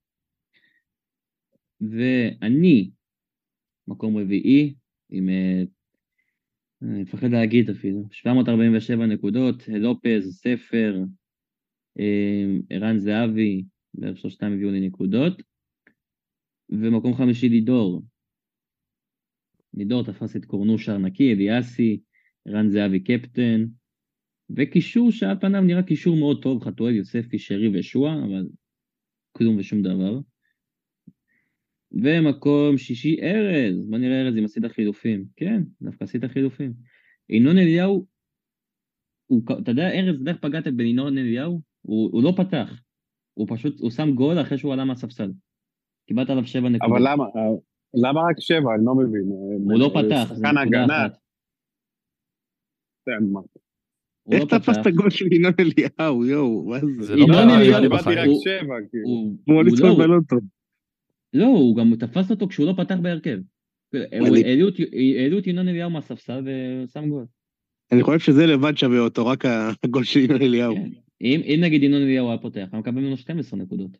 ואני מקום רביעי עם, uh, אני מפחד להגיד אפילו, שבע מאות ארבעים ושבע נקודות, לופז, ספר, uh, ערן זהבי, בערך שלושתם הביאו לי נקודות, ומקום חמישי לידור, לידור תפס את קורנו שרנקי, אליאסי, רן זהבי קפטן, וקישור שעל פניו נראה קישור מאוד טוב, חתואל, יוספי, שרי ושואה, אבל כלום ושום דבר. ומקום שישי ארז, בוא נראה ארז אם עשית חילופים, כן, דווקא עשית חילופים. ינון אליהו, הוא, אתה יודע ארז, דרך פגעת בינון אליהו, הוא, הוא לא פתח, הוא פשוט, הוא שם גול אחרי שהוא עלה מהספסל. קיבלת עליו שבע נקודות. אבל למה? למה רק שבע? אני לא מבין. הוא לא פתח, זה נקודה אחת. הוא איך לא פתח. תפס את הגול של ינון אליהו, יואו, מה זה? זה לא ינון קרה, אליהו, נראה לי קיבלתי בחיים. רק הוא- שבע, כאילו. הוא- כמו הוא לצחוק לא- בלוטו. לא, הוא גם תפס אותו כשהוא לא פתח בהרכב. אני- העלו את- העלו את ינון אליהו מהספסל ושם גול. אני חושב שזה לבד שווה אותו, רק הגול של ינון אליהו. כן. אם אם נגיד ינון אליהו היה פותח, היה מקבל ממנו שתים עשרה נקודות.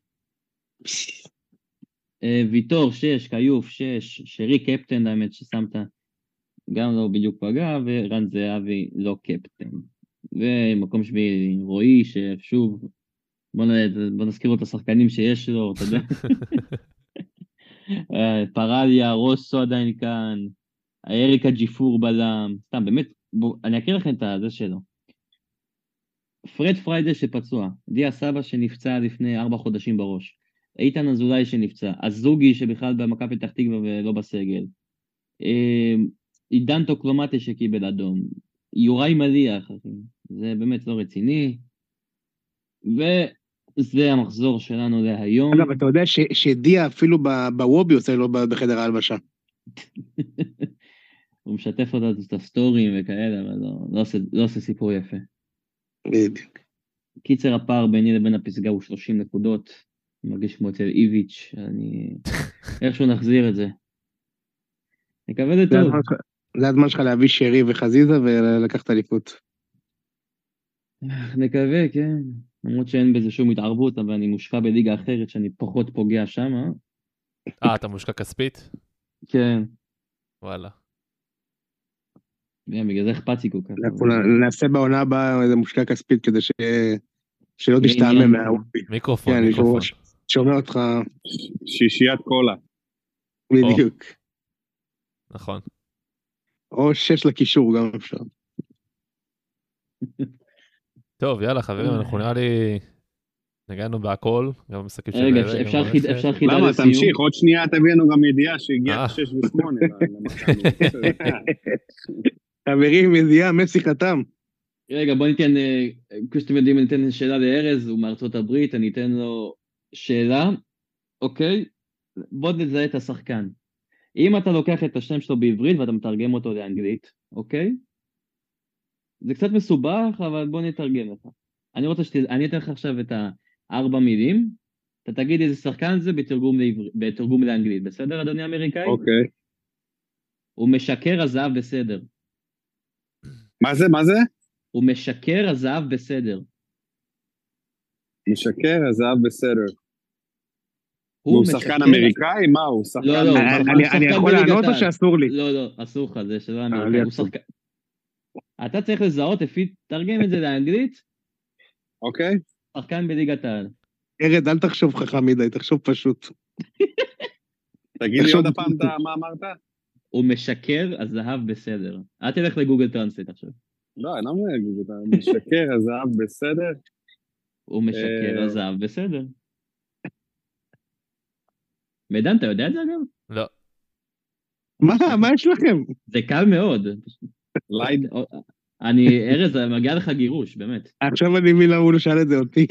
אה, ויטור, שש, קיוף, שש, שרי קפטן, האמת ששמת, גם לא בדיוק פגע, ורן זהבי לא קפטן. ומקום שביעי, רועי, ששוב, בוא, נ... בוא נזכיר את השחקנים שיש לו, אתה יודע. אה, פרליה, רוסו עדיין כאן, אריקה ג'יפור בלם, סתם, באמת, בוא, אני אקריא לכם את זה שלו. פרד פריידה שפצוע, דיה סבא שנפצע לפני ארבע חודשים בראש, איתן אזולאי שנפצע, הזוגי שבכלל במכבי פתח תקווה ולא בסגל, עידן טוקלומטי שקיבל אדום, יוראי מליח, זה באמת לא רציני, וזה המחזור שלנו להיום. אגב, אתה יודע ש- שדיה אפילו ב- בוובי עושה לו ב- בחדר ההלבשה. הוא משתף אותה את הסטורים וכאלה, אבל לא, לא, עושה, לא עושה סיפור יפה. בדיוק. קיצר הפער ביני לבין הפסגה הוא שלושים נקודות, אני מרגיש כמו אצל איביץ', אני... איכשהו נחזיר את זה. נקווה זה זה טוב. הזמן שלך- זה הזמן שלך להביא שרי וחזיזה ולקחת אליפות. נקווה, כן. למרות שאין בזה שום התערבות, אבל אני מושקע בליגה אחרת שאני פחות פוגע שם, אה? אה, אתה מושקע כספית? כן. וואלה. כן, בגלל זה אכפת לי כל כך. אנחנו נ- נעשה בעונה הבאה איזה מושקע כספית כדי ש- שלא יהיה תשתעמם עניין. מהוובי. מיקרופון, כן, אני מיקרופון. שומע- שומע אותך שישיית קולה. בדיוק. נכון. או שש לקישור גם אפשר. טוב, יאללה, חברים, אנחנו נראה לי... נגענו בהכל, גם במשחקים של... רגע, גם אפשר ברכב. חיד- אפשר חידה למה? לסיום? תמשיך, עוד שנייה תביאנו גם ידיעה שהגיעה אה. שש ושמונה למכבי. חברים, ידיעה, מסי חתם. רגע, בוא ניתן, אה, כפי שאתם יודעים, ניתן שאלה לארז, הוא מארצות הברית, אני אתן לו שאלה, אוקיי? בוא נזהה את השחקן. אם אתה לוקח את השם שלו בעברית ואתה מתרגם אותו לאנגלית, אוקיי? זה קצת מסובך, אבל בוא נתרגם לך. אני רוצה שת... אני אתן לך עכשיו את הארבע מילים, אתה תגיד איזה שחקן זה בתרגום, לעבר... בתרגום לאנגלית, בסדר, אדוני האמריקאי? אוקיי. הוא משקר הזהב בסדר. מה זה? מה זה? הוא משקר הזהב בסדר. משקר, הזהב בסדר. הוא הוא משקר- שחקן אמריקאי? מה הוא? שחקן... לא, לא, הוא אני- שחקן- אני- שחקן אני יכול בליגת לענות או העל. שאסור לי? לא, לא, אסור לך, זה שאלה לי אמריקאי. הוא אסור. שחקן... אתה צריך לזהות, לפי, תרגם את זה לאנגלית, אוקיי. שחקן בליגת העל. ארד, אל תחשוב חכם מדי, תחשוב פשוט. תגיד לי עכשיו- עוד הפעם אתה- מה אמרת? הוא משקר, הזהב בסדר. אל תלך לגוגל טרנסלייט עכשיו. לא, אני לא מבין, אתה משקר, הזהב בסדר? הוא משקר, אה. הזהב בסדר. מידן, אתה יודע את זה אגב? לא. מה, מה יש לכם? זה קל מאוד. לייד? אני, ארז, מגיע לך גירוש, באמת. עכשיו אני מבין למה הוא לא שאל את זה אותי.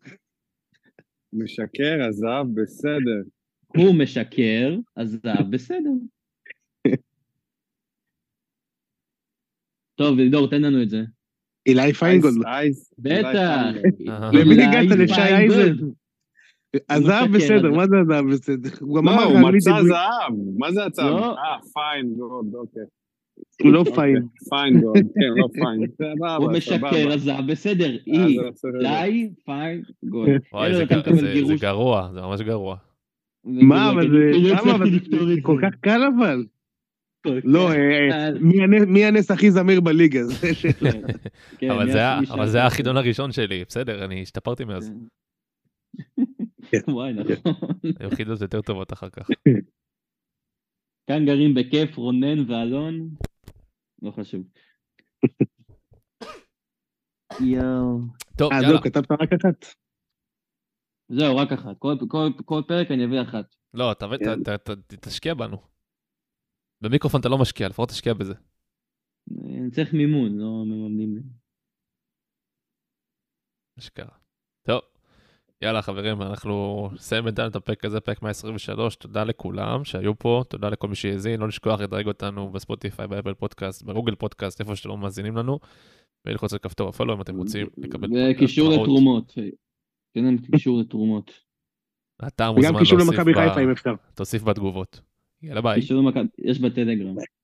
משקר, הזהב בסדר. הוא משקר, הזהב בסדר. טוב, לידור, תן לנו את זה. אילי פיינגולד. אייס, אייס. בטח. אהה. למי אילי הגעת? לשי פיינגולד. אייזן? הזהב משקר, בסדר, אז- מה זה הזהב בסדר? הוא גם לא, אמר הוא לך על מצא מידי- זהב. מה זה הצו? לא. אה, פיין גוד, אוקיי. הוא לא פיין. פיין גוד, כן, לא פיין. סבבה, הוא משקר, סבבה. הזהב בסדר. אה, אי, זה בסדר. לי, פיין, גול. וואי, ארז, זה אתה ג- מקבל זה- זה גירוש. גרוע, זה ממש גרוע. מה, אבל זה... כי לא למה, אבל הצלחתי לפתור זה את כל זה. כך קל אבל. כל לא, כך אה, קל. מי הנס- מי הנס הכי זמיר בליגה? זה שאלה. כן, אבל מי זה היה- השני אבל שם? זה היה החידון הראשון שלי, בסדר, אני השתפרתי מאז. וואי, נכון. היו חידות יותר טובות אחר כך. כאן גרים בכיף רונן ואלון. לא חשוב. יואו. טוב, אה, יאללה. זהו, כתבת רק אחת. זהו, רק אחת. כל, כל, כל פרק אני אביא אחת. לא, ת- ת- ת- ת- תשקיע בנו. במיקרופון אתה לא משקיע, לפחות תשקיע בזה. אני צריך מימון, לא מממנים לי. אשכרה. טוב, יאללה חברים, אנחנו נסיים בינתיים את הפרק הזה, פרק מאה עשרים ושלוש, תודה לכולם שהיו פה, תודה לכל מי שהאזין, לא לשכוח לדרג אותנו בספוטיפיי, באפל פודקאסט, בגוגל פודקאסט, איפה שאתם לא מאזינים לנו, וללחוץ על כפתור הפולו אם אתם רוצים לקבל וקישור לתרומות. תן להם קישור לתרומות. אתה מוזמן וגם קישור להוסיף למכבי ב- חיפה אם אפשר. תוסיף בתגובות. יאללה ביי. קישור למכבי, יש בטלגרם.